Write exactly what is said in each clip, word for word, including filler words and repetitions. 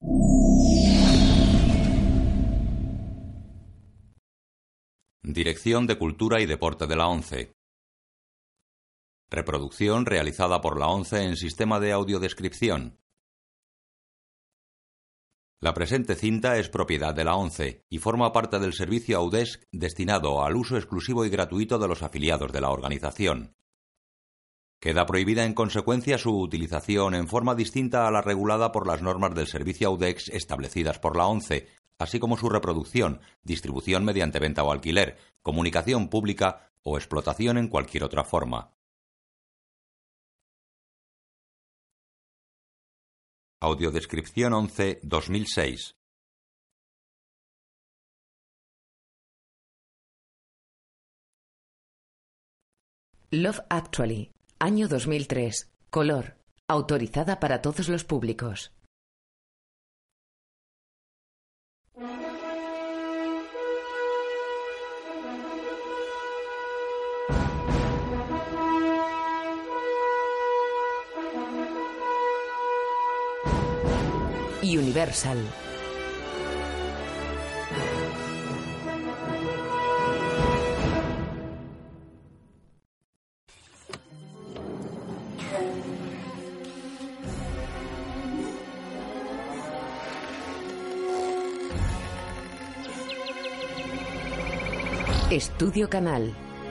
Dirección de Cultura y Deporte de la ONCE. Reproducción realizada por la ONCE en sistema de audiodescripción. La presente cinta es propiedad de la ONCE y forma parte del servicio Audesc destinado al uso exclusivo y gratuito de los afiliados de la organización. Queda prohibida en consecuencia su utilización en forma distinta a la regulada por las normas del servicio Audesc establecidas por la ONCE, así como su reproducción, distribución mediante venta o alquiler, comunicación pública o explotación en cualquier otra forma. Audiodescripción ONCE dos mil seis. Love Actually, año dos mil tres, color, autorizada para todos los públicos. Universal. Estudio Canal.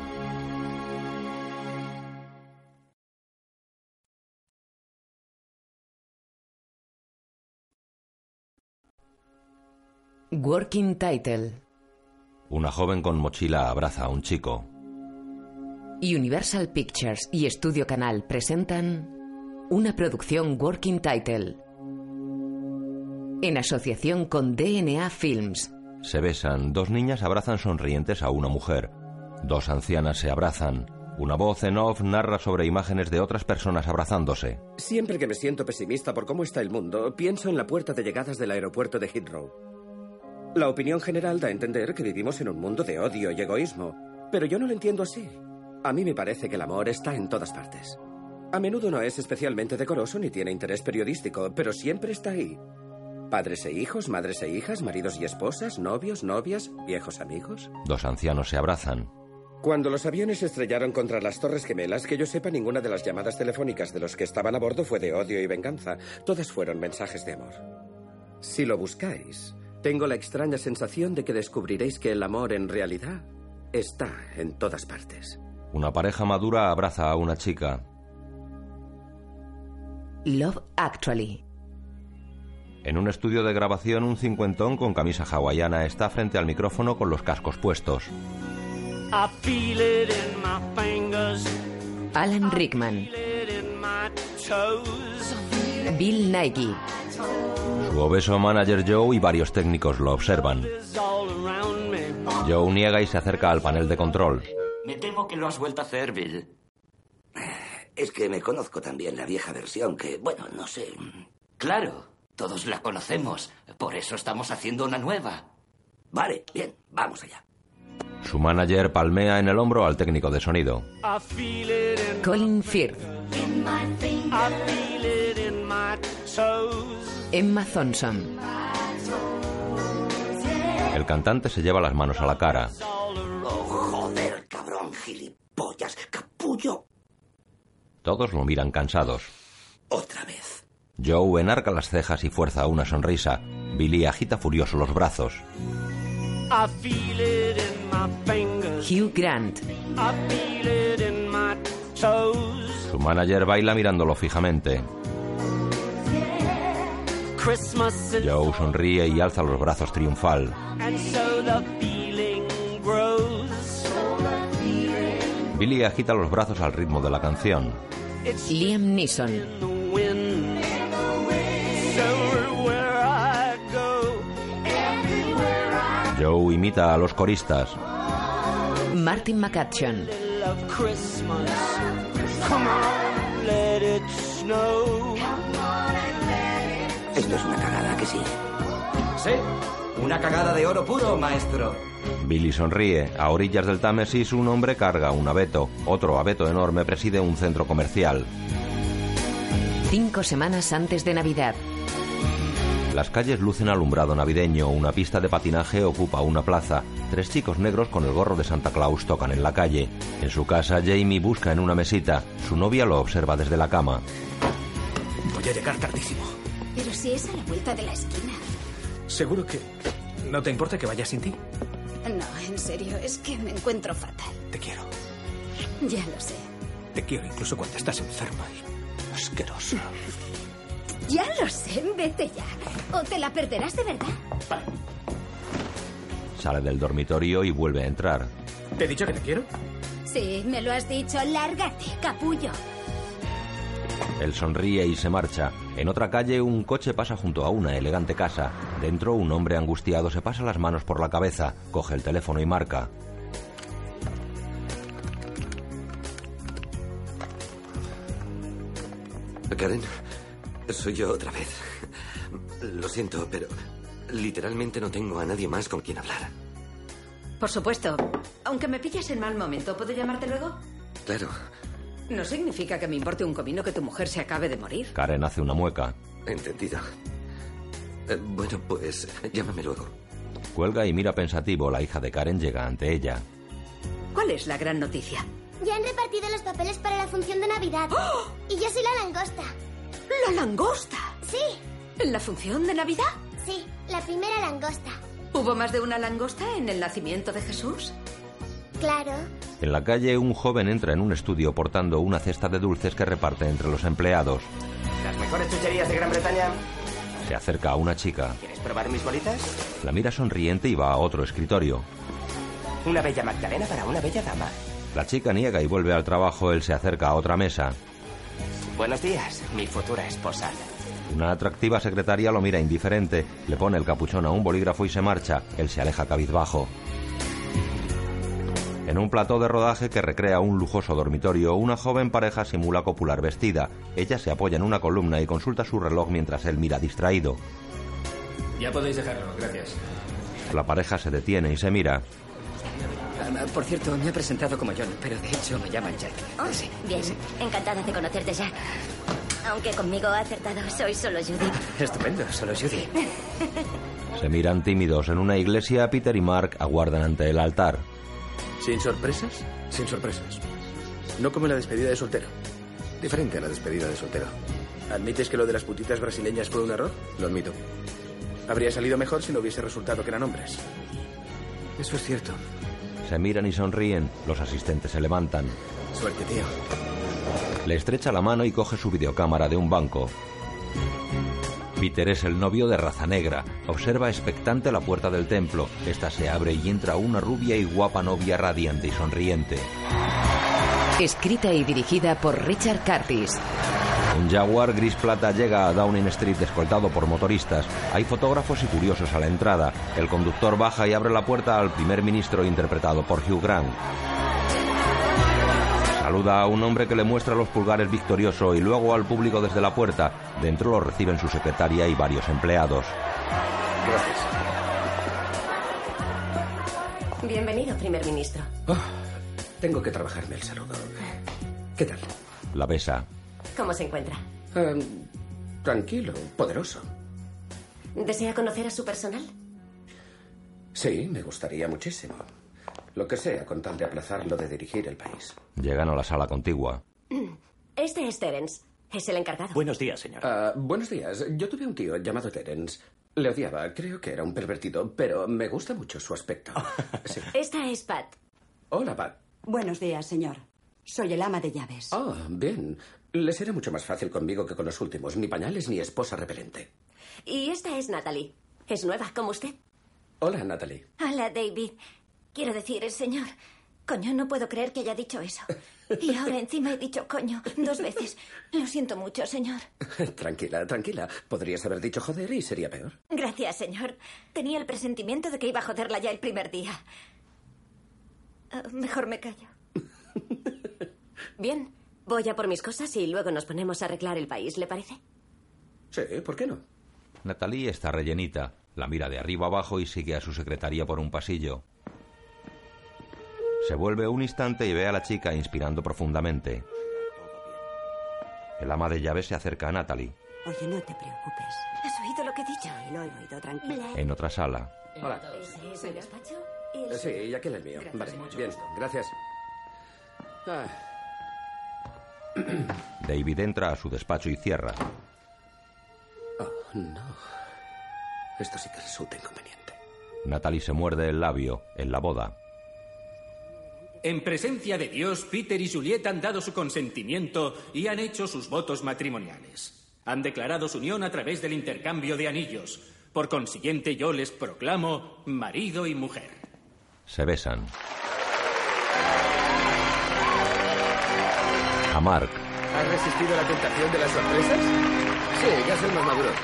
Working Title. Una joven con mochila abraza a un chico. Universal Pictures y Estudio Canal presentan una producción Working Title en asociación con D N A Films. Se besan. Dos niñas abrazan sonrientes a una mujer. Dos ancianas se abrazan. Una voz en off narra sobre imágenes de otras personas abrazándose. Siempre que me siento pesimista por cómo está el mundo, pienso en la puerta de llegadas del aeropuerto de Heathrow. La opinión general da a entender que vivimos en un mundo de odio y egoísmo, pero yo no lo entiendo así. A mí me parece que el amor está en todas partes. A menudo no es especialmente decoroso ni tiene interés periodístico, pero siempre está ahí. Padres e hijos, madres e hijas, maridos y esposas, novios, novias, viejos amigos. Dos ancianos se abrazan. Cuando los aviones se estrellaron contra las Torres Gemelas, que yo sepa, ninguna de las llamadas telefónicas de los que estaban a bordo fue de odio y venganza. Todas fueron mensajes de amor. Si lo buscáis, tengo la extraña sensación de que descubriréis que el amor en realidad está en todas partes. Una pareja madura abraza a una chica. Love Actually. En un estudio de grabación, un cincuentón con camisa hawaiana está frente al micrófono con los cascos puestos. Alan Rickman. Bill Nighy. Su obeso manager Joe y varios técnicos lo observan. Joe niega y se acerca al panel de control. Me temo que lo has vuelto a hacer, Bill. Es que me conozco también la vieja versión que, bueno, no sé. Claro, todos la conocemos. Por eso estamos haciendo una nueva. Vale, bien, vamos allá. Su manager palmea en el hombro al técnico de sonido. Colin Firth. Emma Thompson. El cantante se lleva las manos a la cara. Oh, joder, cabrón, gilipollas, capullo. Todos lo miran cansados. Otra vez. Joe enarca las cejas y fuerza una sonrisa. Billy agita furioso los brazos. Hugh Grant. Su manager baila mirándolo fijamente. Joe sonríe y alza los brazos triunfal. Billy agita los brazos al ritmo de la canción. Liam Neeson. Joe imita a los coristas. Martin McCutcheon. Esto es una cagada, ¿que sí? Sí, una cagada de oro puro, maestro. Billy sonríe. A orillas del Támesis, un hombre carga un abeto. Otro abeto enorme preside un centro comercial. Cinco semanas antes de Navidad. Las calles lucen alumbrado navideño. Una pista de patinaje ocupa una plaza. Tres chicos negros con el gorro de Santa Claus tocan en la calle. En su casa, Jamie busca en una mesita. Su novia lo observa desde la cama. Voy a llegar tardísimo. Pero si es a la vuelta de la esquina. ¿Seguro que no te importa que vaya sin ti? No, en serio, es que me encuentro fatal. Te quiero. Ya lo sé. Te quiero incluso cuando estás enferma y asquerosa. Ya lo sé, vete ya. O te la perderás de verdad. Vale. Sale del dormitorio y vuelve a entrar. ¿Te he dicho que te quiero? Sí, me lo has dicho. Lárgate, capullo. Él sonríe y se marcha. En otra calle, un coche pasa junto a una elegante casa. Dentro, un hombre angustiado se pasa las manos por la cabeza. Coge el teléfono y marca. Karen, soy yo otra vez. Lo siento, pero literalmente no tengo a nadie más con quien hablar. Por supuesto. Aunque me pilles en mal momento, ¿puedo llamarte luego? Claro. No significa que me importe un comino que tu mujer se acabe de morir. Karen hace una mueca. Entendido. Eh, bueno, pues llámame luego. Cuelga y mira pensativo. La hija de Karen llega ante ella. ¿Cuál es la gran noticia? Ya han repartido los papeles para la función de Navidad. ¡Oh! Y yo soy la langosta. ¿La langosta? Sí. ¿En la función de Navidad? Sí, la primera langosta. ¿Hubo más de una langosta en el nacimiento de Jesús? Claro. En la calle, un joven entra en un estudio portando una cesta de dulces que reparte entre los empleados. Las mejores chucherías de Gran Bretaña. Se acerca a una chica. ¿Quieres probar mis bolitas? La mira sonriente y va a otro escritorio. Una bella Magdalena para una bella dama. La chica niega y vuelve al trabajo. Él se acerca a otra mesa. Buenos días, mi futura esposa. Una atractiva secretaria lo mira indiferente. Le pone el capuchón a un bolígrafo y se marcha. Él se aleja cabizbajo. En un plató de rodaje que recrea un lujoso dormitorio, una joven pareja simula copular vestida. Ella se apoya en una columna y consulta su reloj mientras él mira distraído. Ya podéis dejarlo, gracias. La pareja se detiene y se mira. Uh, por cierto, me ha presentado como John, pero de hecho me llaman Jack. Oh, sí. Bien, encantada de conocerte, Jack. Aunque conmigo ha acertado, soy solo Judy. Estupendo, solo Judy. Se miran tímidos. En una iglesia, Peter y Mark aguardan ante el altar. ¿Sin sorpresas? Sin sorpresas. No como la despedida de soltero. Diferente a la despedida de soltero. ¿Admites que lo de las putitas brasileñas fue un error? Lo admito. Habría salido mejor si no hubiese resultado que eran hombres. Eso es cierto. Se miran y sonríen. Los asistentes se levantan. Suerte, tío. Le estrecha la mano y coge su videocámara de un banco. Peter es el novio de raza negra. Observa expectante la puerta del templo. Esta se abre y entra una rubia y guapa novia radiante y sonriente. Escrita y dirigida por Richard Curtis. Un Jaguar gris plata llega a Downing Street escoltado por motoristas. Hay fotógrafos y curiosos a la entrada. El conductor baja y abre la puerta al primer ministro interpretado por Hugh Grant. Saluda a un hombre que le muestra los pulgares victorioso y luego al público desde la puerta. Dentro lo reciben su secretaria y varios empleados. Gracias. Bienvenido, primer ministro. Oh, tengo que trabajarme el saludo. ¿Qué tal? La besa. ¿Cómo se encuentra? Um, tranquilo, poderoso. ¿Desea conocer a su personal? Sí, me gustaría muchísimo. Lo que sea, con tal de aplazar lo de dirigir el país. Llegan a la sala contigua. Este es Terence. Es el encargado. Buenos días, señor. Uh, buenos días. Yo tuve un tío llamado Terence. Le odiaba. Creo que era un pervertido, pero me gusta mucho su aspecto. Sí. Esta es Pat. Hola, Pat. Buenos días, señor. Soy el ama de llaves. Ah, bien. Les era mucho más fácil conmigo que con los últimos. Ni pañales ni esposa repelente. Y esta es Natalie. Es nueva, como usted. Hola, Natalie. Hola, David. Quiero decir, señor, coño, no puedo creer que haya dicho eso. Y ahora encima he dicho coño dos veces. Lo siento mucho, señor. Tranquila, tranquila. Podrías haber dicho joder y sería peor. Gracias, señor. Tenía el presentimiento de que iba a joderla ya el primer día. Uh, mejor me callo. Bien, voy a por mis cosas y luego nos ponemos a arreglar el país, ¿le parece? Sí, ¿por qué no? Natalie está rellenita. La mira de arriba abajo y sigue a su secretaria por un pasillo. Se vuelve un instante y ve a la chica inspirando profundamente. El ama de llaves se acerca a Natalie. Oye, no te preocupes. ¿Has oído lo que he dicho? Sí, lo he oído, tranquila. En otra sala, Hola. ¿Ese es el despacho? Y el Eh, Sí, y aquel el mío. Vale, bien, gracias. Ah, David entra a su despacho y cierra. oh, no. Esto sí que resulta inconveniente. Natalie se muerde el labio en la boda. En presencia de Dios, Peter y Juliet han dado su consentimiento y han hecho sus votos matrimoniales. Han declarado su unión a través del intercambio de anillos. Por consiguiente, yo les proclamo marido y mujer. Se besan. A Mark. ¿Has resistido la tentación de las sorpresas? Sí, ya soy más maduro.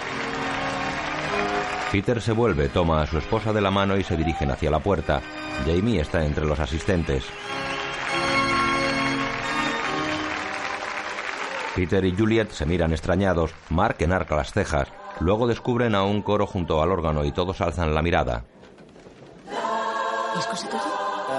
Peter se vuelve, toma a su esposa de la mano y se dirigen hacia la puerta. Jamie está entre los asistentes. Peter y Juliet se miran extrañados. Mark enarca las cejas. Luego descubren a un coro junto al órgano y todos alzan la mirada. ¿Es cosa tuya?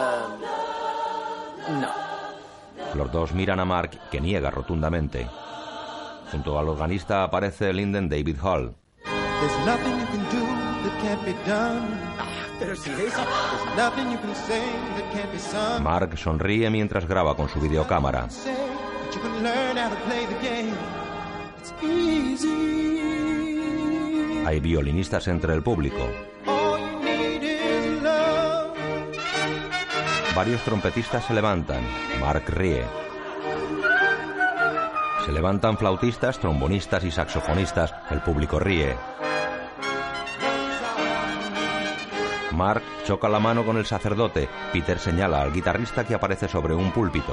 Uh, no. Los dos miran a Mark, que niega rotundamente. Junto al organista aparece Lyndon David Hall. There's nothing you can do that can't be done. Pero si es... There's nothing you can say that can't be sung. Mark sonríe mientras graba con su videocámara. Say, but you can learn how to play the game. It's easy. Hay violinistas entre el público. All you need is love. Varios trompetistas se levantan. Mark ríe. Se levantan flautistas, trombonistas y saxofonistas. El público ríe. Mark choca la mano con el sacerdote. Peter señala al guitarrista que aparece sobre un púlpito.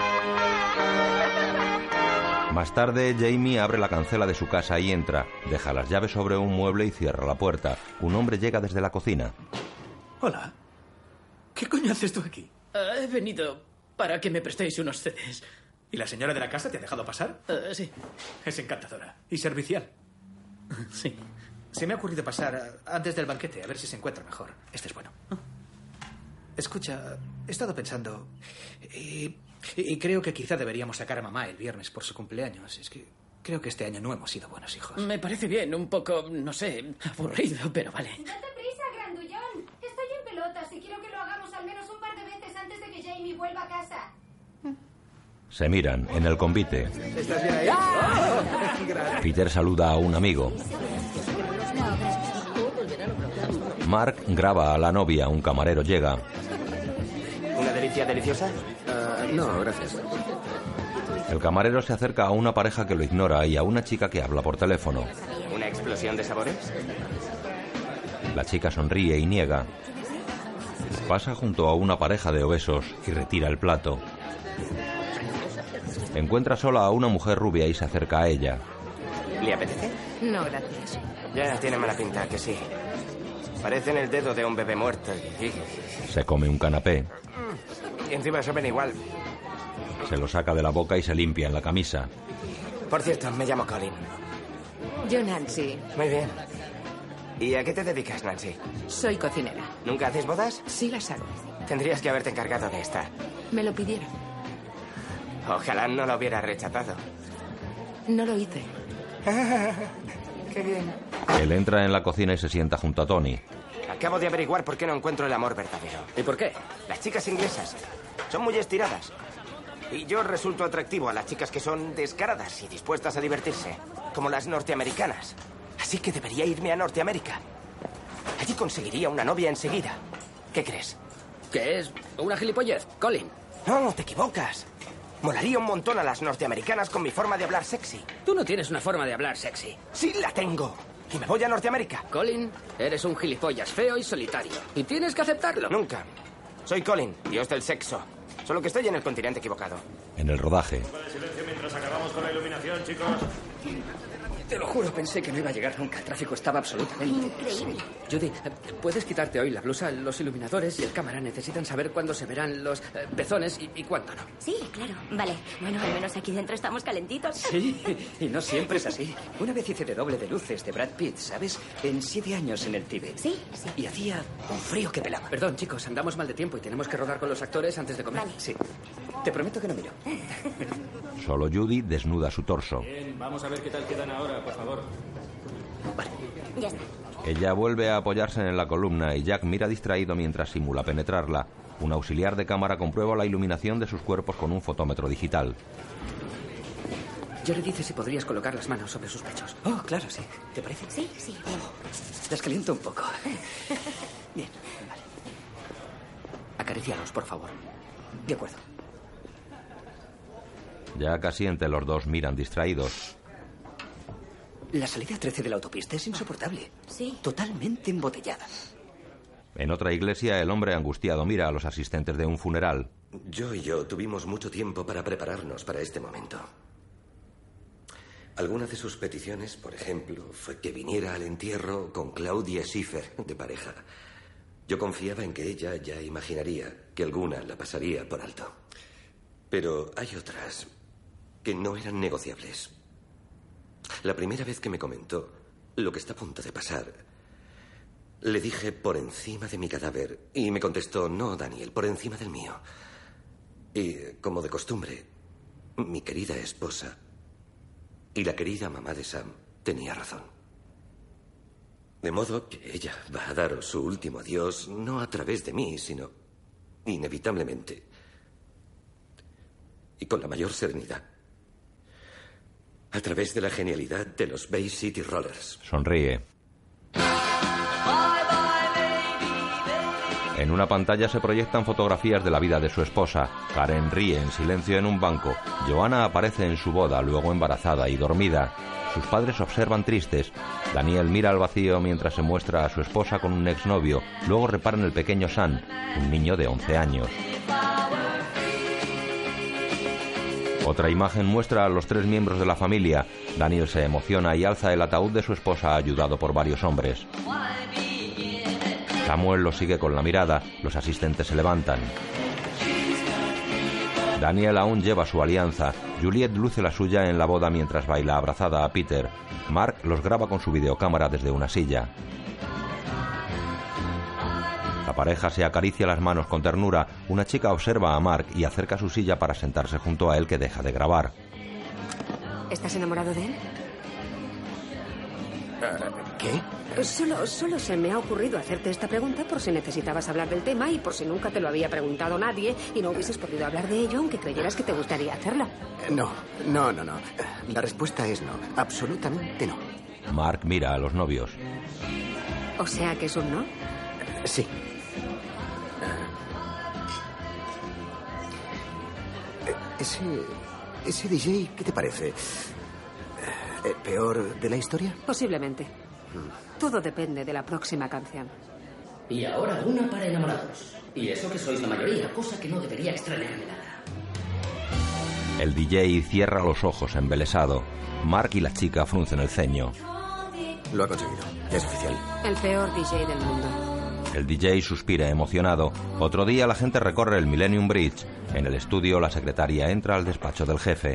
Más tarde, Jamie abre la cancela de su casa y entra. Deja las llaves sobre un mueble y cierra la puerta. Un hombre llega desde la cocina. Hola. ¿Qué coño haces tú aquí? Uh, he venido para que me prestéis unos C Ds. ¿Y la señora de la casa te ha dejado pasar? Uh, sí. Es encantadora. Y servicial. Sí. Se me ha ocurrido pasar a- antes del banquete, a ver si se encuentra mejor. Este es bueno. Escucha, he estado pensando... Y, y creo que quizá deberíamos sacar a mamá el viernes por su cumpleaños. Es que creo que este año no hemos sido buenos hijos. Me parece bien, un poco, no sé, aburrido, pero vale. ¡Date prisa, grandullón! Estoy en pelotas y quiero que lo hagamos al menos un par de veces antes de que Jamie vuelva a casa. Se miran en el convite. ¿Estás bien ahí? Oh, Peter saluda a un amigo. Mark graba a la novia. Un camarero llega. ¿Una delicia deliciosa? Uh, no, gracias. El camarero se acerca a una pareja que lo ignora y a una chica que habla por teléfono. ¿Una explosión de sabores? La chica sonríe y niega. Pasa junto a una pareja de obesos y retira el plato. Encuentra sola a una mujer rubia y se acerca a ella. ¿Le apetece? No, gracias. Ya tiene mala pinta, que sí. Parecen el dedo de un bebé muerto. Se come un canapé. Y encima saben igual. Se lo saca de la boca y se limpia en la camisa. Por cierto, me llamo Colin. Yo, Nancy. Muy bien. ¿Y a qué te dedicas, Nancy? Soy cocinera. ¿Nunca haces bodas? Sí las hago. Tendrías que haberte encargado de esta. Me lo pidieron. Ojalá no lo hubiera rechazado. No lo hice. Qué bien. Él entra en la cocina y se sienta junto a Tony. Acabo de averiguar por qué no encuentro el amor verdadero. ¿Y por qué? Las chicas inglesas son muy estiradas. Y yo resulto atractivo a las chicas que son descaradas y dispuestas a divertirse, como las norteamericanas. Así que debería irme a Norteamérica. Allí conseguiría una novia enseguida. ¿Qué crees? ¿Qué es? ¿Una gilipollez, Colin? No, te equivocas. Molaría un montón a las norteamericanas con mi forma de hablar sexy. Tú no tienes una forma de hablar sexy. Sí la tengo. Y me voy a Norteamérica. Colin, eres un gilipollas feo y solitario. Y tienes que aceptarlo. Nunca. Soy Colin, dios del sexo. Solo que estoy en el continente equivocado. En el rodaje. Silencio mientras acabamos con la iluminación, chicos. Te lo juro, pensé que no iba a llegar nunca. El tráfico estaba absolutamente... Increíble. Judy, ¿puedes quitarte hoy la blusa? Los iluminadores y el cámara necesitan saber cuándo se verán los eh, pezones y, y cuándo no. Sí, claro. Vale. Bueno, al menos aquí dentro estamos calentitos. Sí, y no siempre es así. Una vez hice de doble de luces de Brad Pitt, ¿sabes? En siete años en el Tíbet. Sí, sí. Y hacía un frío que pelaba. Perdón, chicos, andamos mal de tiempo y tenemos que rodar con los actores antes de comer. Vale. Sí. Te prometo que no miro. Solo Judy desnuda su torso. Bien, vamos a ver qué tal quedan ahora, por favor. Vale. Ya está. Ella vuelve a apoyarse en la columna y Jack mira distraído mientras simula penetrarla. Un auxiliar de cámara comprueba la iluminación de sus cuerpos con un fotómetro digital. Yo le dice si podrías colocar las manos sobre sus pechos. Oh, claro, sí. ¿Te parece? Sí, sí, bien. Las caliento un poco. Bien, vale. Acaricialos, por favor. De acuerdo. Jack asiente, los dos miran distraídos. La salida trece de la autopista es insoportable. Sí. Totalmente embotellada. En otra iglesia, el hombre angustiado mira a los asistentes de un funeral. Yo y yo tuvimos mucho tiempo para prepararnos para este momento. Alguna de sus peticiones, por ejemplo, fue que viniera al entierro con Claudia Schiffer de pareja. Yo confiaba en que ella ya imaginaría que alguna la pasaría por alto. Pero hay otras que no eran negociables. La primera vez que me comentó lo que está a punto de pasar, le dije por encima de mi cadáver y me contestó, no, Daniel, por encima del mío. Y, como de costumbre, mi querida esposa y la querida mamá de Sam tenía razón. De modo que ella va a daros su último adiós, no a través de mí, sino inevitablemente y con la mayor serenidad, a través de la genialidad de los Bay City Rollers. Sonríe. En una pantalla se proyectan fotografías de la vida de su esposa. Karen ríe en silencio en un banco. Joanna aparece en su boda, luego embarazada y dormida. Sus padres observan tristes. Daniel mira al vacío mientras se muestra a su esposa con un exnovio. Luego repara en el pequeño Sam, un niño de once años. Otra imagen muestra a los tres miembros de la familia. Daniel se emociona y alza el ataúd de su esposa ayudado por varios hombres. Samuel lo sigue con la mirada. Los asistentes se levantan. Daniel aún lleva su alianza. Juliet luce la suya en la boda mientras baila abrazada a Peter. Mark los graba con su videocámara desde una silla. La pareja se acaricia las manos con ternura. Una chica observa a Mark y acerca su silla para sentarse junto a él, que deja de grabar. ¿Estás enamorado de él? ¿Qué? Solo, solo se me ha ocurrido hacerte esta pregunta por si necesitabas hablar del tema y por si nunca te lo había preguntado nadie y no hubieses podido hablar de ello aunque creyeras que te gustaría hacerlo. No, no, no, no. La respuesta es no. Absolutamente no. Mark mira a los novios. O sea que es un no. Sí. Ese, ese D J, ¿qué te parece? Eh, ¿Peor de la historia? Posiblemente. Todo depende de la próxima canción. Y ahora una para enamorados. Y eso que sois la mayoría, cosa que no debería extrañarme nada. El D J cierra los ojos embelesado. Mark y la chica fruncen el ceño. Lo ha conseguido. Es oficial. El peor D J del mundo. El D J suspira emocionado. Otro día la gente recorre el Millennium Bridge. En el estudio, la secretaria entra al despacho del jefe.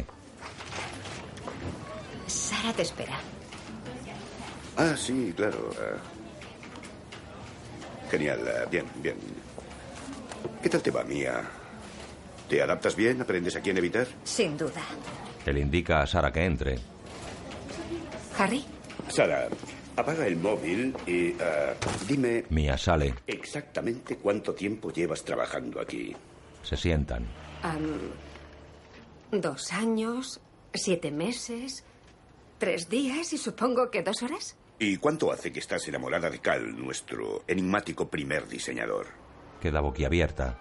Sara te espera. Ah, sí, claro. Uh, genial. Uh, bien, bien. ¿Qué tal te va, Mía? ¿Te adaptas bien? ¿Aprendes a quién evitar? Sin duda. Él indica a Sara que entre. ¿Harry? Sara, apaga el móvil y uh, dime... Mía sale. Exactamente cuánto tiempo llevas trabajando aquí. Se sientan. Um, dos años, siete meses, tres días y supongo que dos horas. ¿Y cuánto hace que estás enamorada de Cal, nuestro enigmático primer diseñador? Queda boquiabierta.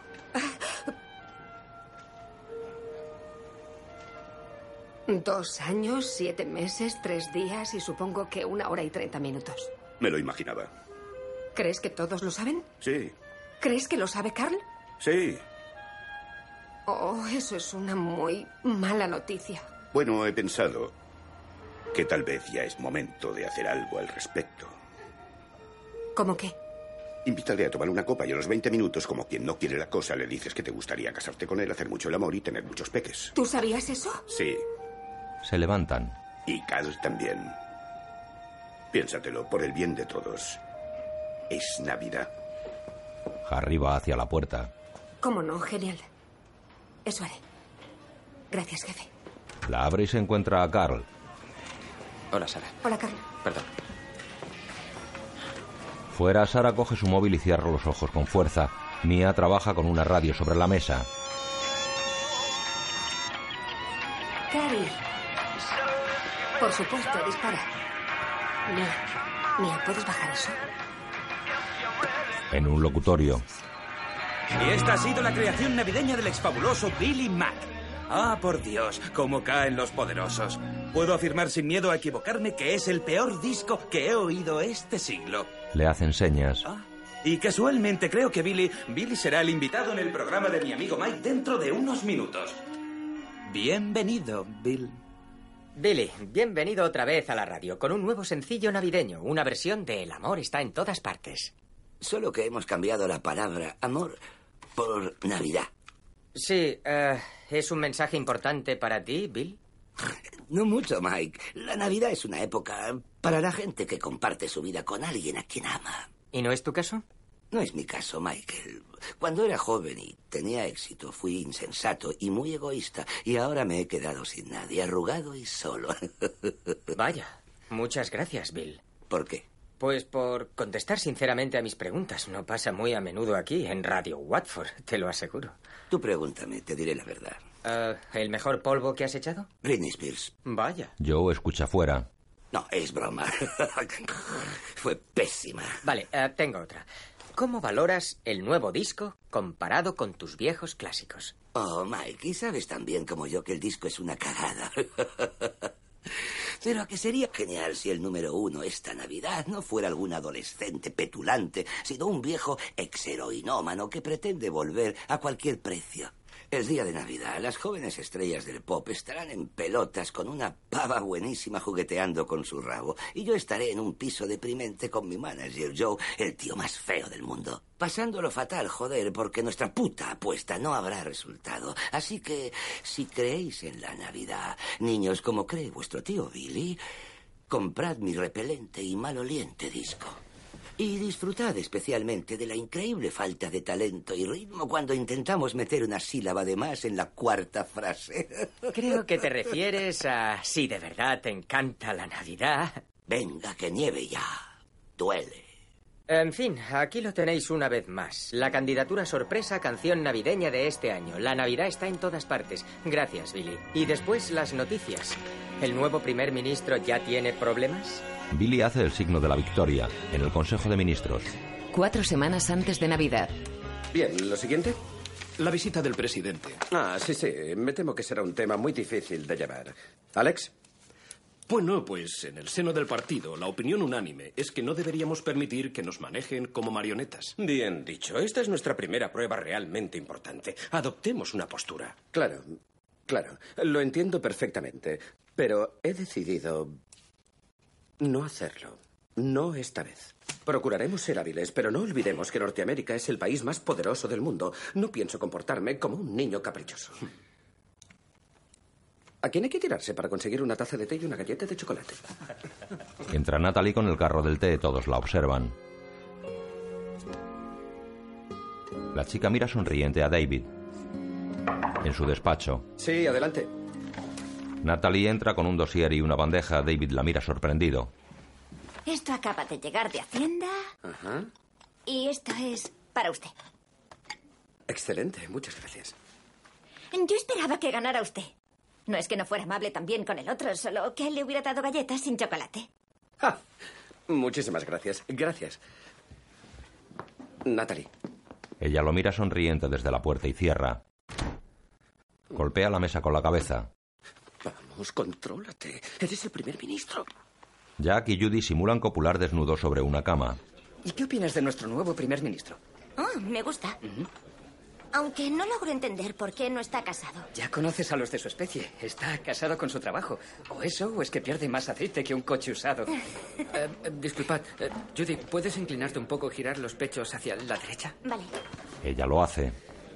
Dos años, siete meses, tres días y supongo que una hora y treinta minutos. Me lo imaginaba. ¿Crees que todos lo saben? Sí. ¿Crees que lo sabe Carl? Sí. Oh, eso es una muy mala noticia. Bueno, he pensado que tal vez ya es momento de hacer algo al respecto. ¿Cómo qué? Invítale a tomar una copa y a los veinte minutos, como quien no quiere la cosa, le dices que te gustaría casarte con él, hacer mucho el amor y tener muchos peques. ¿Tú sabías eso? Sí. Se levantan. Y Cal también. Piénsatelo, por el bien de todos. Es Navidad. Harry va hacia la puerta. ¿Cómo no? Genial. Eso haré. Gracias, jefe. La abre y se encuentra a Carl. Hola, Sara. Hola, Carl. Perdón. Fuera, Sara coge su móvil y cierra los ojos con fuerza. Mia trabaja con una radio sobre la mesa. Cari. Por supuesto, dispara. Mia, Mia, ¿puedes bajar eso? En un locutorio. Y esta ha sido la creación navideña del exfabuloso Billy Mack. Ah, por Dios, cómo caen los poderosos. Puedo afirmar sin miedo a equivocarme que es el peor disco que he oído este siglo. Le hacen señas. Ah, y casualmente creo que Billy... Billy será el invitado en el programa de mi amigo Mike dentro de unos minutos. Bienvenido, Bill. Billy, bienvenido otra vez a la radio con un nuevo sencillo navideño, una versión de El amor está en todas partes. Solo que hemos cambiado la palabra amor por Navidad. Sí, uh, ¿es un mensaje importante para ti, Bill? No mucho, Mike. La Navidad es una época para la gente que comparte su vida con alguien a quien ama. ¿Y no es tu caso? No es mi caso, Michael. Cuando era joven y tenía éxito, fui insensato y muy egoísta. Y ahora me he quedado sin nadie, arrugado y solo. Vaya, muchas gracias, Bill. ¿Por qué? Pues por contestar sinceramente a mis preguntas. No pasa muy a menudo aquí, en Radio Watford, te lo aseguro. Tú pregúntame, te diré la verdad. Uh, ¿El mejor polvo que has echado? Britney Spears. Vaya. Joe escucha fuera. No, es broma. Fue pésima. Vale, uh, tengo otra. ¿Cómo valoras el nuevo disco comparado con tus viejos clásicos? Oh, Mike, y sabes tan bien como yo que el disco es una cagada. Pero que sería genial si el número uno esta Navidad no fuera algún adolescente petulante, sino un viejo exheroinómano que pretende volver a cualquier precio. El día de Navidad, las jóvenes estrellas del pop estarán en pelotas con una pava buenísima jugueteando con su rabo. Y yo estaré en un piso deprimente con mi manager Joe, el tío más feo del mundo. Pasándolo fatal, joder, porque nuestra puta apuesta no habrá resultado. Así que, si creéis en la Navidad, niños, como cree vuestro tío Billy, comprad mi repelente y maloliente disco. Y disfrutad especialmente de la increíble falta de talento y ritmo cuando intentamos meter una sílaba de más en la cuarta frase. Creo que te refieres a si de verdad te encanta la Navidad. Venga, que nieve ya. Duele. En fin, aquí lo tenéis una vez más. La candidatura sorpresa canción navideña de este año. La Navidad está en todas partes. Gracias, Billy. Y después las noticias. ¿El nuevo primer ministro ya tiene problemas? Billy hace el signo de la victoria en el Consejo de Ministros. Cuatro semanas antes de Navidad. Bien, ¿lo siguiente? La visita del presidente. Ah, sí, sí. Me temo que será un tema muy difícil de llevar. ¿Alex? Bueno, pues en el seno del partido, la opinión unánime es que no deberíamos permitir que nos manejen como marionetas. Bien dicho. Esta es nuestra primera prueba realmente importante. Adoptemos una postura. Claro, claro. Lo entiendo perfectamente. Pero he decidido no hacerlo. No esta vez. Procuraremos ser hábiles, pero no olvidemos que Norteamérica es el país más poderoso del mundo. No pienso comportarme como un niño caprichoso. ¿A quién hay que tirarse para conseguir una taza de té y una galleta de chocolate? Entra Natalie con el carro del té, todos la observan. La chica mira sonriente a David. En su despacho. Sí, adelante. Natalie entra con un dossier y una bandeja. David la mira sorprendido. Esto acaba de llegar de Hacienda. Ajá. Y esto es para usted. Excelente, muchas gracias. Yo esperaba que ganara usted. No es que no fuera amable también con el otro, solo que él le hubiera dado galletas sin chocolate. Ah, muchísimas gracias. Gracias. Natalie. Ella lo mira sonriente desde la puerta y cierra. Golpea la mesa con la cabeza. Vamos, contrólate. Eres el primer ministro. Jack y Judy simulan copular desnudos sobre una cama. ¿Y qué opinas de nuestro nuevo primer ministro? Oh, me gusta. Uh-huh. Aunque no logro entender por qué no está casado. Ya conoces a los de su especie. Está casado con su trabajo. O eso, o es que pierde más aceite que un coche usado. eh, eh, disculpad, eh, Judy, ¿puedes inclinarte un poco, girar los pechos hacia la derecha? Vale. Ella lo hace.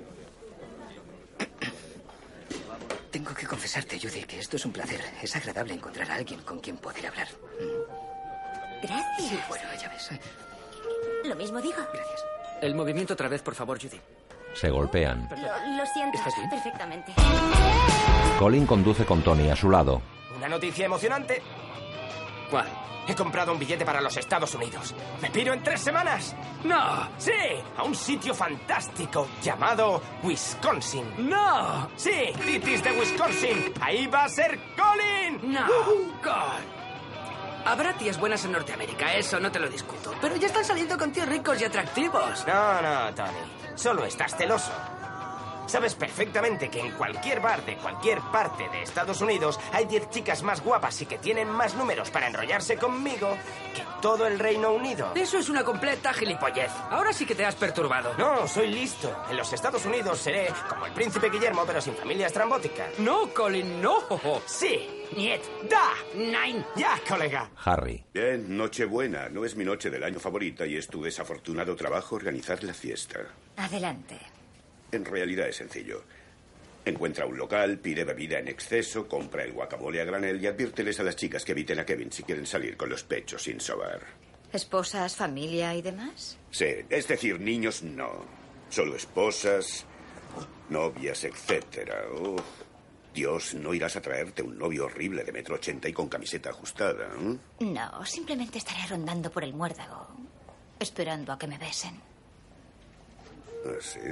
Tengo que confesarte, Judy, que esto es un placer. Es agradable encontrar a alguien con quien poder hablar. Gracias. Sí, bueno, ya ves. Lo mismo digo. Gracias. El movimiento otra vez, por favor, Judy. Se golpean. Lo, lo siento. ¿Estás bien? Perfectamente. Colin conduce con Tony a su lado. Una noticia emocionante. ¿Cuál? He comprado un billete para los Estados Unidos. ¡Me piro en tres semanas! ¡No! ¡Sí! A un sitio fantástico llamado Wisconsin. ¡No! ¡Sí! ¡Titis de Wisconsin! ¡Ahí va a ser Colin! ¡No! Col. Habrá tías buenas en Norteamérica, eso no te lo discuto. Pero ya están saliendo con tíos ricos y atractivos. No, no, Tony. Solo estás celoso. Sabes perfectamente que en cualquier bar de cualquier parte de Estados Unidos hay diez chicas más guapas y que tienen más números para enrollarse conmigo que todo el Reino Unido. Eso es una completa gilipollez. Ahora sí que te has perturbado. No, soy listo. En los Estados Unidos seré como el príncipe Guillermo, pero sin familia estrambótica. No, Colin, no. Sí. Niet. Da. Nein. Ya, colega. Harry. Bien, Nochebuena. No es mi noche del año favorita y es tu desafortunado trabajo organizar la fiesta. Adelante. En realidad es sencillo. Encuentra un local, pide bebida en exceso, compra el guacamole a granel y adviérteles a las chicas que eviten a Kevin si quieren salir con los pechos sin sobar. ¿Esposas, familia y demás? Sí, es decir, niños no. Solo esposas, novias, etcétera. Oh, Dios, no irás a traerte un novio horrible de metro ochenta y con camiseta ajustada. ¿eh? No, simplemente estaré rondando por el muérdago, esperando a que me besen. ¿Ah, sí?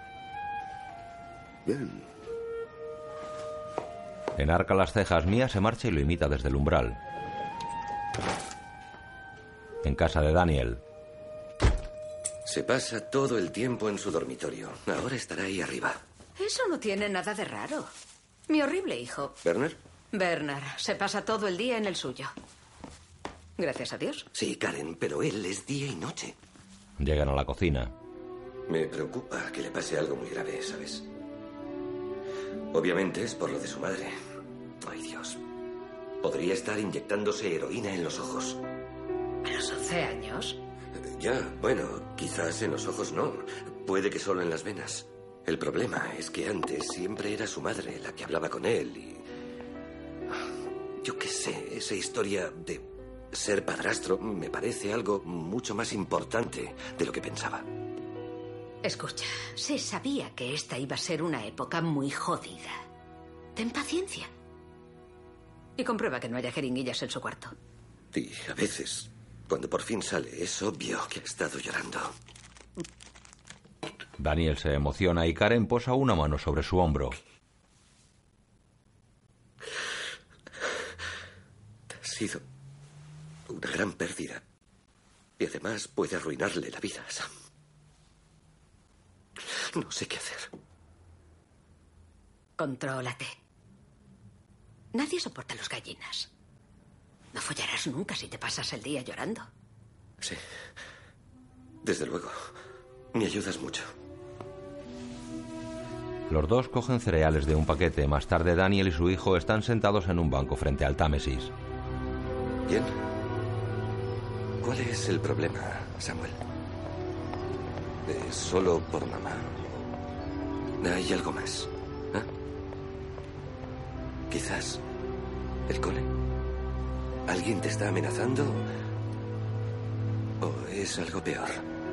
Bien. Enarca las cejas. Mia se marcha y lo imita desde el umbral. En casa de Daniel. Se pasa todo el tiempo en su dormitorio. Ahora estará ahí arriba. Eso no tiene nada de raro. Mi horrible hijo, ¿Werner? Bernard, se pasa todo el día en el suyo. Gracias a Dios. Sí, Karen, pero él es día y noche. Llegan a la cocina. Me preocupa que le pase algo muy grave, ¿sabes? Obviamente es por lo de su madre. Ay, Dios. Podría estar inyectándose heroína en los ojos. ¿A los once años? Ya, bueno, quizás en los ojos no. Puede que solo en las venas. El problema es que antes siempre era su madre la que hablaba con él y... Yo qué sé, esa historia de ser padrastro me parece algo mucho más importante de lo que pensaba. Escucha, se sabía que esta iba a ser una época muy jodida. Ten paciencia. Y comprueba que no haya jeringuillas en su cuarto. Y a veces, cuando por fin sale, es obvio que ha estado llorando. Daniel se emociona y Karen posa una mano sobre su hombro. Ha sido una gran pérdida. Y además puede arruinarle la vida a Sam. No sé qué hacer. Contrólate. Nadie soporta los gallinas. No follarás nunca si te pasas el día llorando. Sí. Desde luego. Me ayudas mucho. Los dos cogen cereales de un paquete. Más tarde, Daniel y su hijo están sentados en un banco frente al Támesis. Bien. ¿Cuál es el problema, Samuel? ¿Es solo por mamá? ¿Hay algo más? ¿Eh? Quizás el cole. ¿Alguien te está amenazando? ¿O es algo peor?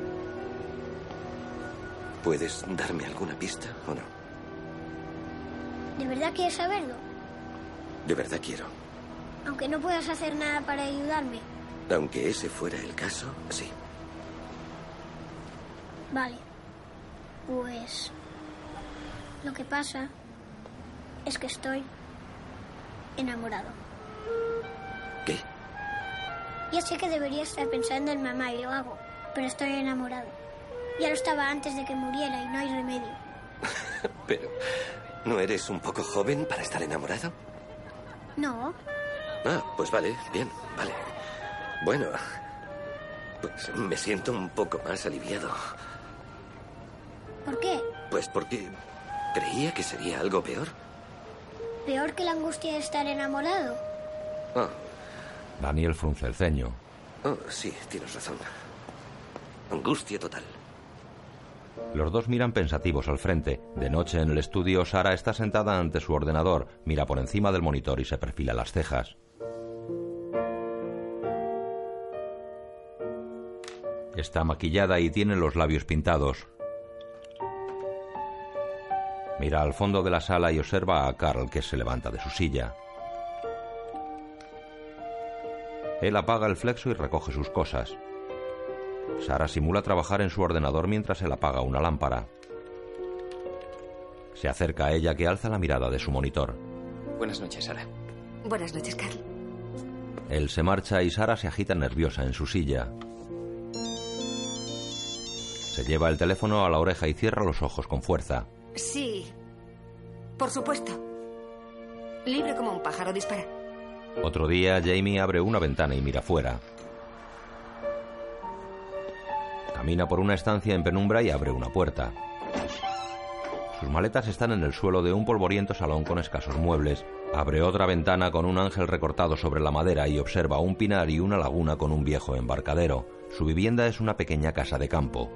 ¿Puedes darme alguna pista o no? ¿De verdad quieres saberlo? De verdad quiero. Aunque no puedas hacer nada para ayudarme. Aunque ese fuera el caso, sí. Vale. Pues... Lo que pasa es que estoy enamorado. ¿Qué? Ya sé que debería estar pensando en mamá y lo hago, pero estoy enamorado. Ya lo estaba antes de que muriera y no hay remedio. Pero, ¿no eres un poco joven para estar enamorado? No. Ah, pues vale, bien, vale. Bueno, pues me siento un poco más aliviado. ¿Por qué? Pues porque creía que sería algo peor. ¿Peor que la angustia de estar enamorado? Oh. Daniel frunce el ceño. Oh, sí, tienes razón. Angustia total. Los dos miran pensativos al frente. De noche en el estudio, Sara está sentada ante su ordenador, mira por encima del monitor y se perfila las cejas. Está maquillada y tiene los labios pintados. Mira al fondo de la sala y observa a Carl, que se levanta de su silla. Él apaga el flexo y recoge sus cosas. Sara simula trabajar en su ordenador mientras él apaga una lámpara. Se acerca a ella, que alza la mirada de su monitor. Buenas noches, Sara. Buenas noches, Carl. Él se marcha y Sara se agita nerviosa en su silla. Se lleva el teléfono a la oreja y cierra los ojos con fuerza. Sí, por supuesto. Libre como un pájaro, dispara. Otro día, Jamie abre una ventana y mira fuera. Camina por una estancia en penumbra y abre una puerta. Sus maletas están en el suelo de un polvoriento salón con escasos muebles. Abre otra ventana con un ángel recortado sobre la madera y observa un pinar y una laguna con un viejo embarcadero. Su vivienda es una pequeña casa de campo.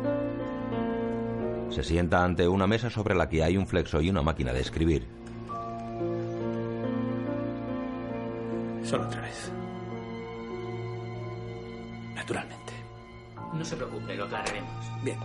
Se sienta ante una mesa sobre la que hay un flexo y una máquina de escribir. Solo otra vez. Naturalmente. No se preocupe, lo aclararemos. Bien.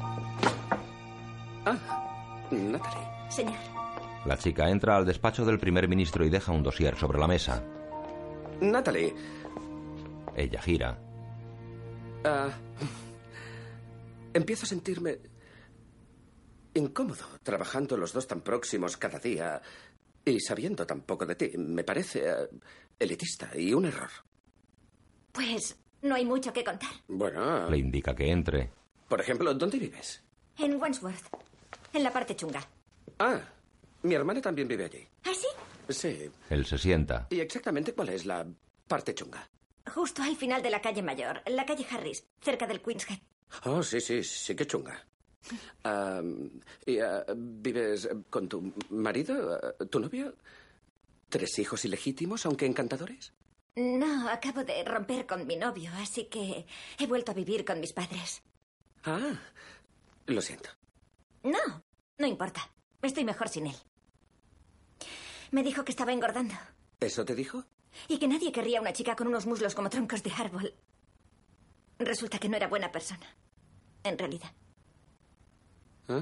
Ah, Natalie. Señor. La chica entra al despacho del primer ministro y deja un dossier sobre la mesa. Natalie. Ella gira. Uh, empiezo a sentirme incómodo trabajando los dos tan próximos cada día y sabiendo tan poco de ti. Me parece uh, elitista y un error. Pues no hay mucho que contar. Bueno... Le indica que entre. Por ejemplo, ¿dónde vives? En Wandsworth, en la parte chunga. Ah, mi hermana también vive allí. ¿Ah, sí? Sí. Él se sienta. ¿Y exactamente cuál es la parte chunga? Justo al final de la calle Mayor, la calle Harris, cerca del Queen's Head. Oh, sí, sí, sí que chunga. Uh, ¿Y uh, vives con tu marido, uh, tu novio? ¿Tres hijos ilegítimos, aunque encantadores? No, acabo de romper con mi novio, así que he vuelto a vivir con mis padres. Ah, lo siento. No, no importa. Estoy mejor sin él. Me dijo que estaba engordando. ¿Eso te dijo? Y que nadie querría una chica con unos muslos como troncos de árbol. Resulta que no era buena persona. En realidad. ¿Ah?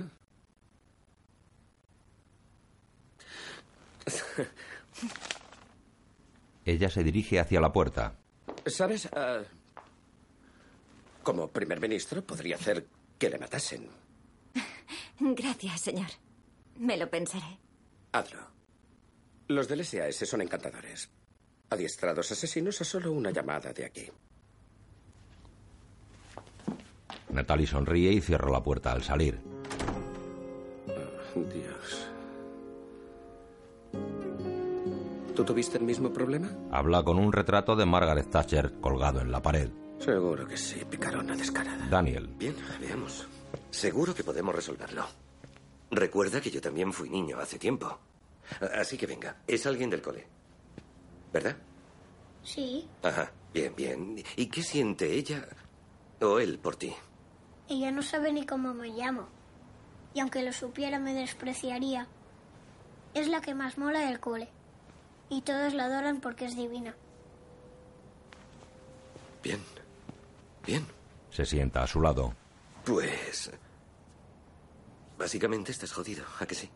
Ella se dirige hacia la puerta. ¿Sabes? Uh, como primer ministro podría hacer que le matasen. Gracias, señor. Me lo pensaré. Hazlo. Los del S A S son encantadores. Adiestrados asesinos a solo una llamada de aquí. Natalie sonríe y cierra la puerta al salir. Oh, Dios. ¿Tú tuviste el mismo problema? Habla con un retrato de Margaret Thatcher colgado en la pared. Seguro que sí, picarona descarada. Daniel. Bien, veamos. Seguro que podemos resolverlo. Recuerda que yo también fui niño hace tiempo. Así que venga, es alguien del cole, ¿verdad? Sí. Ajá, bien, bien. ¿Y qué siente ella o él por ti? Ella no sabe ni cómo me llamo. Y aunque lo supiera me despreciaría. Es la que más mola del cole. Y todos la adoran porque es divina. Bien, bien. Se sienta a su lado. Pues... básicamente estás jodido, ¿a que sí?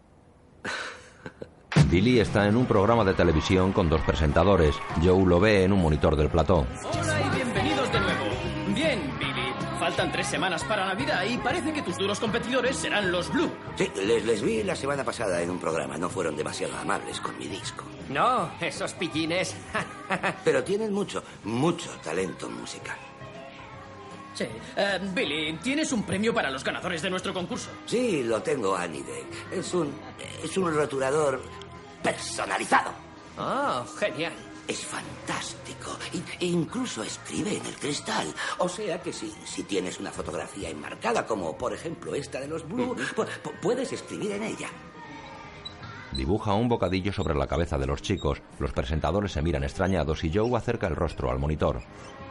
Billy está en un programa de televisión con dos presentadores. Joe lo ve en un monitor del plató. Hola y bienvenidos de nuevo. Bien, Billy. Faltan tres semanas para Navidad y parece que tus duros competidores serán los Blue. Sí, les, les vi la semana pasada en un programa. No fueron demasiado amables con mi disco. No, esos pillines. Pero tienen mucho, mucho talento musical. Sí. Uh, Billy, ¿tienes un premio para los ganadores de nuestro concurso? Sí, lo tengo, Anidek. Es un... es un rotulador personalizado. Oh, genial. Es fantástico. E incluso escribe en el cristal. O sea que si, si tienes una fotografía enmarcada, como por ejemplo esta de los Blue, pu puedes escribir en ella. Dibuja un bocadillo sobre la cabeza de los chicos. Los presentadores se miran extrañados y Joe acerca el rostro al monitor.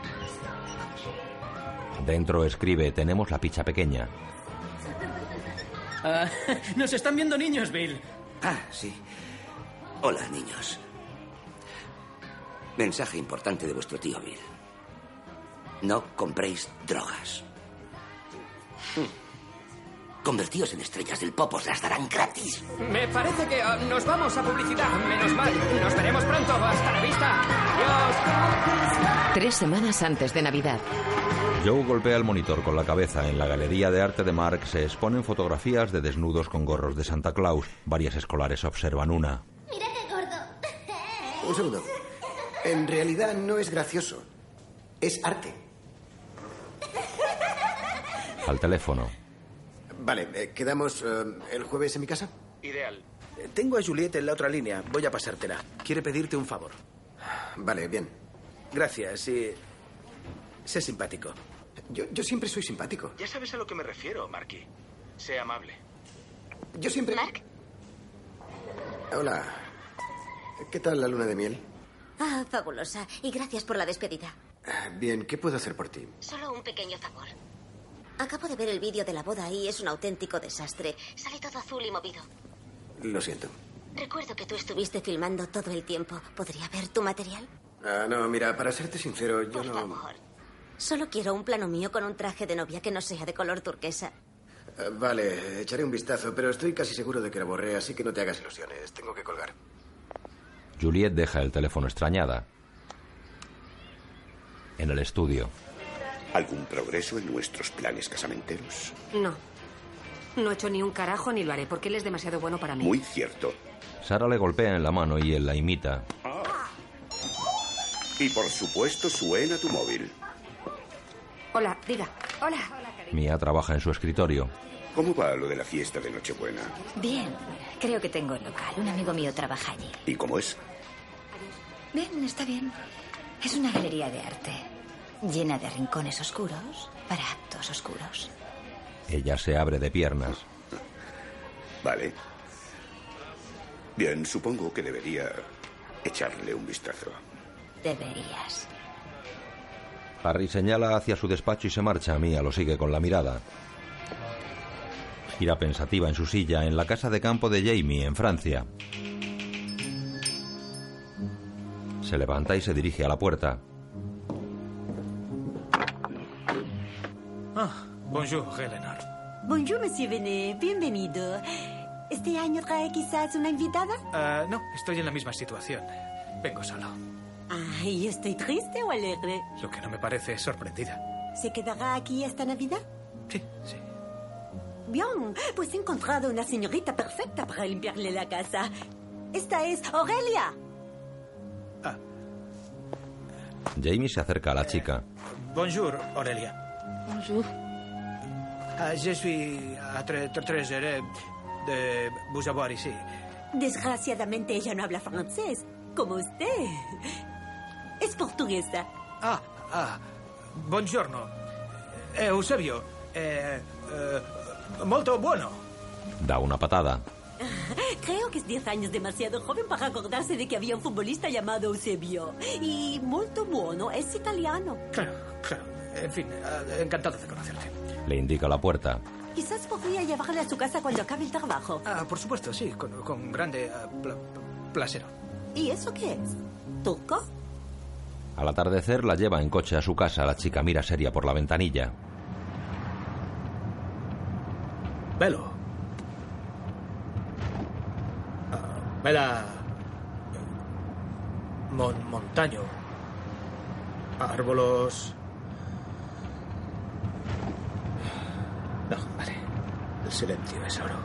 Dentro escribe: tenemos la picha pequeña. Uh, nos están viendo niños, Bill. Ah, sí. Hola, niños. Mensaje importante de vuestro tío Bill. No compréis drogas. Convertíos en estrellas del pop, os las darán gratis. Me parece que uh, nos vamos a publicidad. Menos mal. Nos veremos pronto. Hasta la vista. Adiós. Tres semanas antes de Navidad. Joe golpea el monitor con la cabeza. En la galería de arte de Mark se exponen fotografías de desnudos con gorros de Santa Claus. Varias escolares observan una. Mira qué gordo. Un segundo. En realidad no es gracioso. Es arte. Al teléfono. Vale, eh, ¿quedamos eh, el jueves en mi casa? Ideal. Tengo a Juliette en la otra línea. Voy a pasártela. Quiere pedirte un favor. Vale, bien. Gracias, y... sé simpático. Yo, yo siempre soy simpático. Ya sabes a lo que me refiero, Marky. Sé amable. Yo siempre... Mark. Hola. ¿Qué tal la luna de miel? Ah, fabulosa. Y gracias por la despedida. Bien, ¿qué puedo hacer por ti? Solo un pequeño favor. Acabo de ver el vídeo de la boda y es un auténtico desastre. Sale todo azul y movido. Lo siento. Recuerdo que tú estuviste filmando todo el tiempo. ¿Podría ver tu material? Ah, no, mira, para serte sincero, yo Por no... favor. Solo quiero un plano mío con un traje de novia que no sea de color turquesa. Uh, vale, echaré un vistazo, pero estoy casi seguro de que la borré, así que no te hagas ilusiones. Tengo que colgar. Juliette deja el teléfono extrañada. En el estudio. ¿Algún progreso en nuestros planes casamenteros? No. No he hecho ni un carajo ni lo haré, porque él es demasiado bueno para mí. Muy cierto. Sara le golpea en la mano y él la imita. Ah. Y por supuesto suena tu móvil. Hola, diga. Hola. Mia trabaja en su escritorio. ¿Cómo va lo de la fiesta de Nochebuena? Bien. Creo que tengo el local. Un amigo mío trabaja allí. ¿Y cómo es? Bien, está bien. Es una galería de arte. Llena de rincones oscuros para actos oscuros. Ella se abre de piernas. Vale. Bien, supongo que debería echarle un vistazo. Deberías. Harry señala hacia su despacho y se marcha. Mia lo sigue con la mirada. Gira pensativa en su silla en la casa de campo de Jamie, en Francia. Se levanta y se dirige a la puerta. Ah, bonjour, Eleanor. Bonjour, Monsieur Benet. Bienvenido. ¿Este año trae quizás una invitada? Uh, no, estoy en la misma situación. Vengo solo. Ay, ¿estoy triste o alegre? Lo que no me parece es sorprendida. ¿Se quedará aquí esta Navidad? Sí, sí. Bien, pues he encontrado una señorita perfecta para limpiarle la casa. Esta es Aurelia. Ah. Jamie se acerca a la chica. Bonjour, Aurelia. Bonjour. Uh, je suis uh, très, très, très heureux de vous avoir ici. Desgraciadamente ella no habla francés, como usted. Es portuguesa. Ah, ah. Buongiorno. Eh, Eusebio. Eh, eh, molto buono. Da una patada. Creo que es diez años demasiado joven para acordarse de que había un futbolista llamado Eusebio. Y molto buono es italiano. Claro, claro. En fin, uh, encantado de conocerte. Le indica la puerta. Quizás podría llevarle a su casa cuando acabe el trabajo. Ah, por supuesto, sí, con, con grande uh, pl placer. ¿Y eso qué es? ¿Turco? Al atardecer la lleva en coche a su casa. La chica mira seria por la ventanilla. Bello. Uh, bella... Mon montaño. Árbolos... No, vale. El silencio es oro.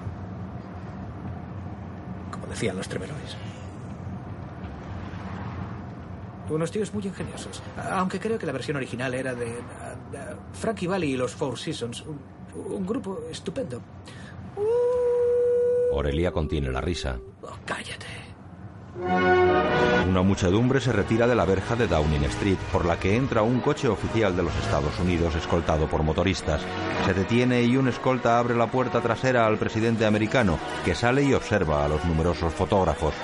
Como decían los tremelones. Unos tíos muy ingeniosos. Aunque creo que la versión original era de uh, uh, Frankie Valli y los Four Seasons. Un, un grupo estupendo. Aurelia contiene la risa. Oh, cállate. Una muchedumbre se retira de la verja de Downing Street, por la que entra un coche oficial de los Estados Unidos escoltado por motoristas. Se detiene y un escolta abre la puerta trasera al presidente americano, que sale y observa a los numerosos fotógrafos.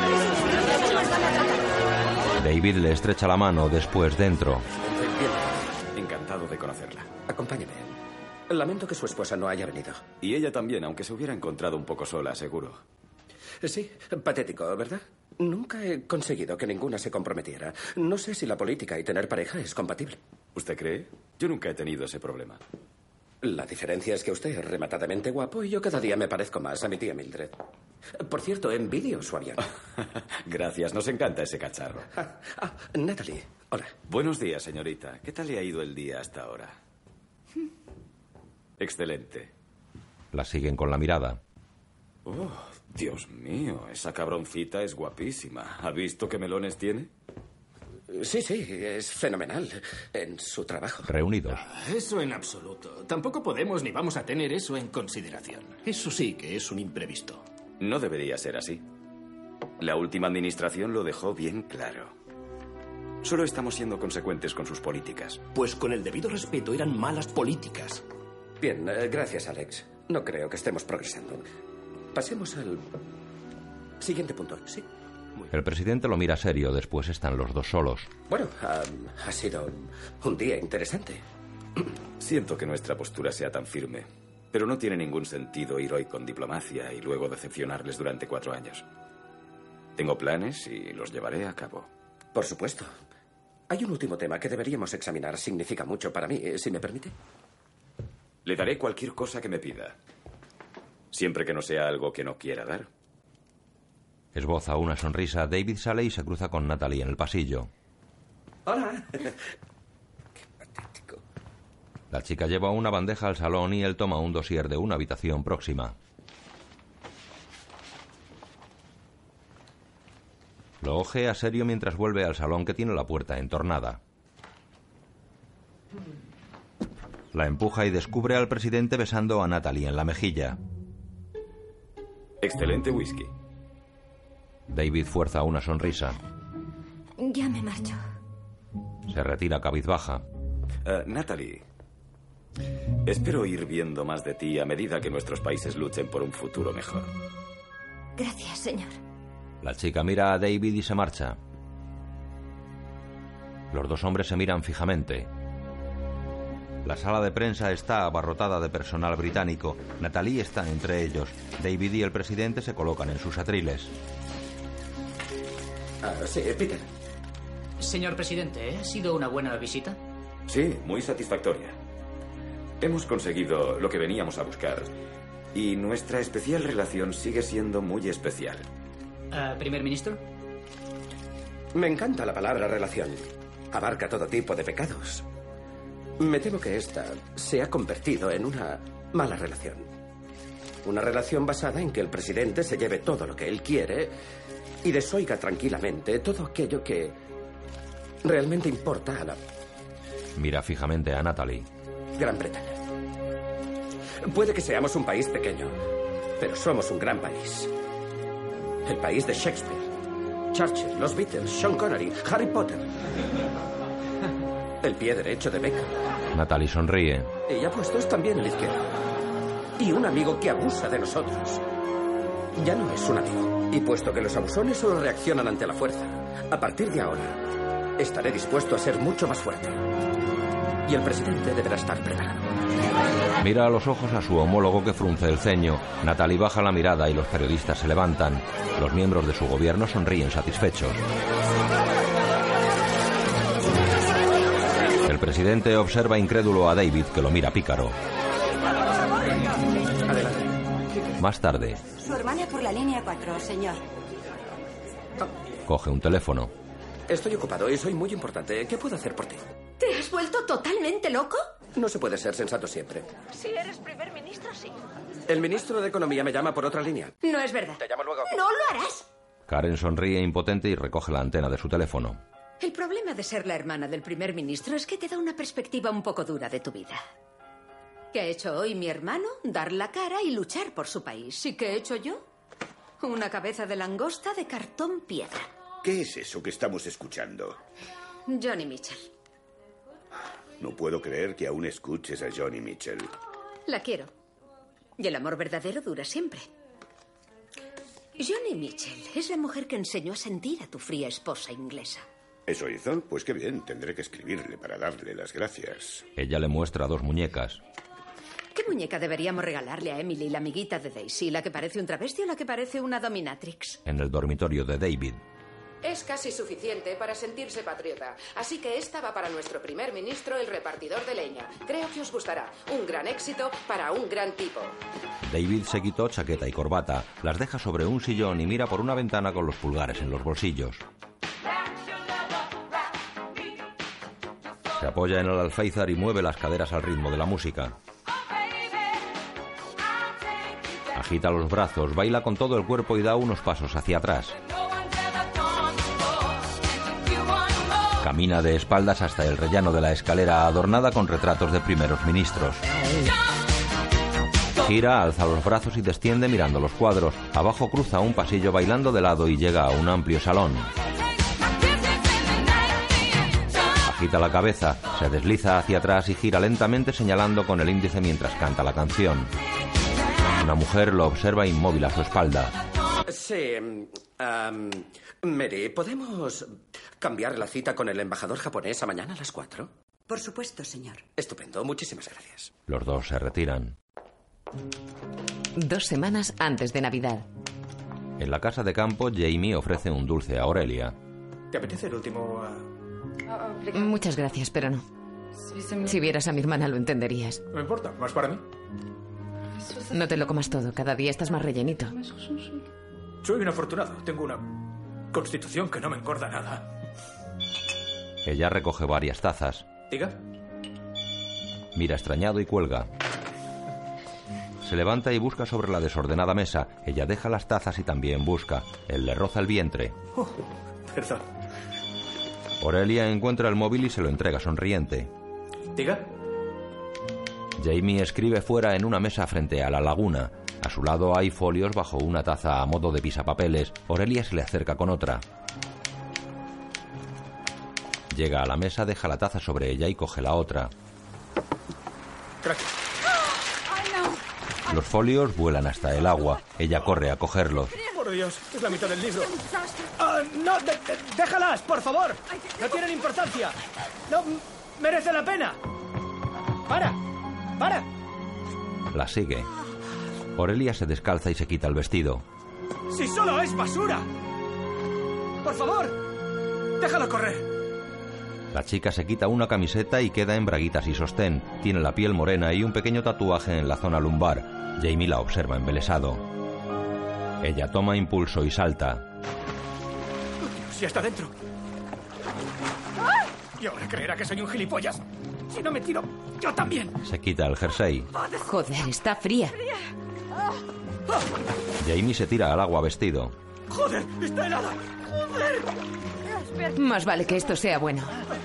David le estrecha la mano, después dentro. Bien, encantado de conocerla. Acompáñeme. Lamento que su esposa no haya venido. Y ella también, aunque se hubiera encontrado un poco sola, seguro. Sí, patético, ¿verdad? Nunca he conseguido que ninguna se comprometiera. No sé si la política y tener pareja es compatible. ¿Usted cree? Yo nunca he tenido ese problema. La diferencia es que usted es rematadamente guapo y yo cada día me parezco más a mi tía Mildred. Por cierto, envidio su avión. Gracias, nos encanta ese cacharro. Ah, ah, Natalie, hola. Buenos días, señorita. ¿Qué tal le ha ido el día hasta ahora? Excelente. La siguen con la mirada. Oh, Dios mío, esa cabroncita es guapísima. ¿Ha visto qué melones tiene? Sí, sí, es fenomenal en su trabajo. Reunidos. Eso en absoluto. Tampoco podemos ni vamos a tener eso en consideración. Eso sí que es un imprevisto. No debería ser así. La última administración lo dejó bien claro. Solo estamos siendo consecuentes con sus políticas. Pues con el debido respeto eran malas políticas. Bien, eh, gracias, Alex. No creo que estemos progresando. Pasemos al siguiente punto. Sí. El presidente lo mira serio, después están los dos solos. Bueno, um, ha sido un día interesante. Siento que nuestra postura sea tan firme, pero no tiene ningún sentido ir hoy con diplomacia y luego decepcionarles durante cuatro años. Tengo planes y los llevaré a cabo. Por supuesto. Hay un último tema que deberíamos examinar. Significa mucho para mí, si me permite. Le daré cualquier cosa que me pida, siempre que no sea algo que no quiera dar. Esboza una sonrisa. David sale y se cruza con Natalie en el pasillo. Hola. Qué patético. La chica lleva una bandeja al salón y él toma un dossier de una habitación próxima. Lo ojea serio mientras vuelve al salón que tiene la puerta entornada. La empuja y descubre al presidente besando a Natalie en la mejilla. Excelente whisky. David fuerza una sonrisa. Ya me marcho. Se retira cabizbaja. Uh, Natalie, espero ir viendo más de ti a medida que nuestros países luchen por un futuro mejor. Gracias, señor. La chica mira a David y se marcha. Los dos hombres se miran fijamente. La sala de prensa está abarrotada de personal británico. Natalie está entre ellos. David y el presidente se colocan en sus atriles. Ah, sí, Peter. Señor presidente, ¿ha sido una buena visita? Sí, muy satisfactoria. Hemos conseguido lo que veníamos a buscar. Y nuestra especial relación sigue siendo muy especial. Uh, ¿Primer ministro? Me encanta la palabra relación. Abarca todo tipo de pecados. Me temo que esta se ha convertido en una mala relación. Una relación basada en que el presidente se lleve todo lo que él quiere y desoiga tranquilamente todo aquello que realmente importa a la Mira fijamente a Natalie. Gran Bretaña. Puede que seamos un país pequeño, pero somos un gran país. El país de Shakespeare, Churchill, los Beatles, Sean Connery, Harry Potter. El pie derecho de Beckham. Natalie sonríe. Y apuestos también el izquierdo. Y un amigo que abusa de nosotros. Ya no es un amigo. Y puesto que los abusones solo reaccionan ante la fuerza, a partir de ahora estaré dispuesto a ser mucho más fuerte. Y el presidente deberá estar preparado. Mira a los ojos a su homólogo que frunce el ceño. Natalie baja la mirada y los periodistas se levantan. Los miembros de su gobierno sonríen satisfechos. El presidente observa incrédulo a David, que lo mira pícaro. Más tarde. Su hermana por la línea cuatro, señor. Coge un teléfono. Estoy ocupado y soy muy importante. ¿Qué puedo hacer por ti? ¿Te has vuelto totalmente loco? No se puede ser sensato siempre. Si eres primer ministro, sí. El ministro de Economía me llama por otra línea. No es verdad. Te llamo luego. ¡No lo harás! Karen sonríe impotente y recoge la antena de su teléfono. El problema de ser la hermana del primer ministro es que te da una perspectiva un poco dura de tu vida. ¿Qué ha hecho hoy mi hermano? Dar la cara y luchar por su país. ¿Y qué he hecho yo? Una cabeza de langosta de cartón piedra. ¿Qué es eso que estamos escuchando? Johnny Mitchell. No puedo creer que aún escuches a Johnny Mitchell. La quiero. Y el amor verdadero dura siempre. Johnny Mitchell es la mujer que enseñó a sentir a tu fría esposa inglesa. ¿Eso hizo? Pues qué bien, tendré que escribirle para darle las gracias. Ella le muestra dos muñecas. ¿Qué muñeca deberíamos regalarle a Emily, la amiguita de Daisy? ¿La que parece un travesti o la que parece una dominatrix? En el dormitorio de David. Es casi suficiente para sentirse patriota. Así que esta va para nuestro primer ministro, el repartidor de leña. Creo que os gustará. Un gran éxito para un gran tipo. David se quitó chaqueta y corbata, las deja sobre un sillón y mira por una ventana con los pulgares en los bolsillos. Se apoya en el alféizar y mueve las caderas al ritmo de la música. Agita los brazos, baila con todo el cuerpo y da unos pasos hacia atrás. Camina de espaldas hasta el rellano de la escalera adornada con retratos de primeros ministros. Gira, alza los brazos y desciende mirando los cuadros. Abajo cruza un pasillo bailando de lado y llega a un amplio salón. Agita la cabeza, se desliza hacia atrás y gira lentamente señalando con el índice mientras canta la canción. Una mujer lo observa inmóvil a su espalda. Sí. Um, Mary, ¿podemos cambiar la cita con el embajador japonés a mañana a las cuatro? Por supuesto, señor. Estupendo, muchísimas gracias. Los dos se retiran. Dos semanas antes de Navidad. En la casa de campo, Jamie ofrece un dulce a Aurelia. ¿Te apetece el último? Uh... Muchas gracias, pero no. Si vieras a mi hermana lo entenderías. No importa, más para mí. No te lo comas todo, cada día estás más rellenito. Soy un afortunado, tengo una constitución que no me engorda nada. Ella recoge varias tazas. ¿Diga? Mira extrañado y cuelga. Se levanta y busca sobre la desordenada mesa. Ella deja las tazas y también busca. Él le roza el vientre. Oh, perdón. Aurelia encuentra el móvil y se lo entrega sonriente. ¿Diga? Jamie escribe fuera en una mesa frente a la laguna. A su lado hay folios bajo una taza a modo de pisapapeles. Aurelia se le acerca con otra. Llega a la mesa, deja la taza sobre ella y coge la otra. Gracias. Los folios vuelan hasta el agua. Ella corre a cogerlos. Por Dios, es la mitad del libro. Ah, no, de, de, déjalas, por favor. No tienen importancia. No merece la pena. Para, para. La sigue. Aurelia se descalza y se quita el vestido. ¡Si solo es basura! ¡Por favor! ¡Déjala correr! La chica se quita una camiseta y queda en braguitas y sostén. Tiene la piel morena y un pequeño tatuaje en la zona lumbar. Jamie la observa embelesado. Ella toma impulso y salta. ¡Oh, Dios, ya está dentro! Y ahora creerá que soy un gilipollas. Si no me tiro, yo también. Se quita el jersey. Joder, está fría. Jamie se tira al agua vestido. ¡Joder! ¡Está helada! ¡Joder! Más vale que esto sea bueno.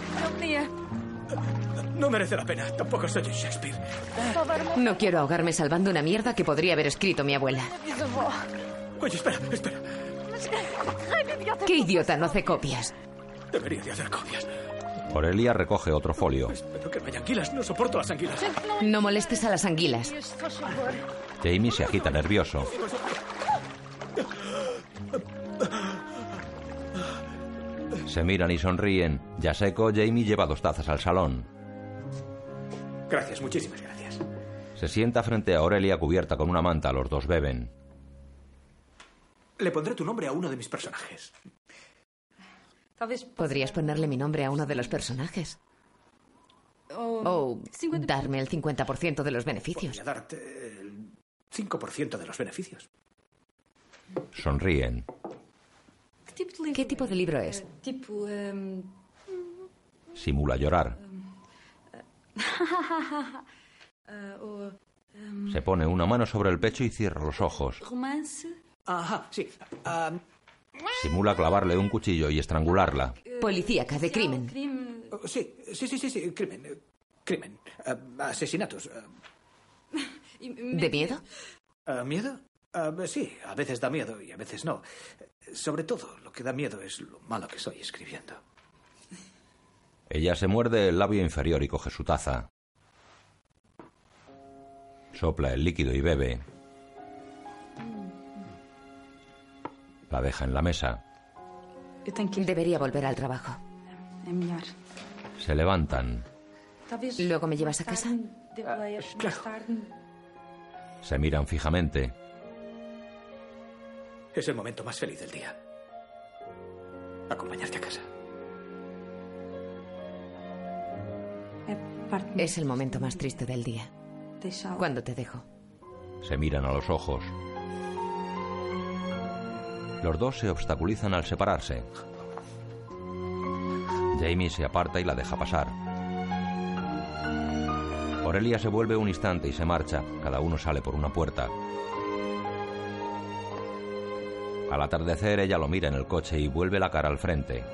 No merece la pena. Tampoco soy Shakespeare. No quiero ahogarme salvando una mierda que podría haber escrito mi abuela. Oye, espera, espera. ¿Qué idiota no hace copias? Debería de hacer copias. Aurelia recoge otro folio. Espero que no haya anguilas. No soporto las anguilas. No molestes a las anguilas. Jamie se agita nervioso. Se miran y sonríen. Ya seco, Jamie lleva dos tazas al salón. Gracias, muchísimas gracias. Se sienta frente a Aurelia cubierta con una manta. Los dos beben. Le pondré tu nombre a uno de mis personajes. Podrías ponerle mi nombre a uno de los personajes. O darme el cincuenta por ciento de los beneficios. Podría darte el cinco por ciento de los beneficios. Sonríen. ¿Qué tipo de libro es? Simula llorar. Se pone una mano sobre el pecho y cierra los ojos. Ajá, sí. Um... Simula clavarle un cuchillo y estrangularla. Policíaca de crimen. Sí, sí, sí, sí, sí. Crimen. Crimen. Uh, asesinatos. Uh... ¿De miedo? Uh, ¿Miedo? Uh, sí, a veces da miedo y a veces no. Sobre todo, lo que da miedo es lo malo que soy escribiendo. Ella se muerde el labio inferior y coge su taza. Sopla el líquido y bebe. La deja en la mesa. Debería volver al trabajo. Se levantan. ¿Luego me llevas a casa? Uh, claro. Se miran fijamente. Es el momento más feliz del día. acompañarte a casa. Es el momento más triste del día. Cuando te dejo. Se miran a los ojos. Los dos se obstaculizan al separarse. Jamie se aparta y la deja pasar. Aurelia se vuelve un instante y se marcha. Cada uno sale por una puerta. Al atardecer, ella lo mira en el coche y vuelve la cara al frente.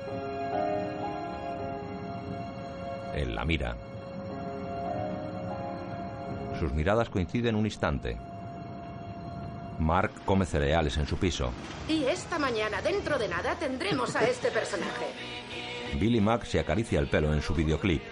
Él la mira. Sus miradas coinciden un instante. Mark come cereales en su piso. Y esta mañana, dentro de nada, tendremos a este personaje. Billy Mack se acaricia el pelo en su videoclip.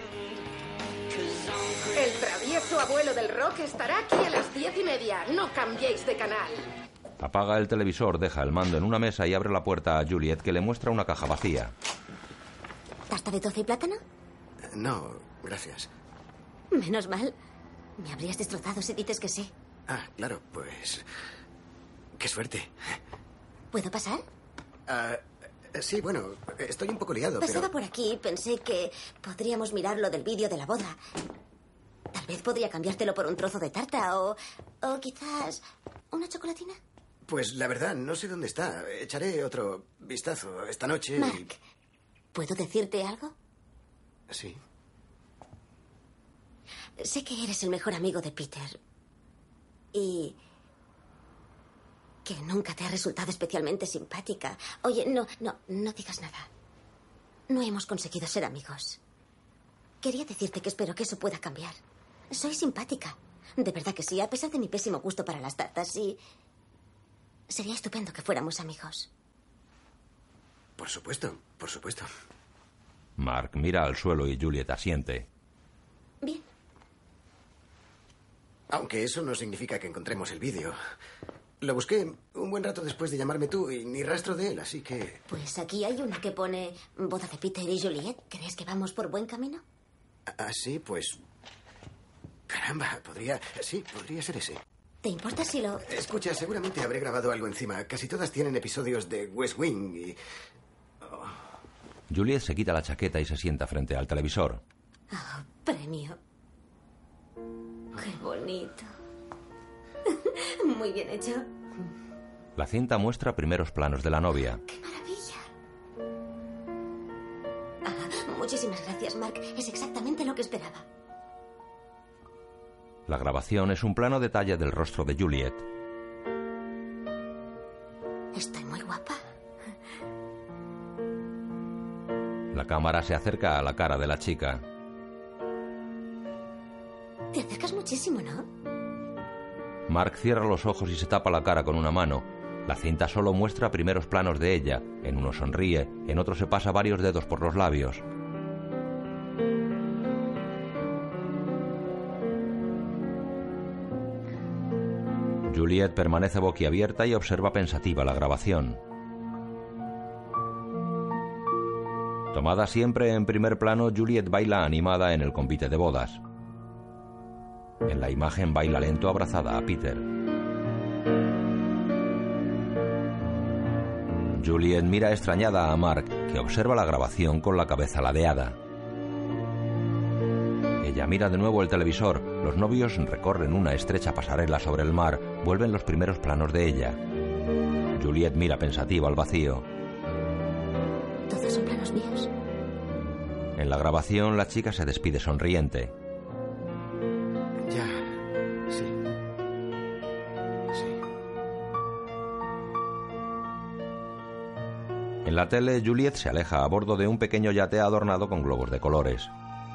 El travieso abuelo del rock estará aquí a las diez y media. No cambiéis de canal. Apaga el televisor, deja el mando en una mesa y abre la puerta a Juliet, que le muestra una caja vacía. ¿Tarta de toce y plátano? No, gracias. Menos mal. Me habrías destrozado si dices que sí. Ah, claro, pues... ¡Qué suerte! ¿Puedo pasar? Uh, sí, bueno, estoy un poco liado, Pasaba pero... por aquí y pensé que podríamos mirar lo del vídeo de la boda. Tal vez podría cambiártelo por un trozo de tarta o... o quizás... ¿una chocolatina? Pues la verdad, no sé dónde está. Echaré otro vistazo esta noche Mark, y... ¿puedo decirte algo? Sí. Sé que eres el mejor amigo de Peter. Y... que nunca te ha resultado especialmente simpática. Oye, no, no, no digas nada. No hemos conseguido ser amigos. Quería decirte que espero que eso pueda cambiar. Soy simpática. De verdad que sí, a pesar de mi pésimo gusto para las tartas, y... sería estupendo que fuéramos amigos. Por supuesto, por supuesto. Mark mira al suelo y Juliet asiente. Bien. Aunque eso no significa que encontremos el vídeo. Lo busqué un buen rato después de llamarme tú y ni rastro de él, así que... Pues aquí hay una que pone boda de Peter y Juliet. ¿Crees que vamos por buen camino? Ah, sí, pues... Caramba, podría... Sí, podría ser ese. ¿Te importa si lo...? Escucha, seguramente habré grabado algo encima. Casi todas tienen episodios de West Wing y... Oh. Juliet se quita la chaqueta y se sienta frente al televisor. Oh, premio. Qué bonito. Muy bien hecho. La cinta muestra primeros planos de la novia. ¡Qué maravilla! Ah, muchísimas gracias, Mark. Es exactamente lo que esperaba. La grabación es un plano detalle del rostro de Juliet. Estoy muy guapa. La cámara se acerca a la cara de la chica. Te acercas muchísimo, ¿no? Mark cierra los ojos y se tapa la cara con una mano. La cinta solo muestra primeros planos de ella. En uno sonríe, en otro se pasa varios dedos por los labios. Juliet permanece boquiabierta y observa pensativa la grabación. Tomada siempre en primer plano, Juliet baila animada en el convite de bodas. En la imagen baila lento abrazada a Peter. Juliet mira extrañada a Mark, que observa la grabación con la cabeza ladeada. Ella mira de nuevo el televisor. Los novios recorren una estrecha pasarela sobre el mar. Vuelven los primeros planos de ella. Juliet mira pensativa al vacío. ¿Todos son planos míos? En la grabación, la chica se despide sonriente. Ya, sí. Sí. En la tele, Juliet se aleja a bordo de un pequeño yate adornado con globos de colores.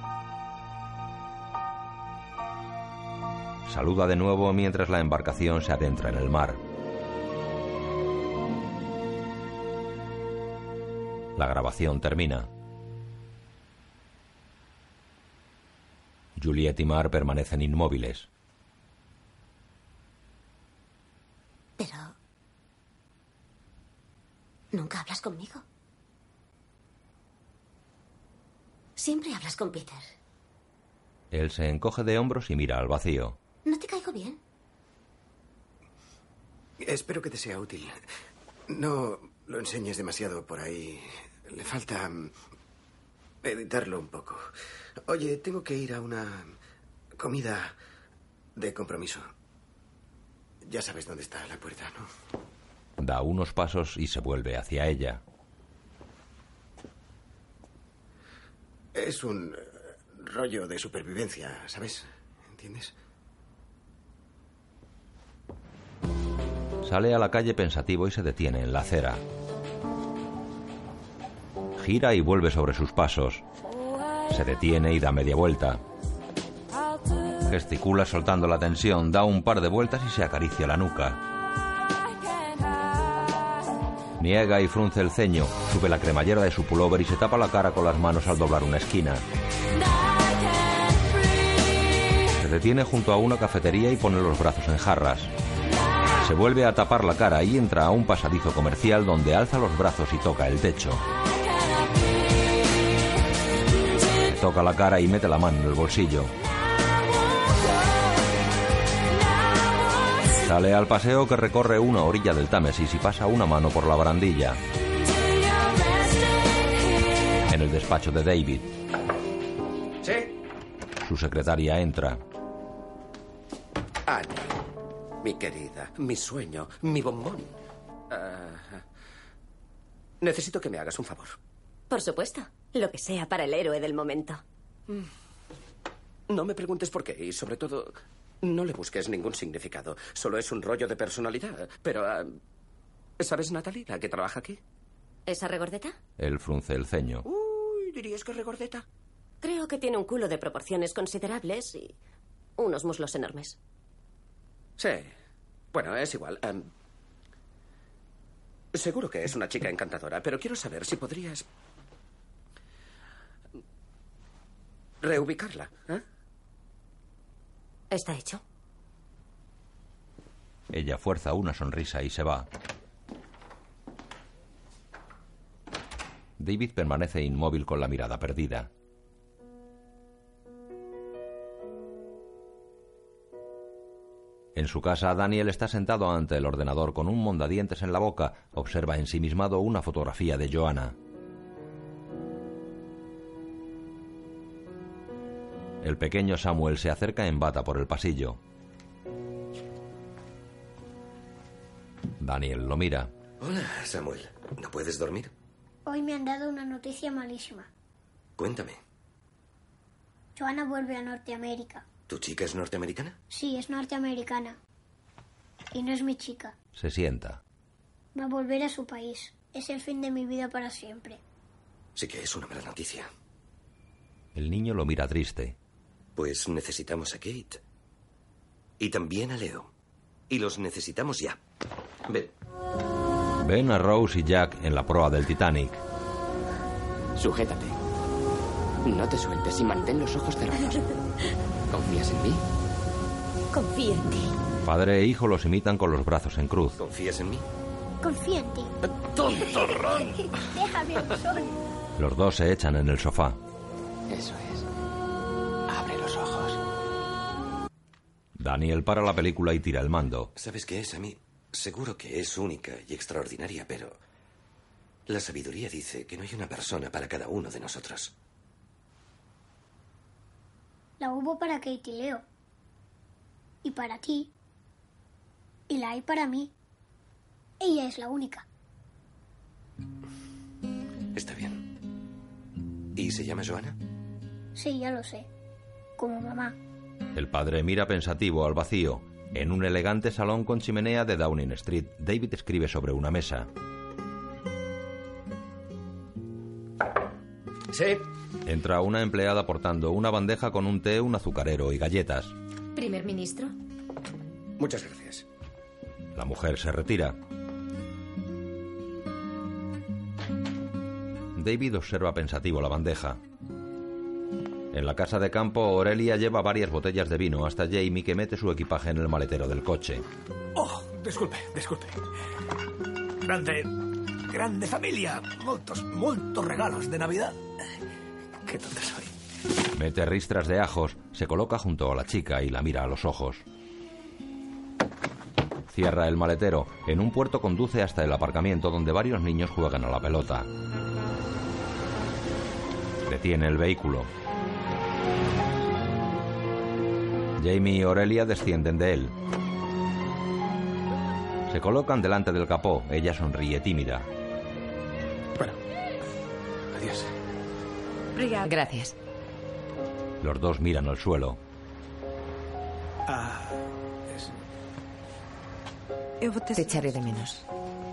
Saluda de nuevo mientras la embarcación se adentra en el mar. La grabación termina. Juliet y Mark permanecen inmóviles. Pero... ¿nunca hablas conmigo? Siempre hablas con Peter. Él se encoge de hombros y mira al vacío. ¿No te caigo bien? Espero que te sea útil. No lo enseñes demasiado por ahí. Le falta mm, editarlo un poco. Oye, tengo que ir a una comida de compromiso. Ya sabes dónde está la puerta, ¿no? Da unos pasos y se vuelve hacia ella. Es un eh, rollo de supervivencia, ¿sabes? ¿Entiendes? Sale a la calle pensativo y se detiene en la acera. Gira y vuelve sobre sus pasos. Se detiene y da media vuelta. Gesticula soltando la tensión, da un par de vueltas y se acaricia la nuca. Niega y frunce el ceño, sube la cremallera de su pullover y se tapa la cara con las manos al doblar una esquina. Se detiene junto a una cafetería y pone los brazos en jarras. Se vuelve a tapar la cara y entra a un pasadizo comercial donde alza los brazos y toca el techo. Se toca la cara y mete la mano en el bolsillo. Sale al paseo que recorre una orilla del Támesis y pasa una mano por la barandilla. En el despacho de David. ¿Sí? Su secretaria entra. Annie, mi querida, mi sueño, mi bombón. Uh, necesito que me hagas un favor. Por supuesto. Lo que sea para el héroe del momento. No me preguntes por qué y, sobre todo, no le busques ningún significado. Solo es un rollo de personalidad. Pero, uh, ¿sabes Natalie, la que trabaja aquí? ¿Esa regordeta? Él frunce el ceño. Uy, ¿dirías que regordeta? Creo que tiene un culo de proporciones considerables y unos muslos enormes. Sí. Bueno, es igual. Um, seguro que es una chica encantadora, pero quiero saber si podrías reubicarla, ¿eh? Está hecho. Ella fuerza una sonrisa y se va. David permanece inmóvil con la mirada perdida. En su casa, Daniel está sentado ante el ordenador con un mondadientes en la boca. Observa ensimismado una fotografía de Joanna. El pequeño Samuel se acerca en bata por el pasillo. Daniel lo mira. Hola, Samuel. ¿No puedes dormir? Hoy me han dado una noticia malísima. Cuéntame. Joanna vuelve a Norteamérica. ¿Tu chica es norteamericana? Sí, es norteamericana. Y no es mi chica. Se sienta. Va a volver a su país. Es el fin de mi vida para siempre. Sí que es una mala noticia. El niño lo mira triste. Pues necesitamos a Kate. Y también a Leo. Y los necesitamos ya. Ven. Ven a Rose y Jack en la proa del Titanic. Sujétate. No te sueltes y mantén los ojos cerrados. ¿Confías en mí? Confío en ti. Padre e hijo los imitan con los brazos en cruz. ¿Confías en mí? Confío en ti. ¡Tonto Ron! Déjame al sol. Los dos se echan en el sofá. Eso es. Abre los ojos. Daniel para la película y tira el mando. ¿Sabes qué es? A mí seguro que es única y extraordinaria, pero la sabiduría dice que no hay una persona para cada uno de nosotros. La hubo para Kate y Leo. Y para ti. Y la hay para mí. Ella es la única. Está bien. ¿Y se llama Joanna? Sí, ya lo sé. Como mamá. El padre mira pensativo al vacío. En un elegante salón con chimenea de Downing Street, David escribe sobre una mesa. Sí. Entra una empleada portando una bandeja con un té, un azucarero y galletas. ¿Primer ministro? Muchas gracias. La mujer se retira. David observa pensativo la bandeja. En la casa de campo, Aurelia lleva varias botellas de vino hasta Jamie, que mete su equipaje en el maletero del coche. Oh, disculpe, disculpe. Grande, grande familia. Moltos, moltos regalos de Navidad. Qué tonta soy. Mete ristras de ajos, se coloca junto a la chica y la mira a los ojos. Cierra el maletero. En un puerto conduce hasta el aparcamiento donde varios niños juegan a la pelota. Detiene el vehículo. Jamie y Aurelia descienden de él. Se colocan delante del capó. Ella sonríe tímida. Bueno, adiós. Gracias. Los dos miran al suelo. Ah, es... Te echaré de menos.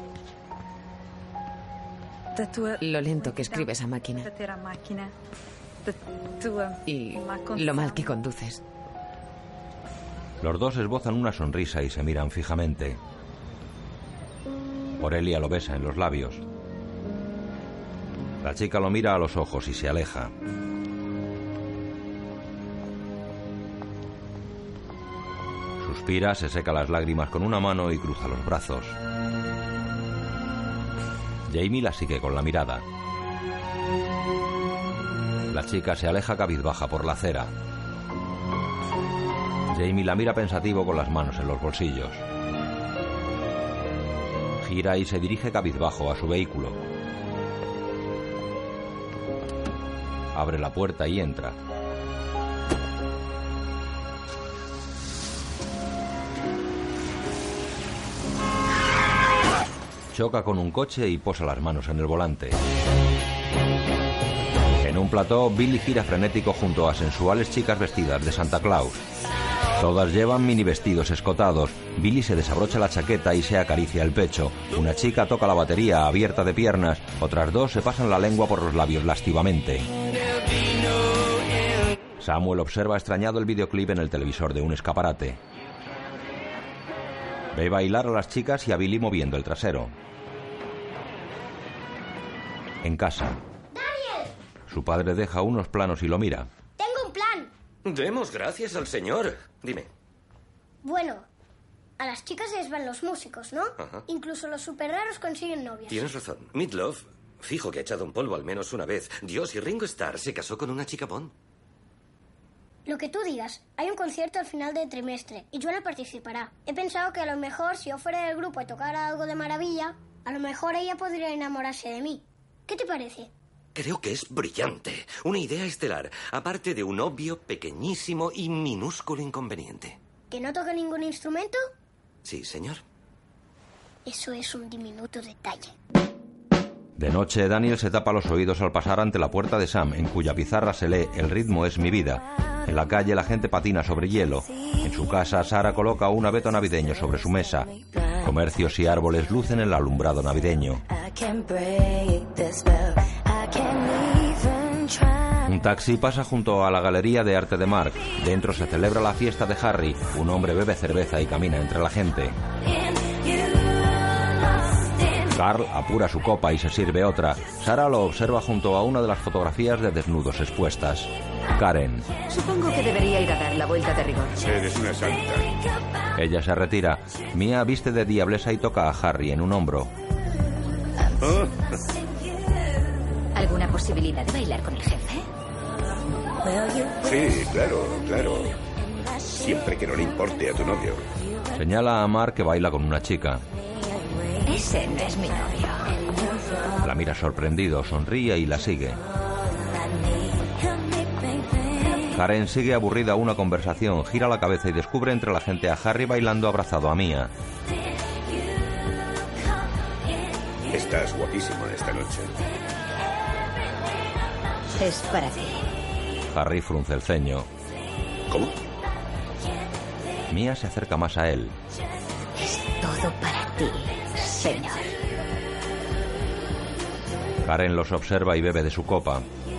Lo lento que escribe esa máquina. Y lo mal que conduces. Los dos esbozan una sonrisa y se miran fijamente. Aurelia lo besa en los labios. La chica lo mira a los ojos y se aleja. Suspira, se seca las lágrimas con una mano y cruza los brazos. Jamie la sigue con la mirada. La chica se aleja cabizbaja por la acera. Jamie la mira pensativo con las manos en los bolsillos. Gira y se dirige cabizbajo a su vehículo. Abre la puerta y entra. Choca con un coche y posa las manos en el volante. En un plató, Billy gira frenético junto a sensuales chicas vestidas de Santa Claus. Todas llevan mini vestidos escotados. Billy se desabrocha la chaqueta y se acaricia el pecho. Una chica toca la batería abierta de piernas. Otras dos se pasan la lengua por los labios lascivamente. Samuel observa extrañado el videoclip en el televisor de un escaparate. Ve bailar a las chicas y a Billy moviendo el trasero. En casa. ¡Daniel! Su padre deja unos planos y lo mira. Tengo un plan. Demos gracias al señor. Dime. Bueno, a las chicas les van los músicos, ¿no? Ajá. Incluso los super raros consiguen novias. Tienes razón. Meatloaf, fijo que ha echado un polvo al menos una vez. Dios, y Ringo Starr se casó con una chica Bond. Lo que tú digas. Hay un concierto al final del trimestre y Joana participará. He pensado que a lo mejor si yo fuera del grupo y tocara algo de maravilla, a lo mejor ella podría enamorarse de mí. ¿Qué te parece? Creo que es brillante. Una idea estelar, aparte de un obvio, pequeñísimo y minúsculo inconveniente. ¿Que no toque ningún instrumento? Sí, señor. Eso es un diminuto detalle. De noche, Daniel se tapa los oídos al pasar ante la puerta de Sam, en cuya pizarra se lee "El ritmo es mi vida". En la calle la gente patina sobre hielo. En su casa, Sara coloca un abeto navideño sobre su mesa. Comercios y árboles lucen el alumbrado navideño. Un taxi pasa junto a la galería de arte de Mark. Dentro se celebra la fiesta de Harry. Un hombre bebe cerveza y camina entre la gente. Carl apura su copa y se sirve otra. Sara lo observa junto a una de las fotografías de desnudos expuestas. Karen. Supongo que debería ir a dar la vuelta de rigor. Eres una santa. Ella se retira. Mia viste de diablesa y toca a Harry en un hombro. Oh. ¿Alguna posibilidad de bailar con el jefe? Sí, claro, claro. Siempre que no le importe a tu novio. Señala a Mark que baila con una chica. Ese no es mi novio. La mira sorprendido, sonríe y la sigue. Karen sigue aburrida una conversación, gira la cabeza y descubre entre la gente a Harry bailando abrazado a Mia. Estás guapísimo esta noche. Es para ti. Harry frunce el ceño. ¿Cómo? Mia se acerca más a él. Es todo para ti, señor. Karen los observa y bebe de su copa.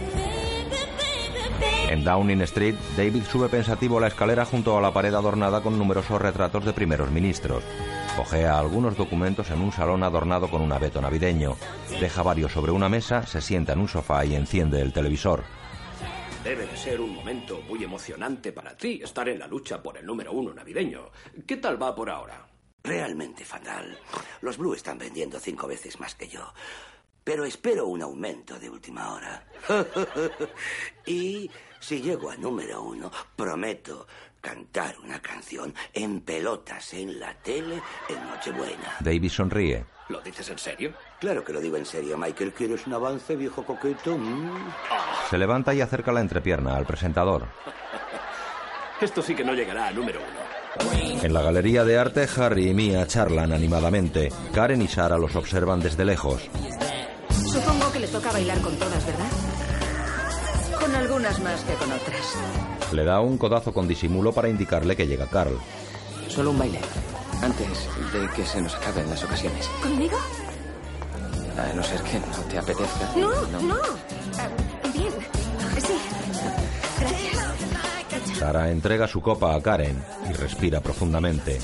En Downing Street, David sube pensativo la escalera junto a la pared adornada con numerosos retratos de primeros ministros. Ojea algunos documentos en un salón adornado con un abeto navideño. Deja varios sobre una mesa, se sienta en un sofá y enciende el televisor. Debe de ser un momento muy emocionante para ti estar en la lucha por el número uno navideño. ¿Qué tal va por ahora? Realmente fatal. Los Blue están vendiendo cinco veces más que yo. Pero espero un aumento de última hora. Y si llego a número uno, prometo cantar una canción en pelotas en la tele en Nochebuena. David sonríe. ¿Lo dices en serio? Claro que lo digo en serio, Michael. ¿Quieres un avance, viejo coqueto? Mm. Se levanta y acerca la entrepierna al presentador. Esto sí que no llegará a número uno. En la galería de arte, Harry y Mia charlan animadamente. Karen y Sarah los observan desde lejos. Supongo que le toca bailar con todas, ¿verdad? Con algunas más que con otras. Le da un codazo con disimulo para indicarle que llega Carl. Solo un baile, antes de que se nos acaben las ocasiones. ¿Conmigo? A no ser que no te apetezca. No, no. no. Uh, bien, sí. Gracias. Sarah entrega su copa a Karen y respira profundamente.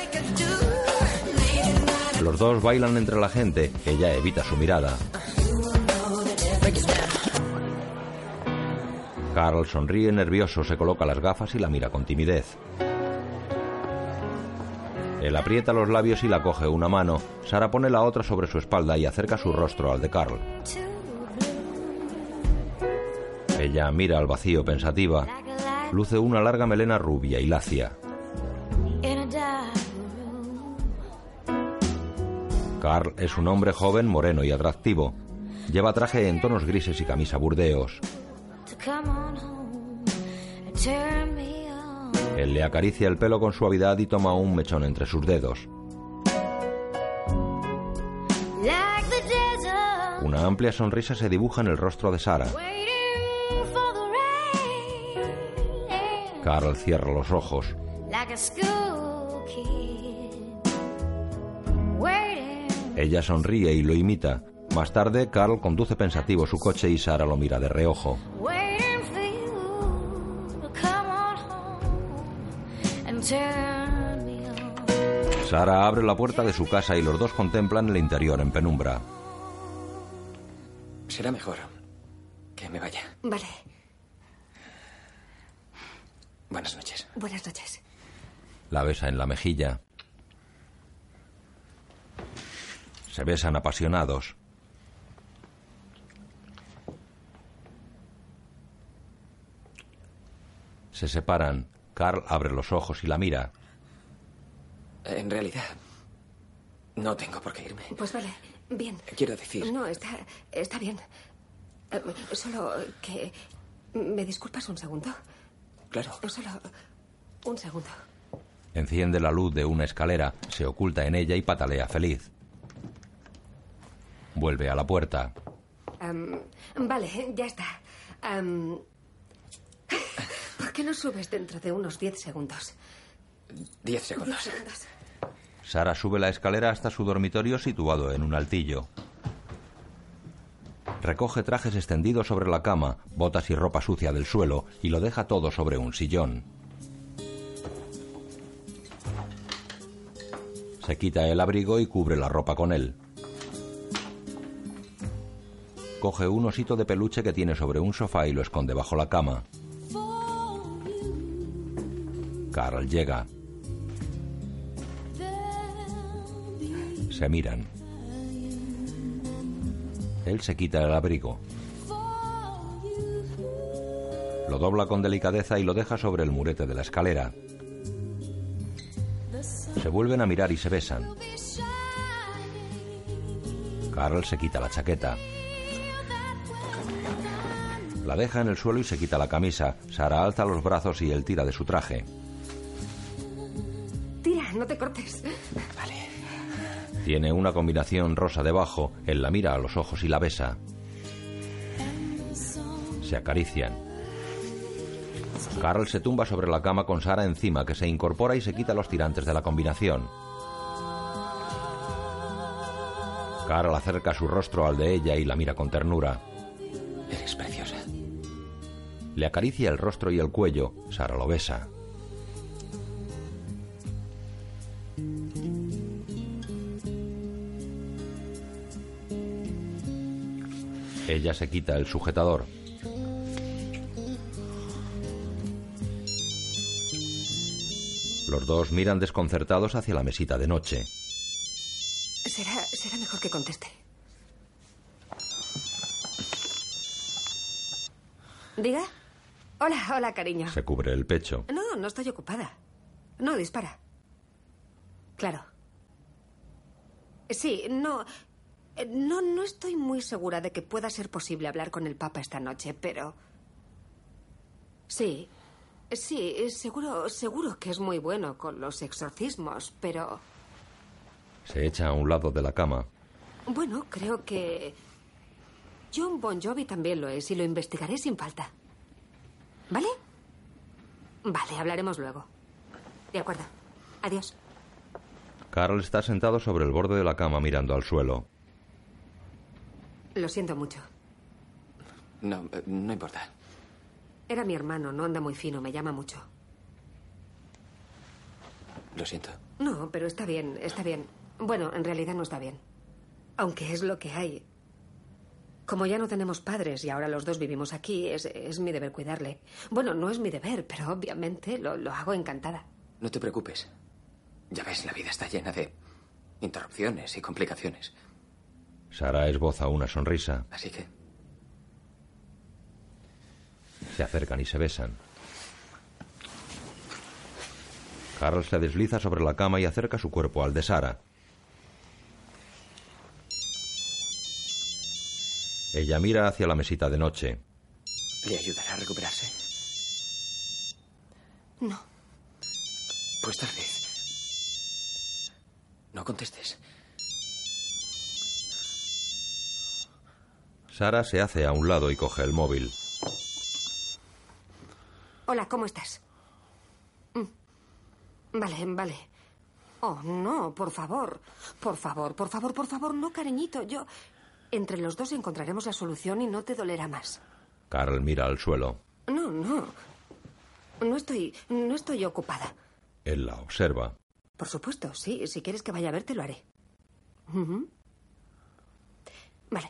Los dos bailan entre la gente. Ella evita su mirada. Carl sonríe nervioso, se coloca las gafas y la mira con timidez. Él aprieta los labios y la coge una mano. Sarah pone la otra sobre su espalda y acerca su rostro al de Carl. Ella mira al vacío pensativa. Luce una larga melena rubia y lacia. Carl es un hombre joven, moreno y atractivo. Lleva traje en tonos grises y camisa burdeos. Él le acaricia el pelo con suavidad y toma un mechón entre sus dedos. Una amplia sonrisa se dibuja en el rostro de Sarah. Carl cierra los ojos. Ella sonríe y lo imita. Más tarde, Carl conduce pensativo su coche y Sarah lo mira de reojo. Sarah abre la puerta de su casa y los dos contemplan el interior en penumbra. Será mejor que me vaya. Vale. Buenas noches. Buenas noches. La besa en la mejilla. Se besan apasionados. Se separan. Carl abre los ojos y la mira. En realidad, no tengo por qué irme. Pues vale, bien. Quiero decir... No, está, está bien. Eh, solo que... ¿Me disculpas un segundo? Claro. Solo un segundo. Enciende la luz de una escalera, se oculta en ella y patalea feliz. Vuelve a la puerta. Um, vale, ya está. Um, ¿Por qué no subes dentro de unos diez segundos? Diez segundos. Diez segundos. Sarah sube la escalera hasta su dormitorio situado en un altillo. Recoge trajes extendidos sobre la cama, botas y ropa sucia del suelo y lo deja todo sobre un sillón. Se quita el abrigo y cubre la ropa con él. Coge un osito de peluche que tiene sobre un sofá y lo esconde bajo la cama. Carl llega. Se miran. Él se quita el abrigo. Lo dobla con delicadeza y lo deja sobre el murete de la escalera. Se vuelven a mirar y se besan. Carl se quita la chaqueta. La deja en el suelo y se quita la camisa. Sarah alza los brazos y él tira de su traje. Tira, no te cortes. Vale. Tiene una combinación rosa debajo. Él la mira a los ojos y la besa. Se acarician. Carl se tumba sobre la cama con Sarah encima, que se incorpora y se quita los tirantes de la combinación. Carl acerca su rostro al de ella y la mira con ternura. Eres preciosa. Le acaricia el rostro y el cuello. Sarah lo besa. Ella se quita el sujetador. Los dos miran desconcertados hacia la mesita de noche. Será, será mejor que conteste. ¿Diga? Hola, hola, cariño. Se cubre el pecho. No, no estoy ocupada. No, dispara. Claro. Sí, no... No, no estoy muy segura de que pueda ser posible hablar con el Papa esta noche, pero... Sí, sí, seguro, seguro que es muy bueno con los exorcismos, pero... Se echa a un lado de la cama. Bueno, creo que... John Bon Jovi también lo es y lo investigaré sin falta. ¿Vale? Vale, hablaremos luego. De acuerdo. Adiós. Carl está sentado sobre el borde de la cama mirando al suelo. Lo siento mucho. No, no importa. Era mi hermano, no anda muy fino, me llama mucho. Lo siento. No, pero está bien, está bien. Bueno, en realidad no está bien. Aunque es lo que hay. Como ya no tenemos padres y ahora los dos vivimos aquí, es, es mi deber cuidarle. Bueno, no es mi deber, pero obviamente lo, lo hago encantada. No te preocupes. Ya ves, la vida está llena de interrupciones y complicaciones. Sara esboza una sonrisa. Así que... Se acercan y se besan. Carl se desliza sobre la cama y acerca su cuerpo al de Sara. Ella mira hacia la mesita de noche. ¿Le ayudará a recuperarse? No. Pues tal vez. No contestes. Sara se hace a un lado y coge el móvil. Hola, ¿cómo estás? Mm. Vale, vale. Oh, no, por favor. Por favor, por favor, por favor, no, cariñito. Yo... Entre los dos encontraremos la solución y no te dolerá más. Carl mira al suelo. No, no. No estoy... No estoy ocupada. Él la observa. Por supuesto, sí. Si quieres que vaya a verte, lo haré. Uh-huh. Vale.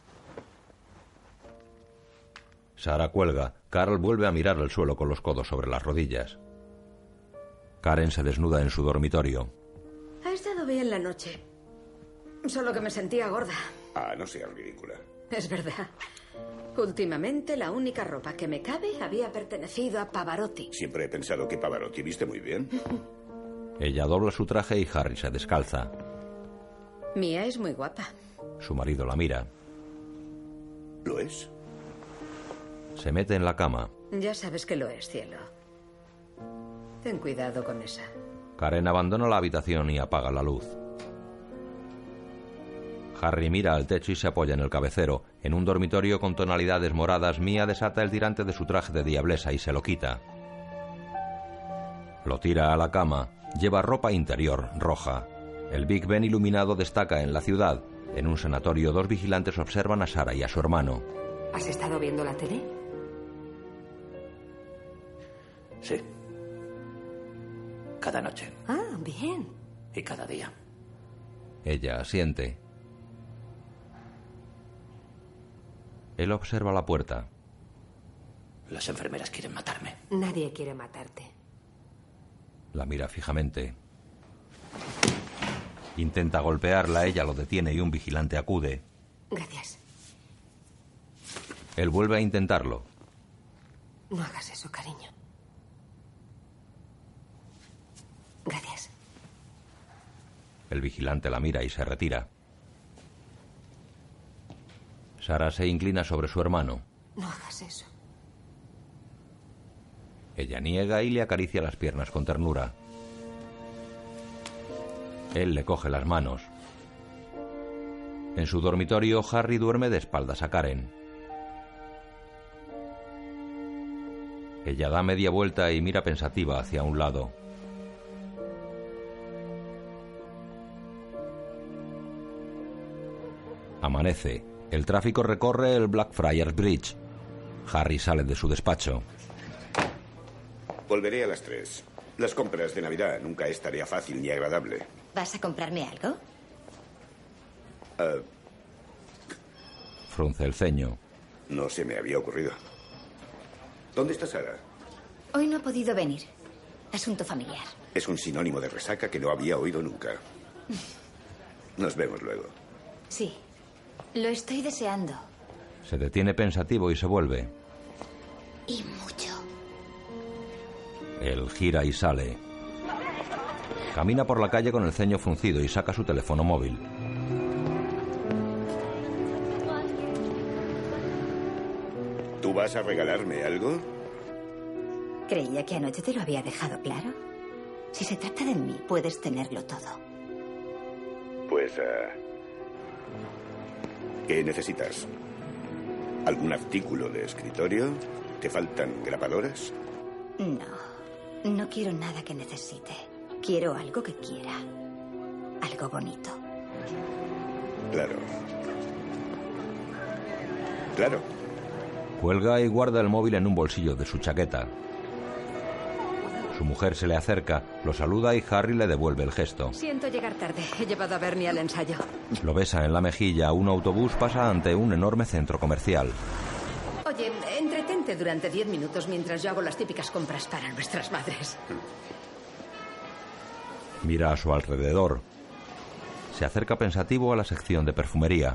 Sara cuelga. Carl vuelve a mirar el suelo con los codos sobre las rodillas. Karen se desnuda en su dormitorio. Ha estado bien la noche. Solo que me sentía gorda. Ah, no seas ridícula. Es verdad. Últimamente la única ropa que me cabe había pertenecido a Pavarotti. Siempre he pensado que Pavarotti viste muy bien. Ella dobla su traje y Harry se descalza. Mía es muy guapa. Su marido la mira. ¿Lo es? Se mete en la cama. Ya sabes que lo es, cielo. Ten cuidado con esa. Karen abandona la habitación y apaga la luz. Harry mira al techo y se apoya en el cabecero. En un dormitorio con tonalidades moradas, Mia desata el tirante de su traje de diablesa y se lo quita. Lo tira a la cama. Lleva ropa interior roja. El Big Ben iluminado destaca en la ciudad. En un sanatorio, dos vigilantes observan a Sara y a su hermano. ¿Has estado viendo la tele? Sí. Cada noche. Ah, bien. Y cada día. Ella asiente. Él observa la puerta. Las enfermeras quieren matarme. Nadie quiere matarte. La mira fijamente. Intenta golpearla, ella lo detiene y un vigilante acude. Gracias. Él vuelve a intentarlo. No hagas eso, cariño. Gracias. El vigilante la mira y se retira. Sara se inclina sobre su hermano. No hagas eso. Ella niega y le acaricia las piernas con ternura. Él le coge las manos. En su dormitorio, Harry duerme de espaldas a Karen. Ella da media vuelta y mira pensativa hacia un lado. Amanece. El tráfico recorre el Blackfriars Bridge. Harry sale de su despacho. Volveré a las tres. Las compras de Navidad nunca es tarea fácil ni agradable. ¿Vas a comprarme algo? Uh, Frunce el ceño. No se me había ocurrido. ¿Dónde está Sara? Hoy no ha podido venir. Asunto familiar. Es un sinónimo de resaca que no había oído nunca. Nos vemos luego. Sí. Lo estoy deseando. Se detiene pensativo y se vuelve. Y mucho. Él gira y sale. Camina por la calle con el ceño fruncido y saca su teléfono móvil. ¿Tú vas a regalarme algo? Creía que anoche te lo había dejado claro. Si se trata de mí, puedes tenerlo todo. Pues... Uh, ¿qué necesitas? ¿Algún artículo de escritorio? ¿Te faltan grapadoras? No, no quiero nada que necesite. Quiero algo que quiera. Algo bonito. Claro. Claro. Cuelga y guarda el móvil en un bolsillo de su chaqueta. Su mujer se le acerca, lo saluda y Harry le devuelve el gesto. Siento llegar tarde. He llevado a Bernie al ensayo. Lo besa en la mejilla. Un autobús pasa ante un enorme centro comercial. Oye, entretente durante diez minutos mientras yo hago las típicas compras para nuestras madres. Mira a su alrededor. Se acerca pensativo a la sección de perfumería.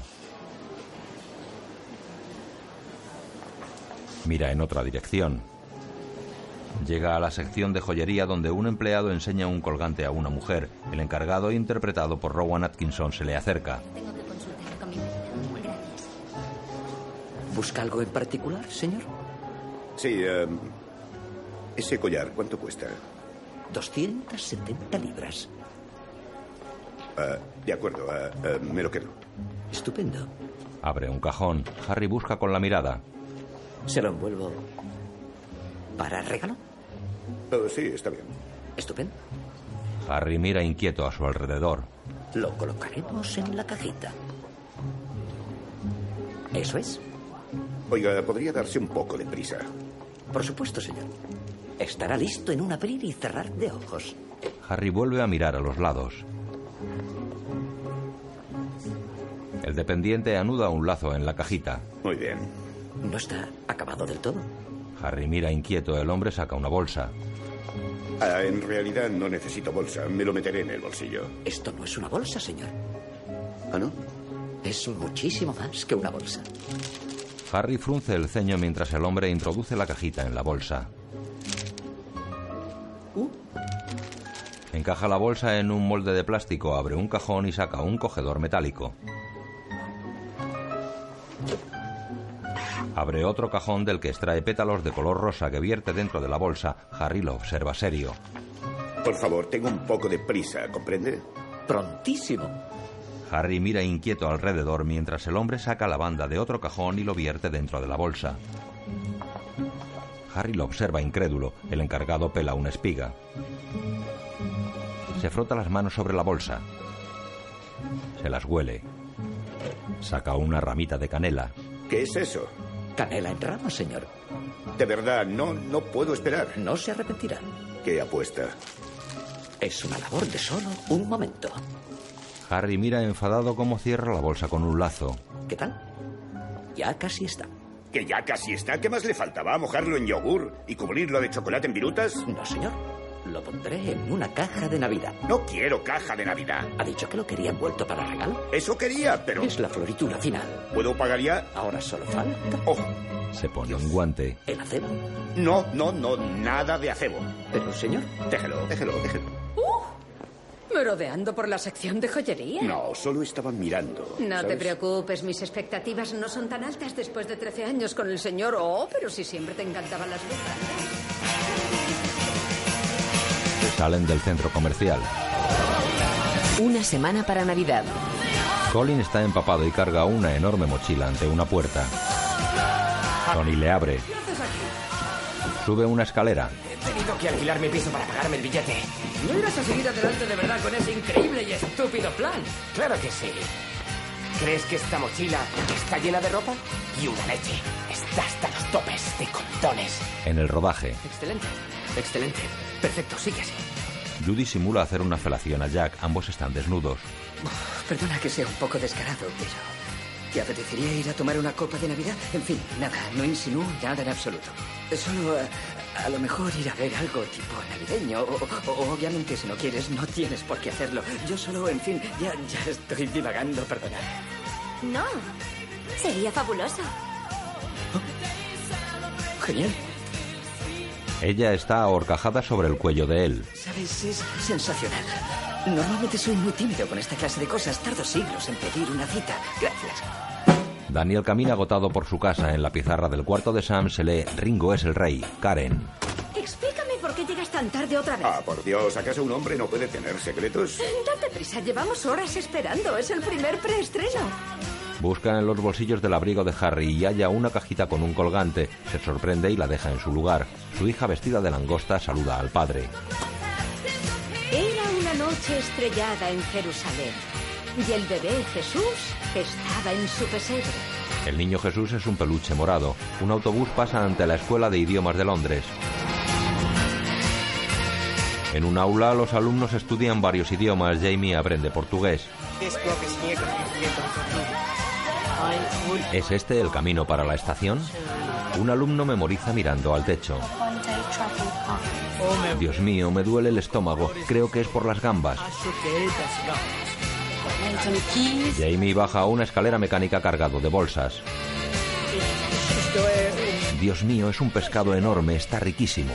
Mira en otra dirección. Llega a la sección de joyería donde un empleado enseña un colgante a una mujer. El encargado, interpretado por Rowan Atkinson, se le acerca. Tengo que consultar con mi marido. Gracias. ¿Busca algo en particular, señor? Sí, um, ese collar, ¿cuánto cuesta? doscientas setenta libras. Uh, de acuerdo, uh, uh, me lo quedo. Estupendo. Abre un cajón. Harry busca con la mirada. Se lo envuelvo para regalo. Oh, sí, está bien. Estupendo. Harry mira inquieto a su alrededor. Lo colocaremos en la cajita. ¿Eso es? Oiga, ¿podría darse un poco de prisa? Por supuesto, señor. Estará listo en un abrir y cerrar de ojos. Harry vuelve a mirar a los lados. El dependiente anuda un lazo en la cajita. Muy bien. ¿No está acabado del todo? Harry mira inquieto. El hombre saca una bolsa. Ah, en realidad no necesito bolsa. Me lo meteré en el bolsillo. Esto no es una bolsa, señor. ¿Ah, no? Es muchísimo más que una bolsa. Harry frunce el ceño mientras el hombre introduce la cajita en la bolsa. Uh. Encaja la bolsa en un molde de plástico, abre un cajón y saca un cogedor metálico. Abre otro cajón del que extrae pétalos de color rosa que vierte dentro de la bolsa. Harry lo observa serio. Por favor, tengo un poco de prisa, ¿comprende? Prontísimo. Harry mira inquieto alrededor mientras el hombre saca la banda de otro cajón y lo vierte dentro de la bolsa. Harry lo observa incrédulo. El encargado pela una espiga. Se frota las manos sobre la bolsa. Se las huele. Saca una ramita de canela. ¿Qué es eso? Canela en ramos, señor. De verdad, no, no puedo esperar. No se arrepentirá. ¿Qué apuesta? Es una labor de solo un momento. Harry mira enfadado cómo cierra la bolsa con un lazo. ¿Qué tal? Ya casi está. ¿Que ya casi está? ¿Qué más le faltaba? ¿Mojarlo en yogur y cubrirlo de chocolate en virutas? No, señor. Lo pondré en una caja de Navidad. No quiero caja de Navidad. ¿Ha dicho que lo quería envuelto para regalo? Eso quería, pero... Es la floritura final. ¿Puedo pagar ya? Ahora solo falta... ¡Oh! Se pone un guante. ¿El acebo? No, no, no, nada de acebo. Pero, señor... Déjelo, déjelo, déjelo. Uh, ¿Merodeando por la sección de joyería? No, solo estaba mirando. No ¿sabes? te preocupes, mis expectativas no son tan altas después de trece años con el señor. Oh, pero si siempre te encantaban las bufandas. Salen del centro comercial. Una semana para Navidad. Colin está empapado y carga una enorme mochila ante una puerta. Tony le abre. ¿Qué haces aquí? Sube una escalera. He tenido que alquilar mi piso para pagarme el billete. ¿No irás a seguir adelante de verdad con ese increíble y estúpido plan? Claro que sí. ¿Crees que esta mochila está llena de ropa? Y una leche. Está hasta los topes de condones. En el rodaje, Excelente, excelente. Perfecto, sigue así. Judy simula hacer una felación a Jack. Ambos están desnudos. Uf, perdona que sea un poco descarado, pero... ¿te apetecería ir a tomar una copa de Navidad? En fin, nada, no insinúo nada en absoluto. Solo a, a lo mejor ir a ver algo tipo navideño. O, o, obviamente, si no quieres, no tienes por qué hacerlo. Yo solo, en fin, ya, ya estoy divagando, perdona. No, sería fabuloso. Genial. Ella está ahorcajada sobre el cuello de él. ¿Sabes? Es sensacional. Normalmente soy muy tímido con esta clase de cosas. Tardo siglos en pedir una cita. Gracias. Daniel camina agotado por su casa. En la pizarra del cuarto de Sam se lee Ringo es el rey. Karen. Explícame por qué llegas tan tarde otra vez. Ah, por Dios, ¿acaso un hombre no puede tener secretos? Date prisa, llevamos horas esperando. Es el primer preestreno. Busca en los bolsillos del abrigo de Harry y halla una cajita con un colgante. Se sorprende y la deja en su lugar. Su hija, vestida de langosta, saluda al padre. Era una noche estrellada en Jerusalén y el bebé Jesús estaba en su pesebre. El niño Jesús es un peluche morado. Un autobús pasa ante la Escuela de Idiomas de Londres. En un aula, los alumnos estudian varios idiomas. Jamie aprende portugués. ¿Es este el camino para la estación? Un alumno memoriza mirando al techo. Dios mío, me duele el estómago. Creo que es por las gambas. Jamie baja una escalera mecánica cargado de bolsas. Dios mío, es un pescado enorme. Está riquísimo.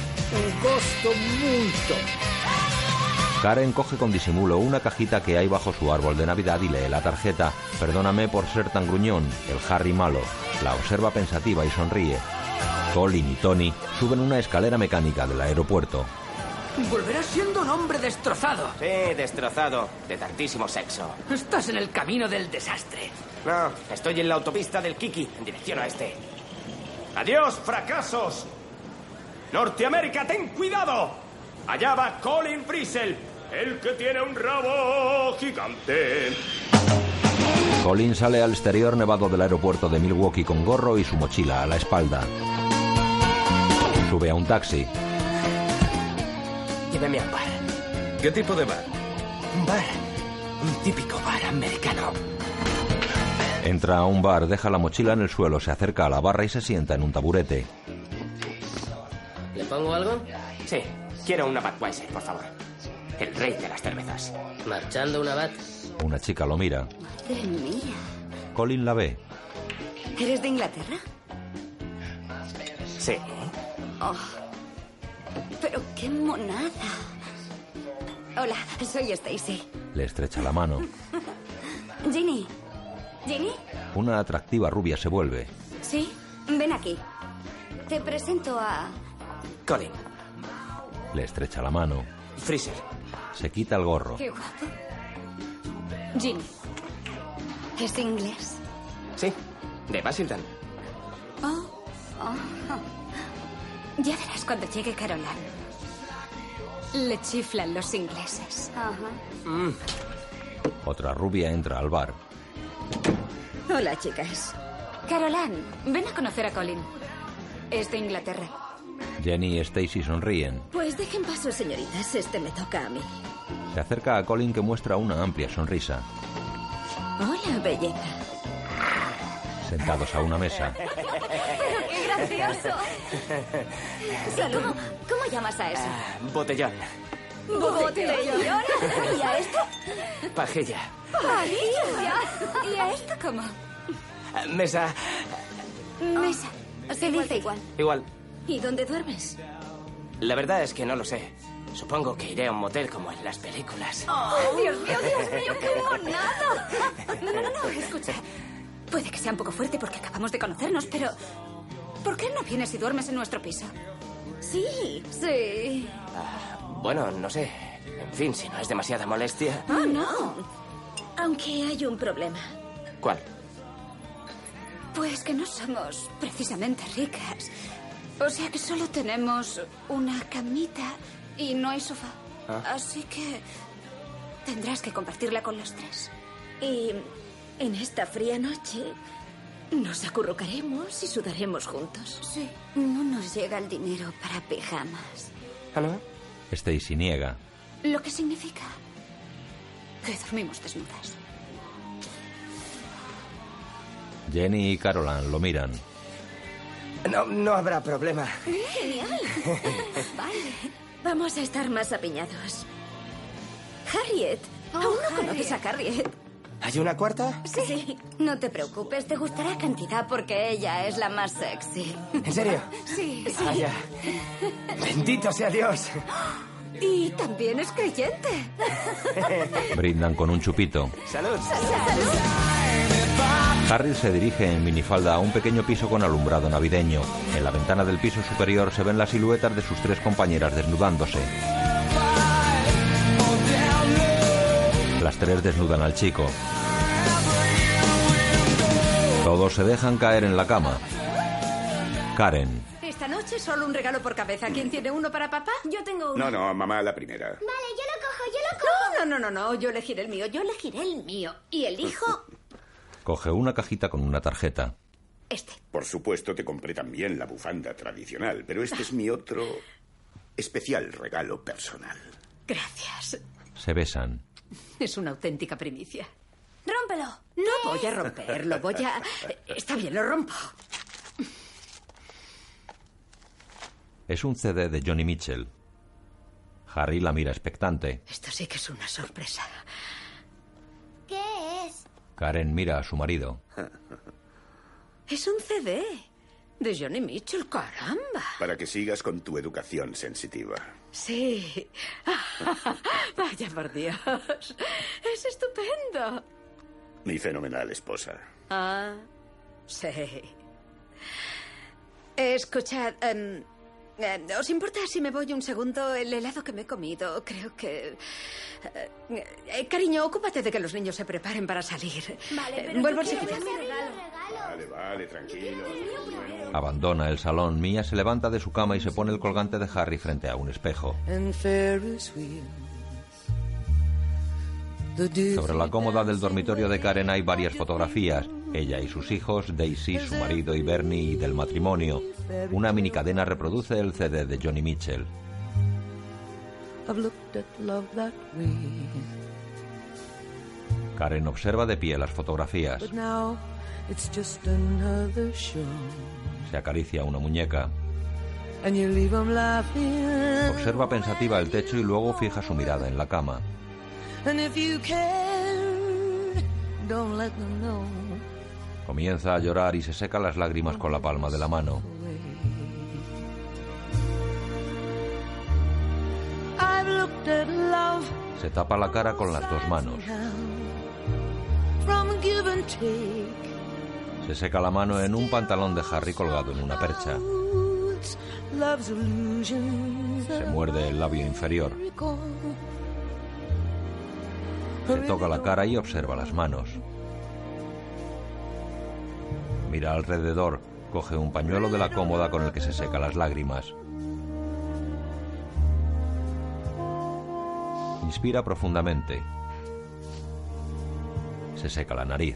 Karen coge con disimulo una cajita que hay bajo su árbol de Navidad y lee la tarjeta. Perdóname por ser tan gruñón, el Harry malo. La observa pensativa y sonríe. Colin y Tony suben una escalera mecánica del aeropuerto. Volverás siendo un hombre destrozado. Sí, destrozado. De tantísimo sexo. Estás en el camino del desastre. No, estoy en la autopista del Kiki, en dirección oeste. ¡Adiós, fracasos! ¡Norteamérica, ten cuidado! Allá va Colin Frizzell, el que tiene un rabo gigante. Colin sale al exterior nevado del aeropuerto de Milwaukee con gorro y su mochila a la espalda. Sube a un taxi. Lléveme al bar. ¿Qué tipo de bar? Un bar. Un típico bar americano. Entra a un bar, deja la mochila en el suelo, se acerca a la barra y se sienta en un taburete. ¿Le pongo algo? Sí. Quiero una Budweiser, por favor. El rey de las cervezas. ¿Marchando una Bat? Una chica lo mira. Madre mía. Colin la ve. ¿Eres de Inglaterra? Sí. Oh, pero qué monada. Hola, soy Stacy. Le estrecha la mano. Ginny. ¿Ginny? Una atractiva rubia se vuelve. Sí, ven aquí. Te presento a... Colin. Le estrecha la mano. Freezer. Se quita el gorro. Qué guapo. Ginny. ¿Es inglés? Sí, de Basildon. Oh, oh. Ya verás cuando llegue Caroline. Le chiflan los ingleses. Ajá. Mm. Otra rubia entra al bar. Hola, chicas. Caroline, ven a conocer a Colin. Es de Inglaterra. Jenny y Stacy sonríen. Pues dejen paso, señoritas. Este me toca a mí. Se acerca a Colin, que muestra una amplia sonrisa. Hola, belleza. Sentados a una mesa. ¡Pero qué gracioso! ¿Cómo, ¿Cómo llamas a eso? Uh, botellón. ¿Botellón? ¿Y a esto? Pajilla. ¿Pajilla? ¿Y a esto cómo? Uh, mesa. Mesa. Se dice igual. Igual. ¿Y dónde duermes? La verdad es que no lo sé. Supongo que iré a un motel como en las películas. ¡Oh, Dios mío, Dios mío, qué monada! No, no, no, no, escucha. Puede que sea un poco fuerte porque acabamos de conocernos, pero... ¿por qué no vienes y duermes en nuestro piso? Sí, sí. Uh, bueno, no sé. En fin, si no es demasiada molestia. Oh, no. Aunque hay un problema. ¿Cuál? Pues que no somos precisamente ricas. O sea que solo tenemos una camita y no hay sofá. ¿Ah? Así que tendrás que compartirla con los tres. Y en esta fría noche nos acurrucaremos y sudaremos juntos. Sí. No nos llega el dinero para pijamas. ¿Ah, no? Stacy niega. Lo que significa que dormimos desnudas. Jenny y Caroline lo miran. No, no habrá problema. Genial. Vale. Vamos a estar más apiñados. Harriet. Oh, ¿Aún no Harriet. conoces a Harriet? ¿Hay una cuarta? Sí. No te preocupes, te gustará cantidad porque ella es la más sexy. ¿En serio? Sí, sí. Vaya. Bendito sea Dios. Y también es creyente. Brindan con un chupito. ¡Salud! ¡Salud! Harry se dirige en minifalda a un pequeño piso con alumbrado navideño. En la ventana del piso superior se ven las siluetas de sus tres compañeras desnudándose. Las tres desnudan al chico. Todos se dejan caer en la cama. Karen. Esta noche solo un regalo por cabeza. ¿Quién tiene uno para papá? Yo tengo No, no, mamá la primera. Vale, yo lo cojo, yo lo cojo. No, no, no, no, no. Yo elegiré el mío. Yo elegiré el mío. Y elijo Coge una cajita con una tarjeta. este. Por supuesto, te compré también la bufanda tradicional, pero este es mi otro especial regalo personal. Gracias. Se besan. Es una auténtica primicia. Rómpelo. No voy a romperlo, voy a... Está bien, lo rompo. Es un C D de Johnny Mitchell. Harry la mira expectante. Esto sí que es una sorpresa. ¿Qué es? Karen mira a su marido. Es un C D de Johnny Mitchell, caramba. Para que sigas con tu educación sensitiva. Sí. Vaya por Dios. Es estupendo. Mi fenomenal esposa. Ah, sí. Escuchad, em, em, ¿os importa si me voy un segundo? El helado que me he comido, creo que... eh, eh, cariño, ocúpate de que los niños se preparen para salir. Vale, Eh, pero Vuelvo yo quiero enseguida. ese regalo. Vale, vale, tranquilo. Abandona el salón. Mia se levanta de su cama y se pone el colgante de Harry frente a un espejo. Sobre la cómoda del dormitorio de Karen hay varias fotografías. Ella y sus hijos, Daisy, su marido y Bernie, y del matrimonio. Una minicadena reproduce el C D de Johnny Mitchell. Karen observa de pie las fotografías. Se acaricia una muñeca. Observa pensativa el techo y luego fija su mirada en la cama. Comienza a llorar y se seca las lágrimas con la palma de la mano. Se tapa la cara con las dos manos. Se seca la mano en un pantalón de Harry colgado en una percha. Se muerde el labio inferior. Se toca la cara y observa las manos. Mira alrededor, coge un pañuelo de la cómoda con el que se seca las lágrimas. Inspira profundamente. Se seca la nariz.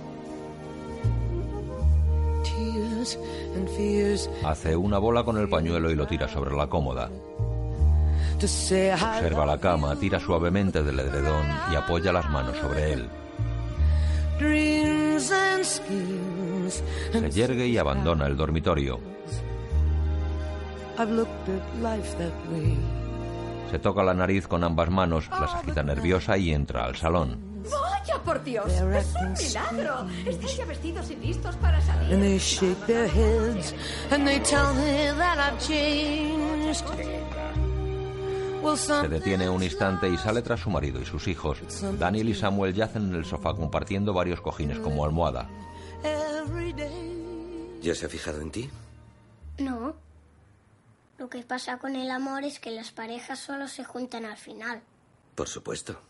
Hace una bola con el pañuelo y lo tira sobre la cómoda. Observa la cama, tira suavemente del edredón y apoya las manos sobre él. Se yergue y abandona el dormitorio. Se toca la nariz con ambas manos, las agita nerviosa y entra al salón. ¡Vaya por Dios! ¡Es un milagro! Estáis ya vestidos y listos para salir. And they shake their heads and they tell me that I've changed. Well, Se detiene un instante y sale tras su marido y sus hijos. Daniel y Samuel yacen en el sofá compartiendo varios cojines como almohada. ¿Ya se ha fijado en ti? No. Lo que pasa con el amor es que las parejas solo se juntan al final. Por supuesto.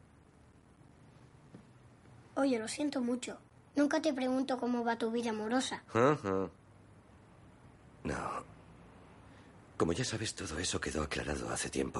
Oye, lo siento mucho. Nunca te pregunto cómo va tu vida amorosa. Ajá. No. Como ya sabes, todo eso quedó aclarado hace tiempo.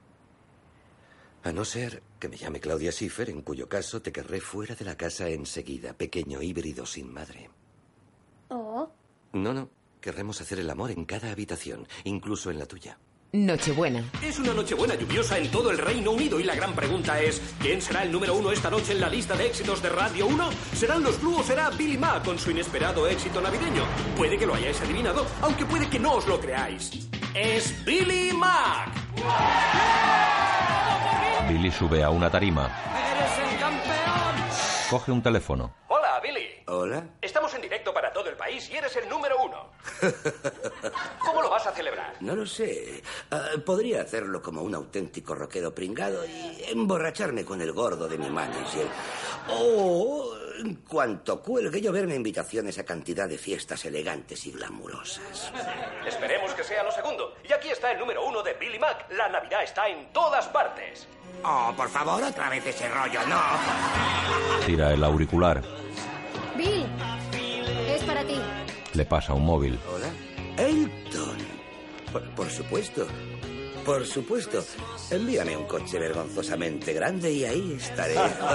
A no ser que me llame Claudia Schiffer, en cuyo caso te querré fuera de la casa enseguida, pequeño híbrido sin madre. ¿Oh? No, no. Querremos hacer el amor en cada habitación, incluso en la tuya. Nochebuena. Es una Nochebuena lluviosa en todo el Reino Unido y la gran pregunta es, ¿quién será el número uno esta noche en la lista de éxitos de Radio uno? ¿Serán los Blue o será Billy Mack con su inesperado éxito navideño? Puede que lo hayáis adivinado, aunque puede que no os lo creáis. ¡Es Billy Mack! Billy sube a una tarima. ¡Eres el campeón! Coge un teléfono. Hola, Billy. Hola. Estamos en directo para todo el país y eres el número uno. ¿Cómo lo vas a celebrar? No lo sé. Uh, podría hacerlo como un auténtico rockero pringado y emborracharme con el gordo de mi manager. O, en cuanto cuelgue, lloverme invitaciones a cantidad de fiestas elegantes y glamurosas. Esperemos que sea lo segundo. Y aquí está el número uno de Billy Mack. La Navidad está en todas partes. Oh, por favor, otra vez ese rollo, no. Tira el auricular. Bill, es para ti. Le pasa un móvil. Hola. Elton. Por, por supuesto. Por supuesto. Envíame un coche vergonzosamente grande y ahí estaré.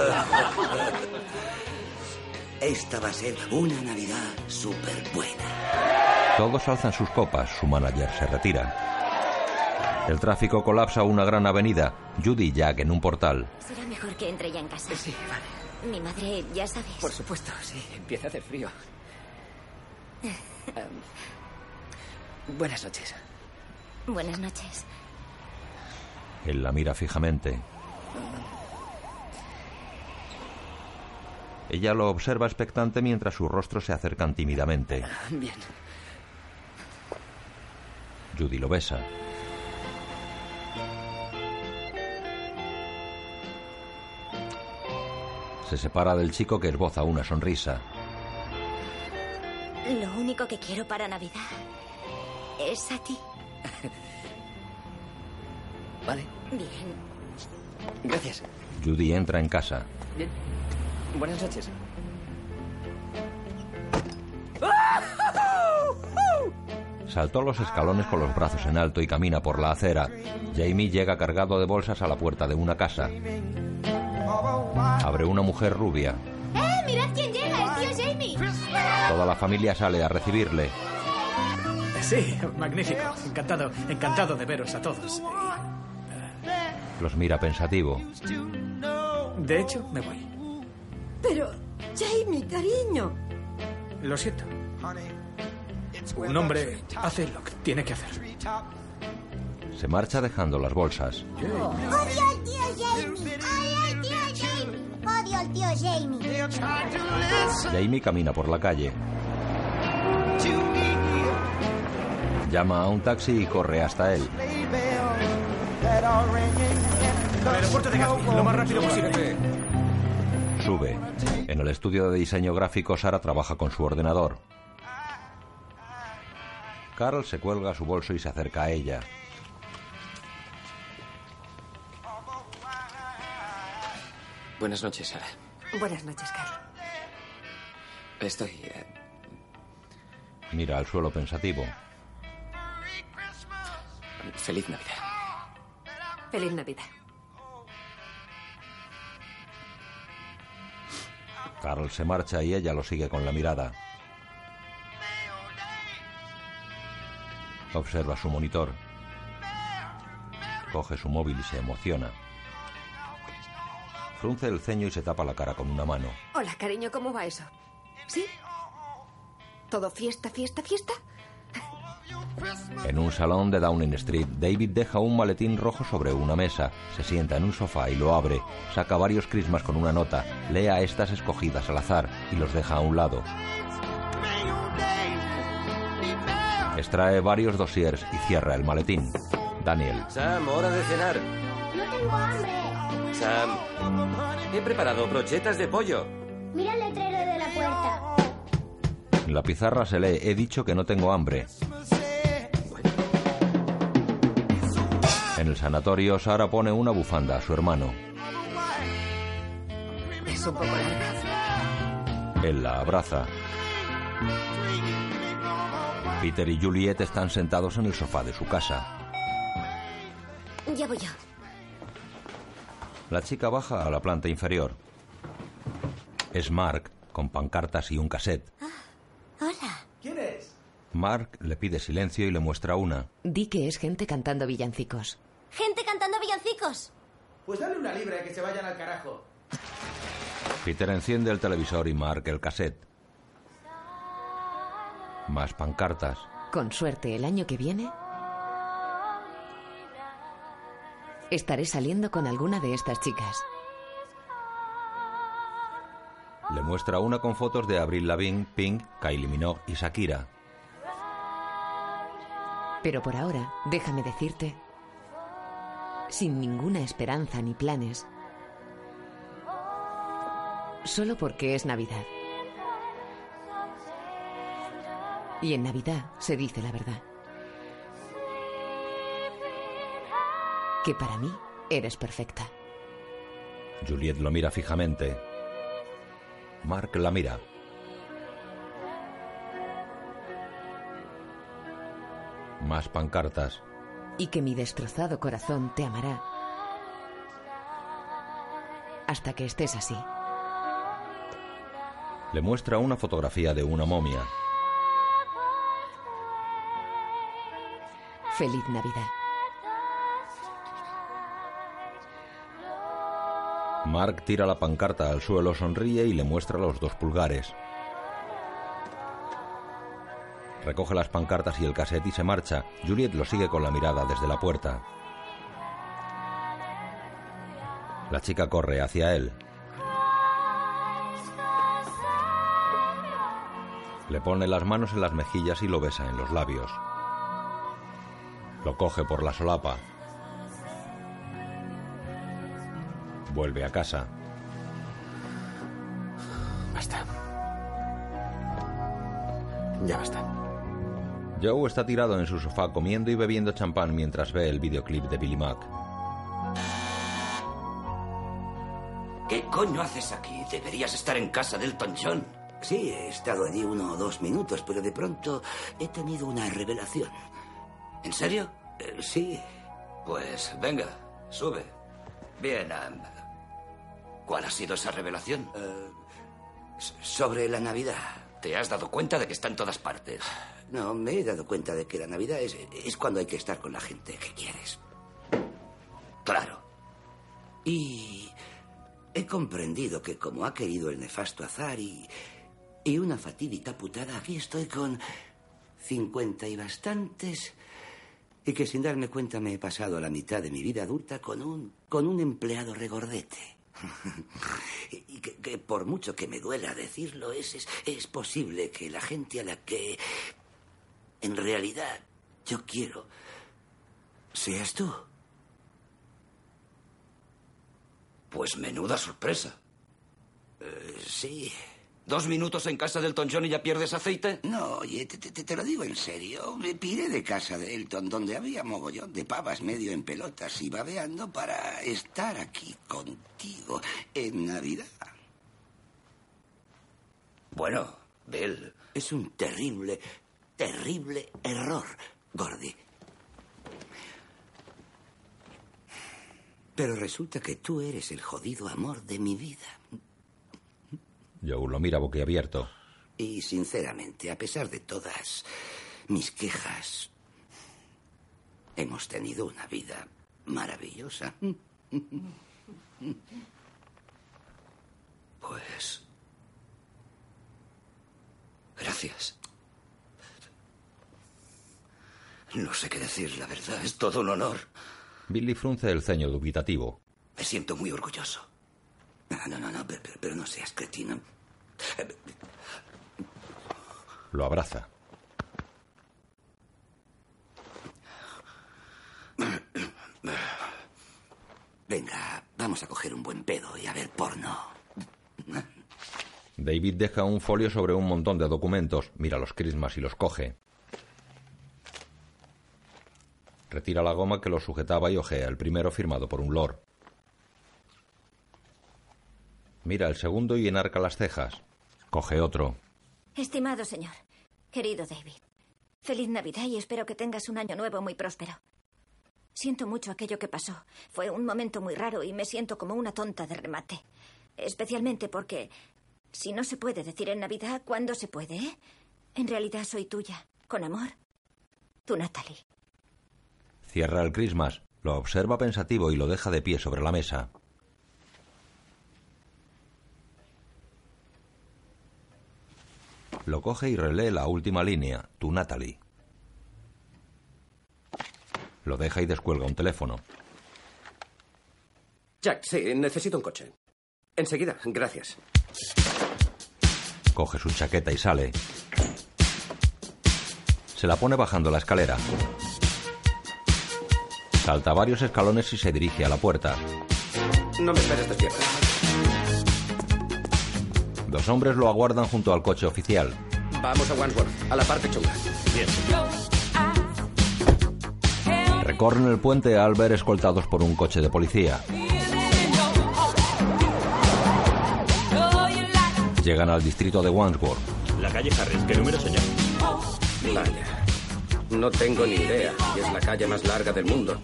Esta va a ser una Navidad súper buena. Todos alzan sus copas. Su manager se retira. El tráfico colapsa una gran avenida. Judy y Jack en un portal. Será mejor que entre ya en casa. Sí, vale. Mi madre, ya sabes. Por supuesto, sí. Empieza a hacer frío. um, buenas noches. Buenas noches. Él la mira fijamente. Ella lo observa expectante mientras sus rostros se acercan tímidamente. Bien. Judy lo besa. Se separa del chico que esboza una sonrisa. Lo único que quiero para Navidad es a ti. Vale. Bien. Gracias. Judy entra en casa. Bien. Buenas noches. Saltó los escalones con los brazos en alto y camina por la acera. Jamie llega cargado de bolsas a la puerta de una casa. Abre una mujer rubia. ¡Eh! ¡Mirad quién llega! ¡El tío Jamie! Toda la familia sale a recibirle. Sí, magnífico. Encantado, encantado de veros a todos. Los mira pensativo. De hecho, me voy. Pero, Jamie, cariño. Lo siento. Un hombre hace lo que tiene que hacer. Se marcha dejando las bolsas. ¡Odio al tío Jamie! ¡Odio al tío Jamie! ¡Odio al tío Jamie! Jamie camina por la calle. Llama a un taxi y corre hasta él. Al aeropuerto de Gatsby, lo más rápido posible. Sube. En el estudio de diseño gráfico, Sara trabaja con su ordenador. Carl se cuelga su bolso y se acerca a ella. Buenas noches, Sara. Buenas noches, Carl. Estoy... Eh... Mira al suelo pensativo. Feliz Navidad. Feliz Navidad. Carl se marcha y ella lo sigue con la mirada. Observa su monitor. Coge su móvil y se emociona. Frunce el ceño y se tapa la cara con una mano. Hola, cariño, ¿cómo va eso? ¿Sí? ¿Todo fiesta, fiesta, fiesta? En un salón de Downing Street, David deja un maletín rojo sobre una mesa. Se sienta en un sofá y lo abre. Saca varios crismas con una nota. Lee a estas escogidas al azar y los deja a un lado. Extrae varios dossiers y cierra el maletín. Daniel. Sam, hora de cenar. No tengo hambre. Sam, he preparado brochetas de pollo. Mira el letrero de la puerta. En la pizarra se lee: he dicho que no tengo hambre. En el sanatorio, Sara pone una bufanda a su hermano. Es un poco larga. Él la abraza. Peter y Juliet están sentados en el sofá de su casa. Ya voy yo. La chica baja a la planta inferior. Es Mark, con pancartas y un cassette. Hola. ¿Quién es? Mark le pide silencio y le muestra una. Di que es gente cantando villancicos. Gente cantando villancicos. Pues dale una libre, que se vayan al carajo. Peter enciende el televisor y Mark el cassette. Más pancartas. Con suerte, el año que viene... Estaré saliendo con alguna de estas chicas. Le muestra una con fotos de Avril Lavigne, Pink, Kylie Minogue y Shakira. Pero por ahora, déjame decirte, sin ninguna esperanza ni planes, solo porque es Navidad. Y en Navidad se dice la verdad. Que para mí eres perfecta. Juliet lo mira fijamente. Mark la mira. Más pancartas. Y que mi destrozado corazón te amará hasta que estés así. Le muestra una fotografía de una momia. Feliz Navidad. Mark tira la pancarta al suelo, sonríe y le muestra los dos pulgares. Recoge las pancartas y el cassette y se marcha. Juliet lo sigue con la mirada desde la puerta. La chica corre hacia él. Le pone las manos en las mejillas y lo besa en los labios. Lo coge por la solapa. Vuelve a casa. Basta. Ya basta. Joe está tirado en su sofá comiendo y bebiendo champán mientras ve el videoclip de Billy Mack. ¿Qué coño haces aquí? Deberías estar en casa de Elton John. Sí, he estado allí uno o dos minutos, pero de pronto he tenido una revelación. ¿En serio? Eh, sí. Pues venga, sube. Bien, um, ¿cuál ha sido esa revelación? Uh, sobre la Navidad. ¿Te has dado cuenta de que está en todas partes? No, me he dado cuenta de que la Navidad es, es cuando hay que estar con la gente que quieres. Claro. Y he comprendido que como ha querido el nefasto azar y, y una fatídica putada, aquí estoy con cincuenta y bastantes, y que sin darme cuenta me he pasado la mitad de mi vida adulta con un, con un empleado regordete. Y que, que por mucho que me duela decirlo, es, es, es posible que la gente a la que en realidad yo quiero seas tú. Pues menuda sorpresa. Uh, sí. ¿Dos minutos en casa de Elton John y ya pierdes aceite? No, oye, te, te, te lo digo en serio. Me piré de casa de Elton, donde había mogollón de pavas medio en pelotas y babeando para estar aquí contigo en Navidad. Bueno, Bill, es un terrible, terrible error, Gordy. Pero resulta que tú eres el jodido amor de mi vida. Joe lo mira boquiabierto. Y sinceramente, a pesar de todas mis quejas, hemos tenido una vida maravillosa. Pues... gracias. No sé qué decir, la verdad. Es todo un honor. Billy frunce el ceño dubitativo. Me siento muy orgulloso. No, no, no, no pero, pero no seas cretino. Lo abraza. Venga, vamos a coger un buen pedo y a ver porno. David deja un folio sobre un montón de documentos, mira los crismas y los coge. Retira la goma que lo sujetaba y ojea el primero firmado por un lord. Mira el segundo y enarca las cejas. Coge otro. Estimado señor, querido David, feliz Navidad y espero que tengas un año nuevo muy próspero. Siento mucho aquello que pasó. Fue un momento muy raro y me siento como una tonta de remate. Especialmente porque, si no se puede decir en Navidad, ¿cuándo se puede, eh? En realidad soy tuya, con amor, tu Natalie. Cierra el crismas, lo observa pensativo y lo deja de pie sobre la mesa. Lo coge y relee la última línea, tu Natalie. Lo deja y descuelga un teléfono. Jack, sí, necesito un coche. Enseguida, gracias. Coge su chaqueta y sale. Se la pone bajando la escalera. Salta varios escalones y se dirige a la puerta. No me esperes despierta. Dos hombres lo aguardan junto al coche oficial. Vamos a Wandsworth, a la parte chunga. Bien. Recorren el puente al ver escoltados por un coche de policía. Llegan al distrito de Wandsworth. La calle Harris, ¿qué número, señor? Vaya. No tengo ni idea. Y es la calle más larga del mundo.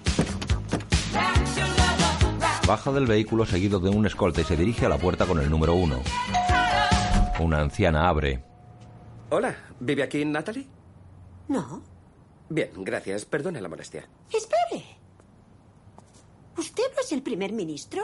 Baja del vehículo seguido de un escolta y se dirige a la puerta con el número uno. Una anciana abre. Hola, ¿vive aquí Natalie? No. Bien, gracias. Perdone la molestia. Espere. ¿Usted no es el primer ministro?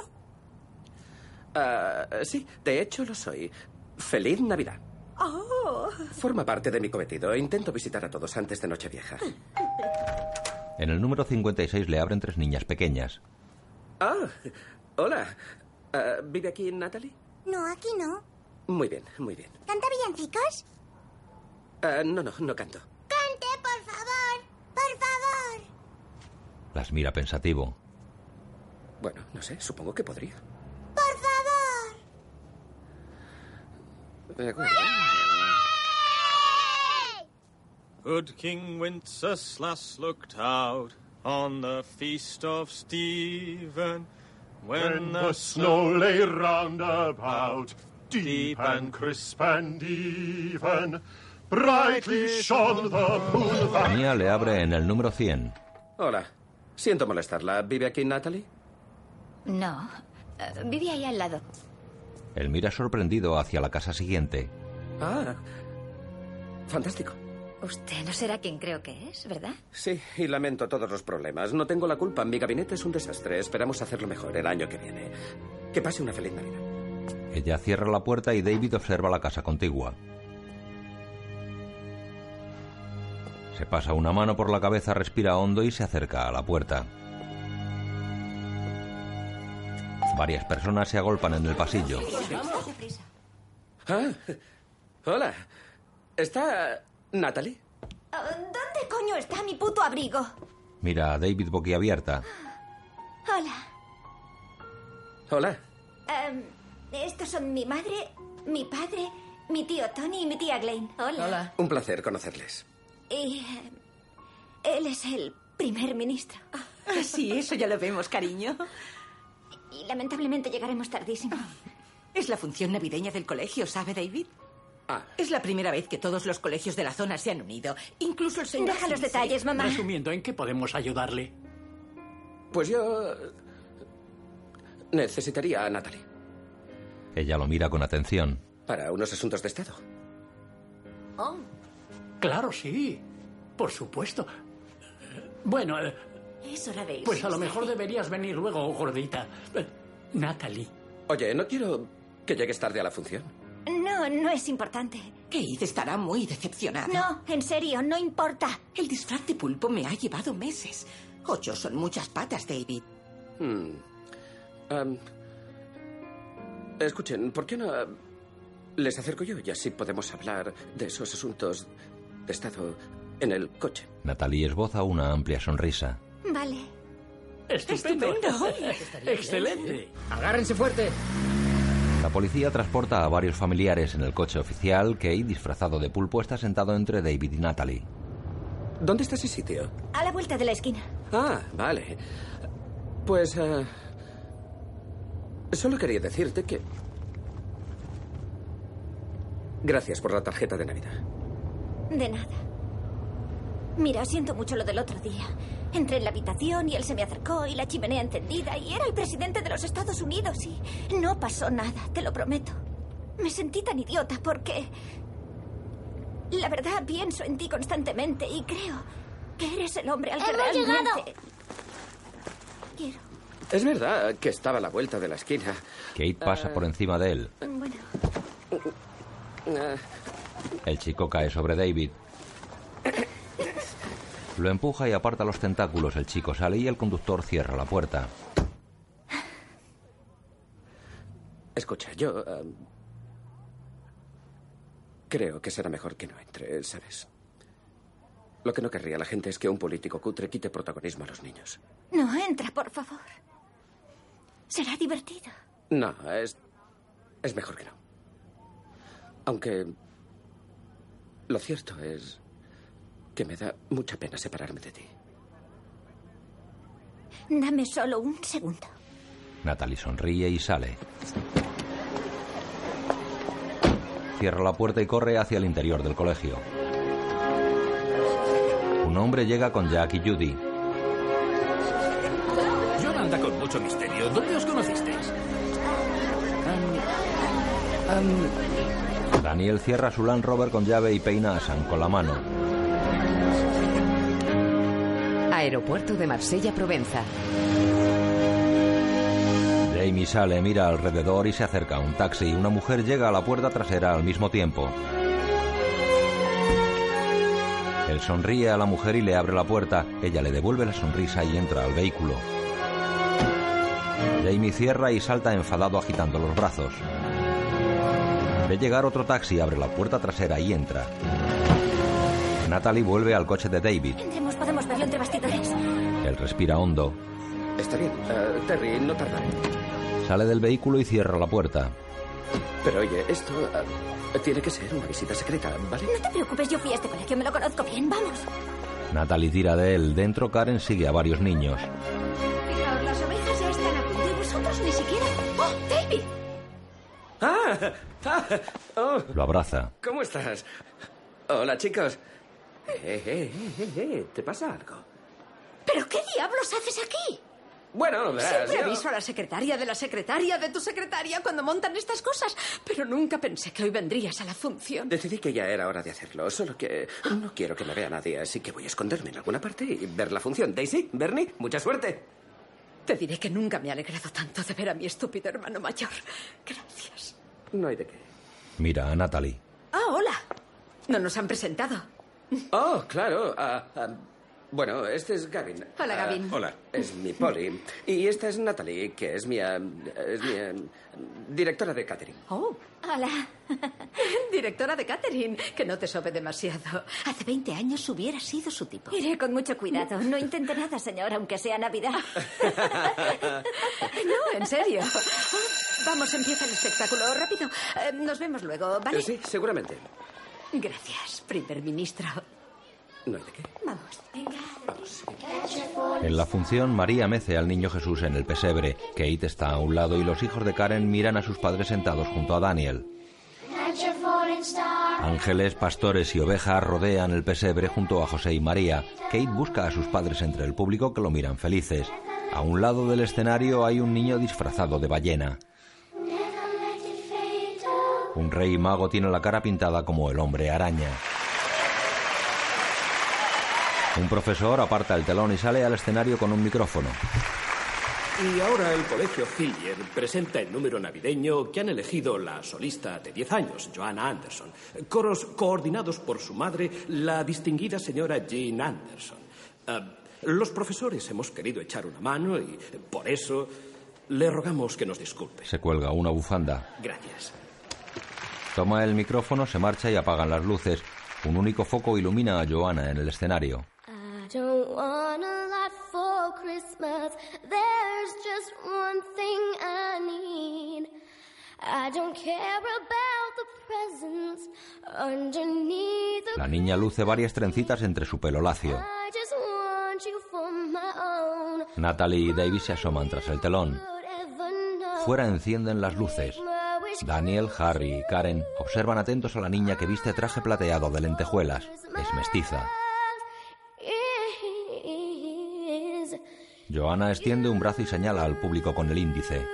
Ah, sí, de hecho lo soy. Feliz Navidad. Oh. Forma parte de mi cometido. Intento visitar a todos antes de Nochevieja. En el número cincuenta y seis le abren tres niñas pequeñas. Ah, hola. Ah, ¿Vive aquí Natalie? No, aquí no. Muy bien, muy bien. ¿Canta villancicos? Ah, no, no, no canto. Cante, por favor. Por favor. Las mira pensativo. Bueno, no sé, supongo que podría. Por favor. De acuerdo. Good King Wenceslas looked out on the feast of Stephen, when the snow lay round about, deep and crisp and even, brightly shone the moon. Mia le abre en el número cien. Hola, siento molestarla. ¿Vive aquí Natalie? No, uh, vivía ahí al lado. Él mira sorprendido hacia la casa siguiente. Ah, fantástico. Usted no será quien creo que es, ¿verdad? Sí, y lamento todos los problemas. No tengo la culpa. Mi gabinete es un desastre. Esperamos hacerlo mejor el año que viene. Que pase una feliz Navidad. Ella cierra la puerta y David observa la casa contigua. Se pasa una mano por la cabeza, respira hondo y se acerca a la puerta. Varias personas se agolpan en el pasillo. Ah, hola. ¿Está Natalie? ¿Dónde coño está mi puto abrigo? Mira a David boquiabierta. Hola. Hola. Um, estos son mi madre, mi padre, mi tío Tony y mi tía Glenn. Hola. Hola. Un placer conocerles. Y eh, él es el primer ministro. Ah, sí, eso ya lo vemos, cariño. Y lamentablemente llegaremos tardísimo. Es la función navideña del colegio, ¿sabe, David? Ah. Es la primera vez que todos los colegios de la zona se han unido. Incluso el señor... Deja los detalles, mamá. Resumiendo, ¿en qué podemos ayudarle? Pues yo... necesitaría a Natalie. Ella lo mira con atención. Para unos asuntos de Estado. Oh. Claro, sí. Por supuesto. Bueno... Es hora de irse. Pues a lo mejor deberías venir luego, gordita. Eh, Natalie. Oye, no quiero que llegues tarde a la función. No, no es importante. Keith estará muy decepcionado. No, en serio, no importa. El disfraz de pulpo me ha llevado meses. Ocho son muchas patas, David. Hmm. Um, escuchen, ¿por qué no les acerco yo y así podemos hablar de esos asuntos de Estado en el coche? Natalie esboza una amplia sonrisa. Vale. Estupendo. Estupendo. Excelente. Agárrense fuerte. La policía transporta a varios familiares en el coche oficial. Kate, disfrazado de pulpo, está sentado entre David y Natalie. ¿Dónde está ese sitio? A la vuelta de la esquina. Ah, vale. Pues... Uh, solo quería decirte que... Gracias por la tarjeta de Navidad. De nada. Mira, siento mucho lo del otro día. Entré en la habitación y él se me acercó y la chimenea encendida y era el presidente de los Estados Unidos y no pasó nada, te lo prometo. Me sentí tan idiota porque... La verdad, pienso en ti constantemente y creo que eres el hombre al que ¡Hemos realmente... llegado! Quiero. Es verdad que estaba a la vuelta de la esquina. Kate pasa uh, por encima de él. Bueno. Uh, el chico cae sobre David. Lo empuja y aparta los tentáculos. El chico sale y el conductor cierra la puerta. Escucha, yo... Uh, creo que será mejor que no entre, ¿sabes? Lo que no querría la gente es que un político cutre quite protagonismo a los niños. No, entra, por favor. Será divertido. No, es... es mejor que no. Aunque... lo cierto es que me da mucha pena separarme de ti. Dame solo un segundo. Natalie sonríe y sale. Cierra la puerta y corre hacia el interior del colegio. Un hombre llega con Jack y Judy. John anda con mucho misterio. ¿Dónde os conocisteis? Um, um... Daniel cierra su Land Rover con llave y peina a Sam con la mano. Aeropuerto de Marsella-Provenza. Jamie sale, mira alrededor y se acerca a un taxi. Una mujer llega a la puerta trasera al mismo tiempo. Él sonríe a la mujer y le abre la puerta. Ella le devuelve la sonrisa y entra al vehículo. Jamie cierra y salta enfadado agitando los brazos. Ve llegar otro taxi, abre la puerta trasera y entra. Natalie vuelve al coche de David. Entremos, podemos verlo entre bastidores. Él respira hondo. Está bien. Uh, Terry, no tardaré. Sale del vehículo y cierra la puerta. Pero oye, esto uh, tiene que ser una visita secreta, ¿vale? No te preocupes, yo fui a este colegio, me lo conozco bien. Vamos. Natalie tira de él. Dentro, Karen sigue a varios niños. Fijaos, las ovejas ya están a punto y vosotros ni siquiera... ¡Oh, David! ¡Ah! ah oh. Lo abraza. ¿Cómo estás? Hola, chicos. Eh, eh, eh, eh, ¿te pasa algo? ¿Pero qué diablos haces aquí? Bueno, verás, Siempre yo... aviso a la secretaria de la secretaria de tu secretaria cuando montan estas cosas, pero nunca pensé que hoy vendrías a la función. Decidí que ya era hora de hacerlo, solo que no quiero que me vea nadie, así que voy a esconderme en alguna parte y ver la función. Daisy, Bernie, mucha suerte. Te diré que nunca me ha alegrado tanto de ver a mi estúpido hermano mayor. Gracias. No hay de qué. Mira a Natalie. Ah, hola. No nos han presentado. Oh, claro. Uh, uh, bueno, este es Gavin. Hola, Gavin. Uh, hola. Es mi Polly. Y esta es Natalie, que es mi... Uh, es mi uh, directora de catering. Oh, hola. Directora de catering. Que no te sobe demasiado. Hace veinte años hubiera sido su tipo. Iré con mucho cuidado. No intente nada, señor, aunque sea Navidad. No, en serio. Vamos, empieza el espectáculo. Rápido. Eh, nos vemos luego, ¿vale? Sí, seguramente. Gracias, primer ministro. No hay de qué. Vamos. Vamos. En la función, María mece al niño Jesús en el pesebre. Kate está a un lado y los hijos de Karen miran a sus padres sentados junto a Daniel. Ángeles, pastores y ovejas rodean el pesebre junto a José y María. Kate busca a sus padres entre el público que lo miran felices. A un lado del escenario hay un niño disfrazado de ballena. Un rey mago tiene la cara pintada como el hombre araña. Un profesor aparta el telón y sale al escenario con un micrófono. Y ahora el colegio Hillier presenta el número navideño que han elegido la solista de diez años, Joanna Anderson. Coros coordinados por su madre, la distinguida señora Jean Anderson. Uh, los profesores hemos querido echar una mano y por eso le rogamos que nos disculpe. Se cuelga una bufanda. Gracias. Toma el micrófono, se marcha y apagan las luces. Un único foco ilumina a Joanna en el escenario. I don't want a lot for Christmas. There's just one thing I need. I don't care about the presents underneath the... La niña luce varias trencitas entre su pelo lacio. I just want you for my own. Natalie y David se asoman tras el telón. Fuera encienden las luces. Daniel, Harry y Karen observan atentos a la niña que viste traje plateado de lentejuelas. Es mestiza. Joanna extiende un brazo y señala al público con el índice.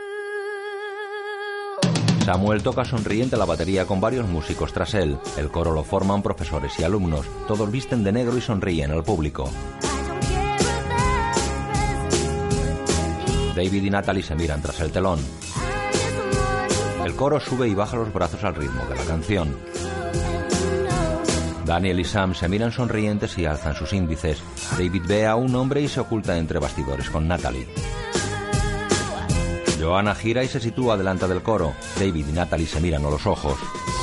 Samuel toca sonriente la batería con varios músicos tras él. El coro lo forman profesores y alumnos. Todos visten de negro y sonríen al público. David y Natalie se miran tras el telón. El coro sube y baja los brazos al ritmo de la canción. Daniel y Sam se miran sonrientes y alzan sus índices. David ve a un hombre y se oculta entre bastidores con Natalie. Joanna gira y se sitúa delante del coro. David y Natalie se miran a los ojos.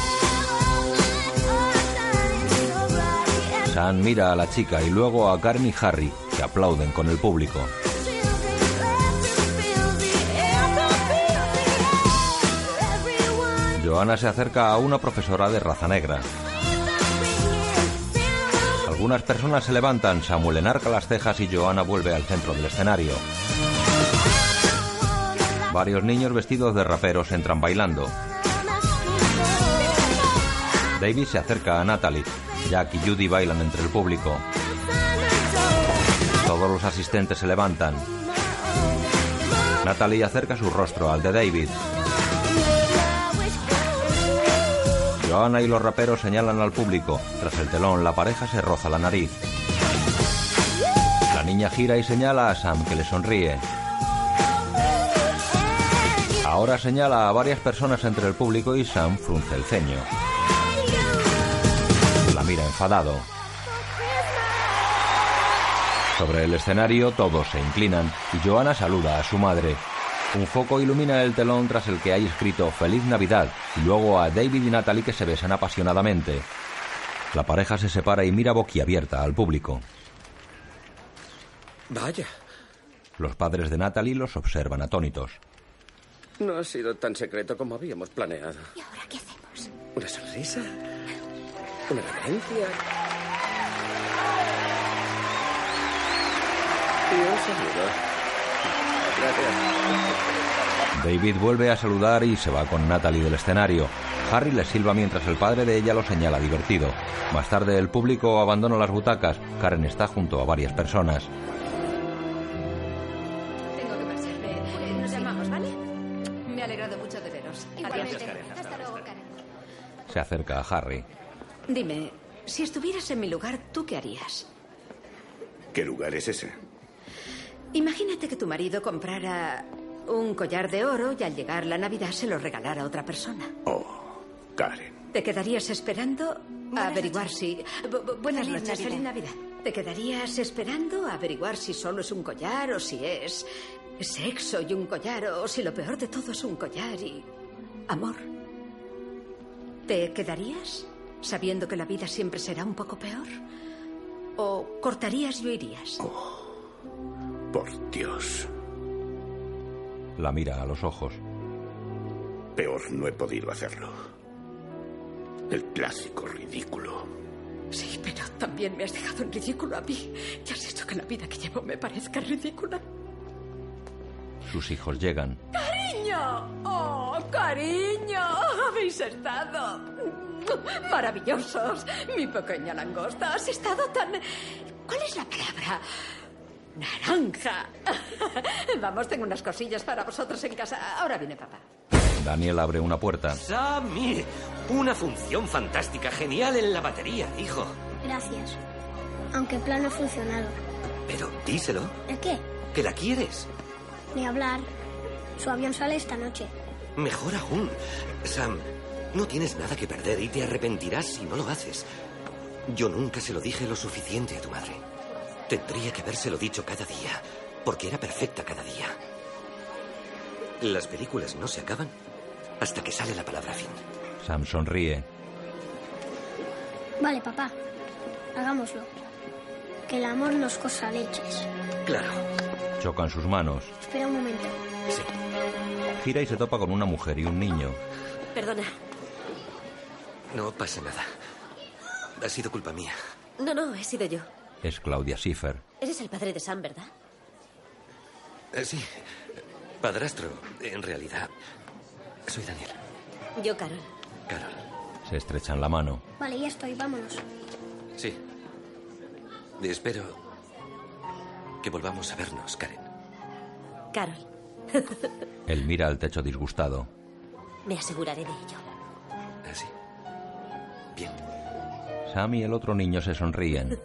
Sam mira a la chica y luego a Karen y Harry, que aplauden con el público. Joanna se acerca a una profesora de raza negra. Algunas personas se levantan, Samuel enarca las cejas y Joanna vuelve al centro del escenario. Varios niños vestidos de raperos entran bailando. David se acerca a Natalie. Jack y Judy bailan entre el público. Todos los asistentes se levantan. Natalie acerca su rostro al de David. Joanna y los raperos señalan al público. Tras el telón, la pareja se roza la nariz. La niña gira y señala a Sam, que le sonríe. Ahora señala a varias personas entre el público y Sam frunce el ceño. La mira enfadado. Sobre el escenario todos se inclinan y Joanna saluda a su madre. Un foco ilumina el telón tras el que hay escrito Feliz Navidad y luego a David y Natalie que se besan apasionadamente. La pareja se separa y mira boquiabierta al público. Vaya. Los padres de Natalie los observan atónitos. No ha sido tan secreto como habíamos planeado. ¿Y ahora qué hacemos? ¿Una sonrisa? ¿Una reverencia? Y un saludo. Gracias. David vuelve a saludar y se va con Natalie del escenario. Harry le silba mientras el padre de ella lo señala divertido. Más tarde el público abandona las butacas. Karen está junto a varias personas. Tengo que marcharme. Nos llamamos, ¿vale? Me ha alegrado mucho de veros. Igualmente. Adiós. Hasta luego, Karen. Se acerca a Harry. Dime, si estuvieras en mi lugar, ¿tú qué harías? ¿Qué lugar es ese? Imagínate que tu marido comprara un collar de oro y al llegar la Navidad se lo regalara a otra persona. Oh, Karen. ¿Te quedarías esperando a averiguar si... Bu- bu- Buenas Feliz noches, Navidad. feliz Navidad. ¿Te quedarías esperando a averiguar si solo es un collar o si es sexo y un collar o si lo peor de todo es un collar y amor? ¿Te quedarías sabiendo que la vida siempre será un poco peor? ¿O cortarías y huirías? Por Dios. La mira a los ojos. Peor no he podido hacerlo. El clásico ridículo. Sí, pero también me has dejado en ridículo a mí. Y has hecho que la vida que llevo me parezca ridícula. Sus hijos llegan. ¡Cariño! ¡Oh, cariño! Habéis estado maravillosos. Mi pequeña langosta, has estado tan... ¿Cuál es la palabra? Naranja. Vamos, tengo unas cosillas para vosotros en casa. Ahora viene papá. Daniel abre una puerta. Sammy, una función fantástica, genial en la batería, hijo. Gracias. Aunque el plan no ha funcionado. Pero díselo, ¿El qué? que la quieres. Ni hablar. Su avión sale esta noche. Mejor aún. Sam, no tienes nada que perder y te arrepentirás si no lo haces. Yo nunca se lo dije lo suficiente a tu madre. Tendría que habérselo dicho cada día, porque era perfecta cada día. Las películas no se acaban hasta que sale la palabra fin. Sam sonríe. Vale, papá. Hagámoslo. Que el amor nos cosa leches. Claro. Chocan sus manos. Espera un momento. Sí. Gira y se topa con una mujer y un niño. Perdona. No pasa nada. Ha sido culpa mía. No, no, he sido yo. Es Claudia Schiffer. Eres el padre de Sam, ¿verdad? Eh, sí. Padrastro, en realidad. Soy Daniel. Yo, Carol. Carol. Se estrechan la mano. Vale, ya estoy. Vámonos. Sí. Espero que volvamos a vernos, Karen. Carol. Él mira al techo disgustado. Me aseguraré de ello. ¿Así? Bien. Sam y el otro niño se sonríen.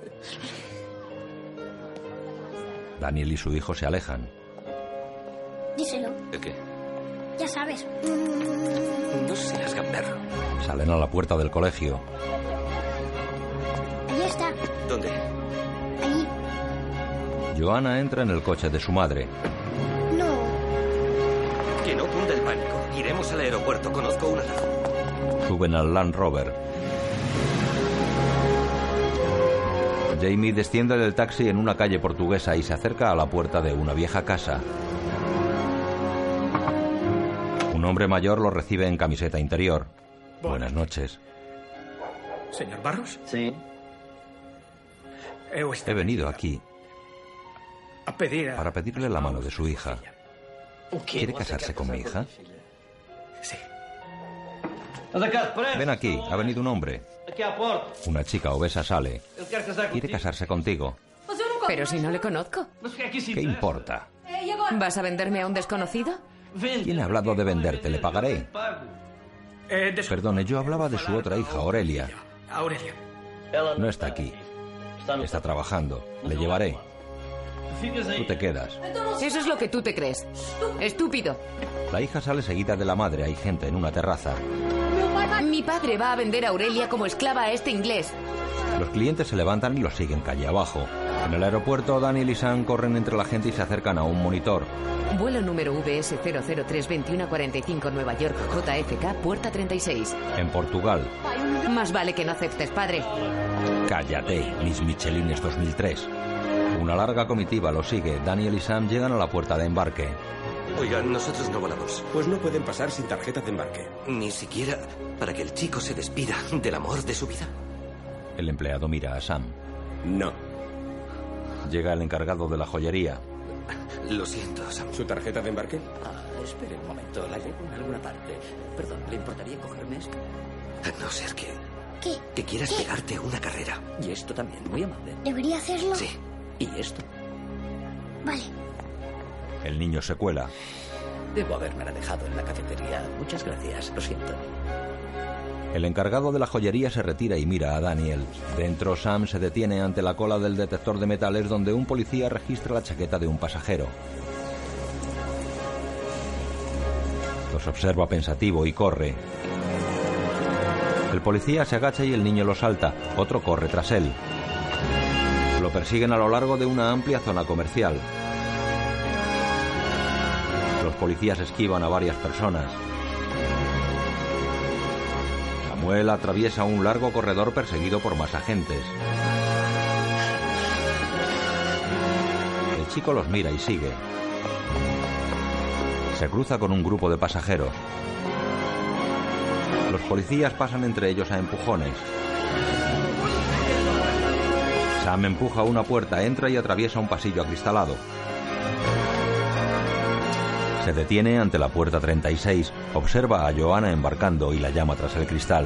Daniel y su hijo se alejan. Díselo. ¿El qué? Ya sabes. No seas gamberro. Salen a la puerta del colegio. Allí está. ¿Dónde? Allí. Joanna entra en el coche de su madre. No. ¿Qué cunda el pánico. Iremos al aeropuerto. Conozco un atajo. Suben al Land Rover. Jamie desciende del taxi en una calle portuguesa y se acerca a la puerta de una vieja casa. Un hombre mayor lo recibe en camiseta interior. Buenas noches. ¿Señor Barros? Sí. He venido aquí A pedir a... para pedirle la mano de su hija. ¿Quiere casarse con mi hija? Sí. Ven aquí, ha venido un hombre. Una chica obesa sale. Quiere casarse contigo. Pero si no le conozco. ¿Qué importa? ¿Vas a venderme a un desconocido? ¿Quién ha hablado de venderte? Le pagaré. Eh, de su- Perdone, yo hablaba de su otra hija, Aurelia. Aurelia. No está aquí. Está trabajando. Le llevaré. Tú te quedas. Eso es lo que tú te crees. Estúpido. La hija sale seguida de la madre. Hay gente en una terraza. Mi padre va a vender a Aurelia como esclava a este inglés. Los clientes se levantan y los siguen calle abajo. En el aeropuerto, Daniel y Sam corren entre la gente y se acercan a un monitor. Vuelo número V S cero cero tres veintiuno cuarenta y cinco Nueva York, J F K, puerta treinta y seis. En Portugal. Más vale que no aceptes, padre. Cállate, mis Michelines dos mil tres. Una larga comitiva lo sigue. Daniel y Sam llegan a la puerta de embarque. Oigan, nosotros no volamos. Pues no pueden pasar sin tarjeta de embarque. Ni siquiera para que el chico se despida del amor de su vida. El empleado mira a Sam. No. Llega el encargado de la joyería. Lo siento, Sam. ¿Su tarjeta de embarque? Ah, espere un momento, la llevo en alguna parte. Perdón, ¿le importaría cogerme esto? A no ser que... ¿Qué? Que quieras ¿Qué? pegarte una carrera. Y esto también, muy amable. ¿Debería hacerlo? Sí. ¿Y esto? Vale. El niño se cuela. Debo haberme la dejado en la cafetería. Muchas gracias, lo siento. El encargado de la joyería se retira y mira a Daniel. Dentro, Sam se detiene ante la cola del detector de metales donde un policía registra la chaqueta de un pasajero. Los observa pensativo y corre. El policía se agacha y el niño lo salta. Otro corre tras él. Lo persiguen a lo largo de una amplia zona comercial. Los policías esquivan a varias personas. Samuel atraviesa un largo corredor perseguido por más agentes. El chico los mira y sigue. Se cruza con un grupo de pasajeros. Los policías pasan entre ellos a empujones. Sam empuja una puerta, entra y atraviesa un pasillo acristalado. Se detiene ante la puerta treinta y seis, observa a Joanna embarcando y la llama tras el cristal.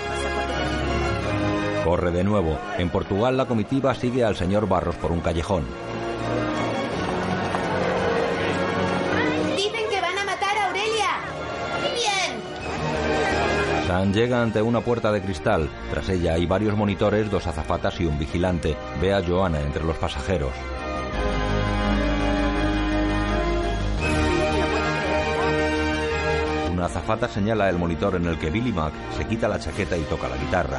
Corre de nuevo. En Portugal la comitiva sigue al señor Barros por un callejón. Dicen que van a matar a Aurelia. Bien. Sam llega ante una puerta de cristal. Tras ella hay varios monitores, dos azafatas y un vigilante. Ve a Joanna entre los pasajeros. Una azafata señala el monitor en el que Billy Mack se quita la chaqueta y toca la guitarra.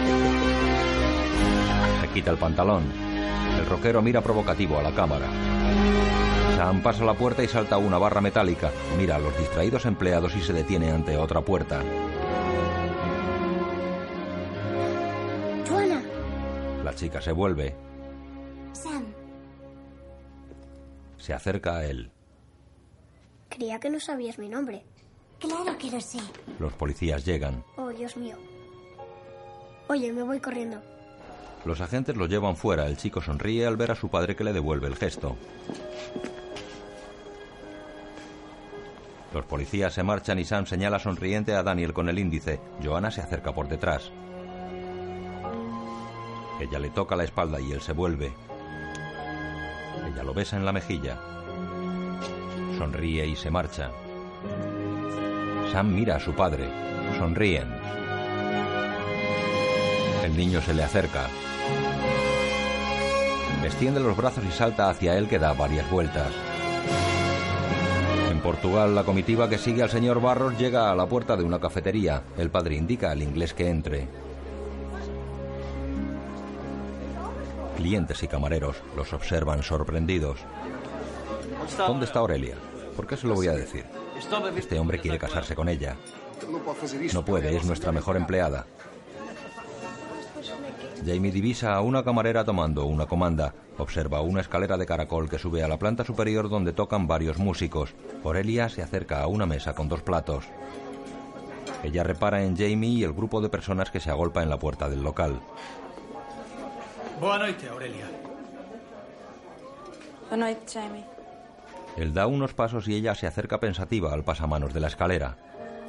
Se quita el pantalón. El rockero mira provocativo a la cámara. Sam pasa la puerta y salta una barra metálica. Mira a los distraídos empleados y se detiene ante otra puerta. Joanna. La chica se vuelve. Sam. Se acerca a él. Creía que no sabías mi nombre. Claro que lo sé. Los policías llegan. Oh, Dios mío. Oye, me voy corriendo. Los agentes lo llevan fuera. El chico sonríe al ver a su padre que le devuelve el gesto. Los policías se marchan y Sam señala sonriente a Daniel con el índice. Joanna se acerca por detrás. Ella le toca la espalda y él se vuelve. Ella lo besa en la mejilla. Sonríe y se marcha. Sam mira a su padre. Sonríen. El niño se le acerca. Extiende los brazos y salta hacia él que da varias vueltas. En Portugal, la comitiva que sigue al señor Barros llega a la puerta de una cafetería. El padre indica al inglés que entre. Clientes y camareros los observan sorprendidos. ¿Dónde está Aurelia? ¿Por qué se lo voy a decir? Este hombre quiere casarse con ella. No puede, es nuestra mejor empleada. Jamie divisa a una camarera tomando una comanda. Observa una escalera de caracol que sube a la planta superior donde tocan varios músicos. Aurelia se acerca a una mesa con dos platos. Ella repara en Jamie y el grupo de personas que se agolpa en la puerta del local. Boa noite, Aurelia. Boa noite, Jamie. Él da unos pasos y ella se acerca pensativa al pasamanos de la escalera.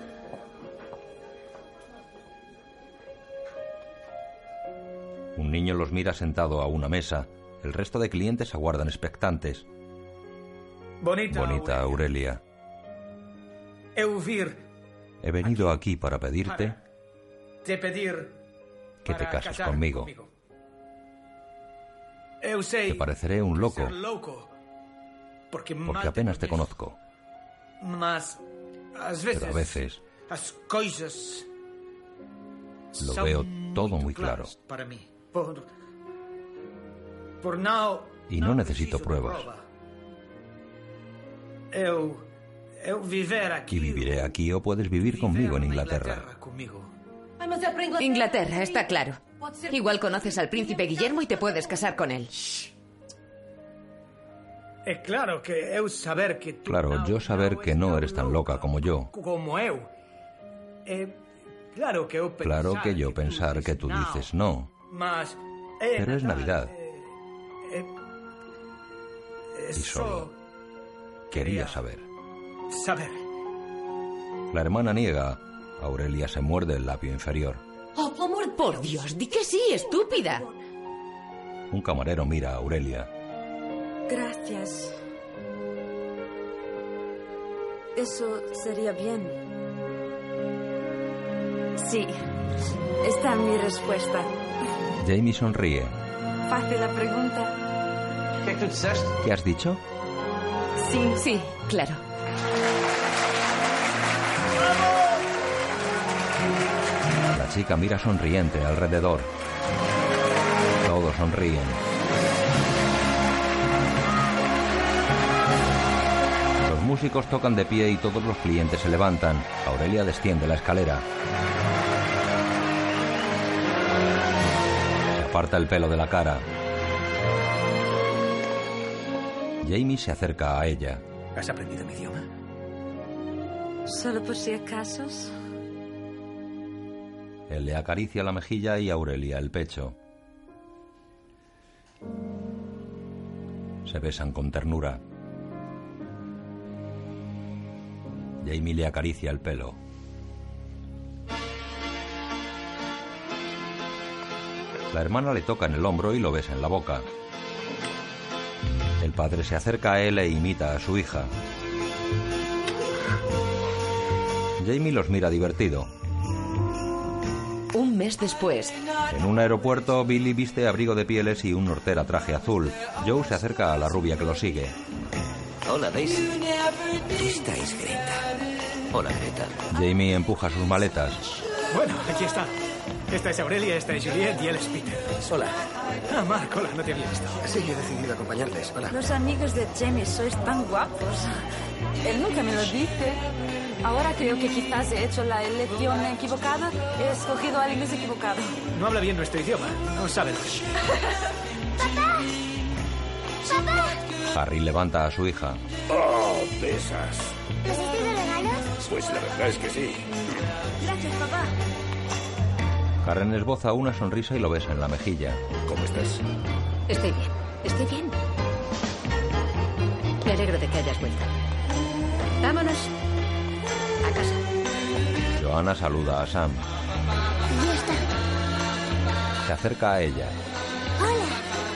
Un niño los mira sentado a una mesa. El resto de clientes aguardan expectantes. Bonita, Bonita Aurelia. Eu vir He venido aquí para pedirte te pedir que te para cases casar conmigo. Eu sei Te pareceré un loco ser louco, porque, porque apenas te conozco, mas ás veces, pero a veces as coisas lo son veo todo moito muy claro. claras para mí. Por, por now, Y no necesito pruebas. prova. Eu, eu viver aquí. Y viviré aquí o puedes vivir conmigo en Inglaterra. Conmigo. Inglaterra, está claro. Igual conoces al príncipe Guillermo y te puedes casar con él. É claro que eu saber que tú Claro, yo saber que no eres tan loca como yo. como eu. É claro que eu Claro pensar que yo pensar que tú dices no. Mas é Pero es Navidad é, é y só solo quería saber. saber. La hermana niega. Aurelia se muerde el labio inferior. Oh, amor, por Dios, di que sí, estúpida. Un camarero mira a Aurelia. Gracias. Eso sería bien. Sí, esta es mi respuesta. Jamie sonríe. Fácil la pregunta. ¿Qué has dicho? Sí, sí, claro. La chica mira sonriente alrededor. Todos sonríen. Los músicos tocan de pie y todos los clientes se levantan. Aurelia desciende la escalera. Se aparta el pelo de la cara. Jamie se acerca a ella. ¿Has aprendido mi idioma? Solo por si acaso. Él le acaricia la mejilla y Aurelia el pecho. Se besan con ternura. Jamie le acaricia el pelo. La hermana le toca en el hombro y lo besa en la boca. El padre se acerca a él e imita a su hija. Jamie los mira divertido. Un mes después. En un aeropuerto, Billy viste abrigo de pieles y un hortera traje azul. Joe se acerca a la rubia que lo sigue. Hola, Daisy. Esta es Greta. Hola, Greta. Jamie empuja sus maletas. Bueno, aquí está. Esta es Aurelia, esta es Juliet y él es Peter. Hola. Ah, Mark, hola, no te había visto. Sí, he decidido acompañarles. Hola. Los amigos de Jamie sois tan guapos. Él nunca me lo dice. Ahora creo que quizás he hecho la elección equivocada. He escogido al inglés equivocado. No habla bien nuestro idioma. No sabe lo que es. ¡Papá! ¡Papá! Harry levanta a su hija. Oh, besas. ¿Nos has traído regalos? Pues la verdad es que sí. Gracias, papá. Karen esboza una sonrisa y lo besa en la mejilla. ¿Cómo estás? Estoy bien, estoy bien. Me alegro de que hayas vuelto. Vámonos a casa. Joanna saluda a Sam. Ya está. Se acerca a ella. Hola.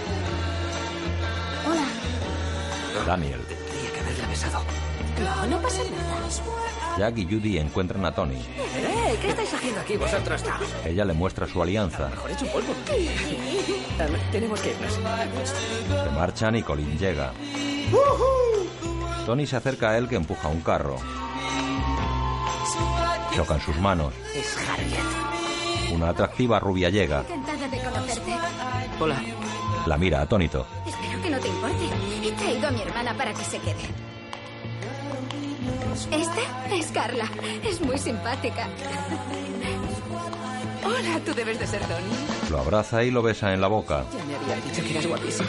Hola. Daniel. Tendría que haberla besado. No, no pasa nada. Jack y Judy encuentran a Tony. ¡Eh! ¿Qué estáis haciendo aquí vosotros dos? Ella le muestra su alianza. Mejor hecho un polvo. Um, tenemos que irnos. Se marchan y Colin llega. Tony se acerca a él que empuja un carro. Chocan sus manos. Es Harriet. Una atractiva rubia llega. Encantada de conocerte. Hola. La mira atónito. Espero que no te importe. He traído a mi hermana para que se quede. Esta es Carla. Es muy simpática. Hola, tú debes de ser Donnie. Lo abraza y lo besa en la boca. Ya me habían dicho que eras guapísimo.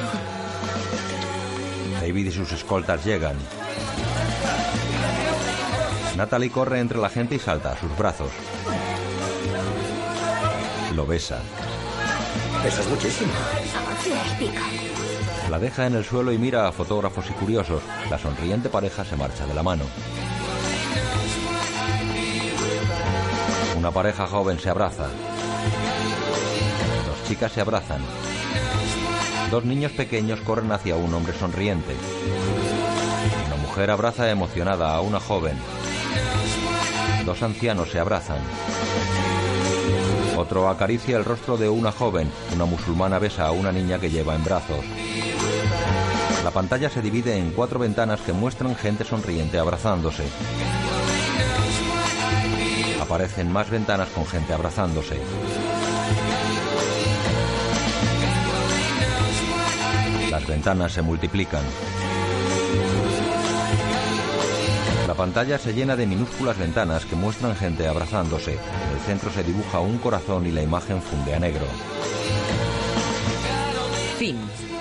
David y sus escoltas llegan. Natalie corre entre la gente y salta a sus brazos. Lo besa. Eso es muchísimo. La deja en el suelo y mira a fotógrafos y curiosos. La sonriente pareja se marcha de la mano. Una pareja joven se abraza. Dos chicas se abrazan. Dos niños pequeños corren hacia un hombre sonriente. Una mujer abraza emocionada a una joven. Dos ancianos se abrazan. Otro acaricia el rostro de una joven. Una musulmana besa a una niña que lleva en brazos. La pantalla se divide en cuatro ventanas que muestran gente sonriente abrazándose. Aparecen más ventanas con gente abrazándose. Las ventanas se multiplican. La pantalla se llena de minúsculas ventanas que muestran gente abrazándose. En el centro se dibuja un corazón y la imagen funde a negro. Fin.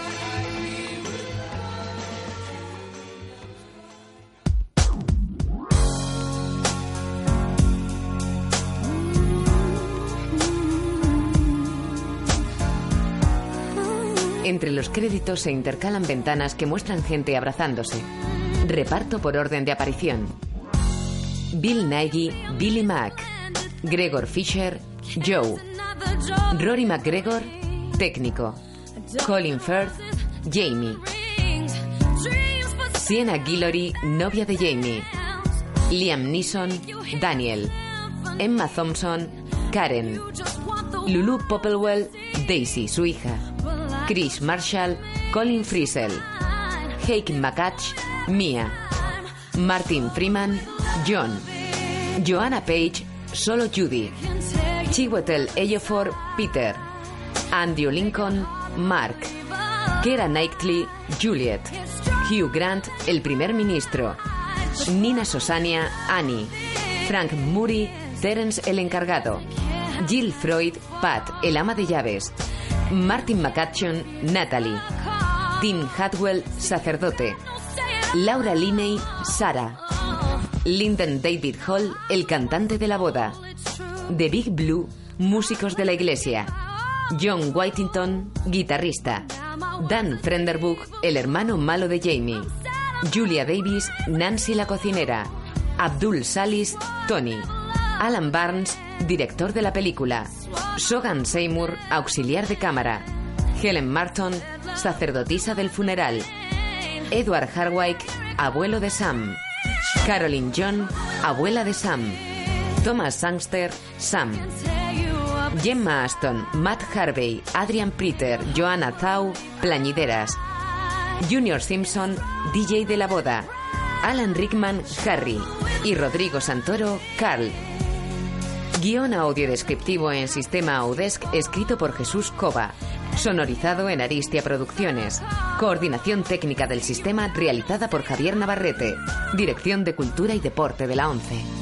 Entre los créditos se intercalan ventanas que muestran gente abrazándose. Reparto por orden de aparición. Bill Nighy, Billy Mack. Gregor Fisher, Joe. Rory McGregor, técnico. Colin Firth, Jamie. Sienna Guillory, novia de Jamie. Liam Neeson, Daniel. Emma Thompson, Karen. Lulu Popplewell, Daisy, su hija. Chris Marshall, Colin Frizzell. Heike McCutch, Mia. Martin Freeman, John. Joanna Page, solo Judy. Chiwetel Ejiofor, Peter. Andrew Lincoln, Mark. Keira Knightley, Juliet. Hugh Grant, el primer ministro. Nina Sosania, Annie. Frank Murray, Terence el encargado. Jill Freud, Pat, el ama de llaves. Martin McCutcheon, Natalie. Tim Hadwell, sacerdote. Laura Linney, Sarah. Lyndon David Hall, el cantante de la boda. The Big Blue, músicos de la iglesia. John Whittington, guitarrista. Dan Frenderburg, el hermano malo de Jamie. Julia Davis, Nancy la cocinera. Abdul Salis, Tony. Alan Barnes, director de la película. Sogan Seymour, auxiliar de cámara. Helen Marton, sacerdotisa del funeral. Edward Harwick, abuelo de Sam. Caroline John, abuela de Sam. Thomas Sangster, Sam. Gemma Aston, Matt Harvey, Adrian Pritter, Joanna Zhao, plañideras. Junior Simpson, D J de la boda. Alan Rickman, Harry. Y Rodrigo Santoro, Carl. Guión audio descriptivo en sistema Audesc escrito por Jesús Cova. Sonorizado en Aristia Producciones. Coordinación técnica del sistema realizada por Javier Navarrete. Dirección de Cultura y Deporte de la ONCE.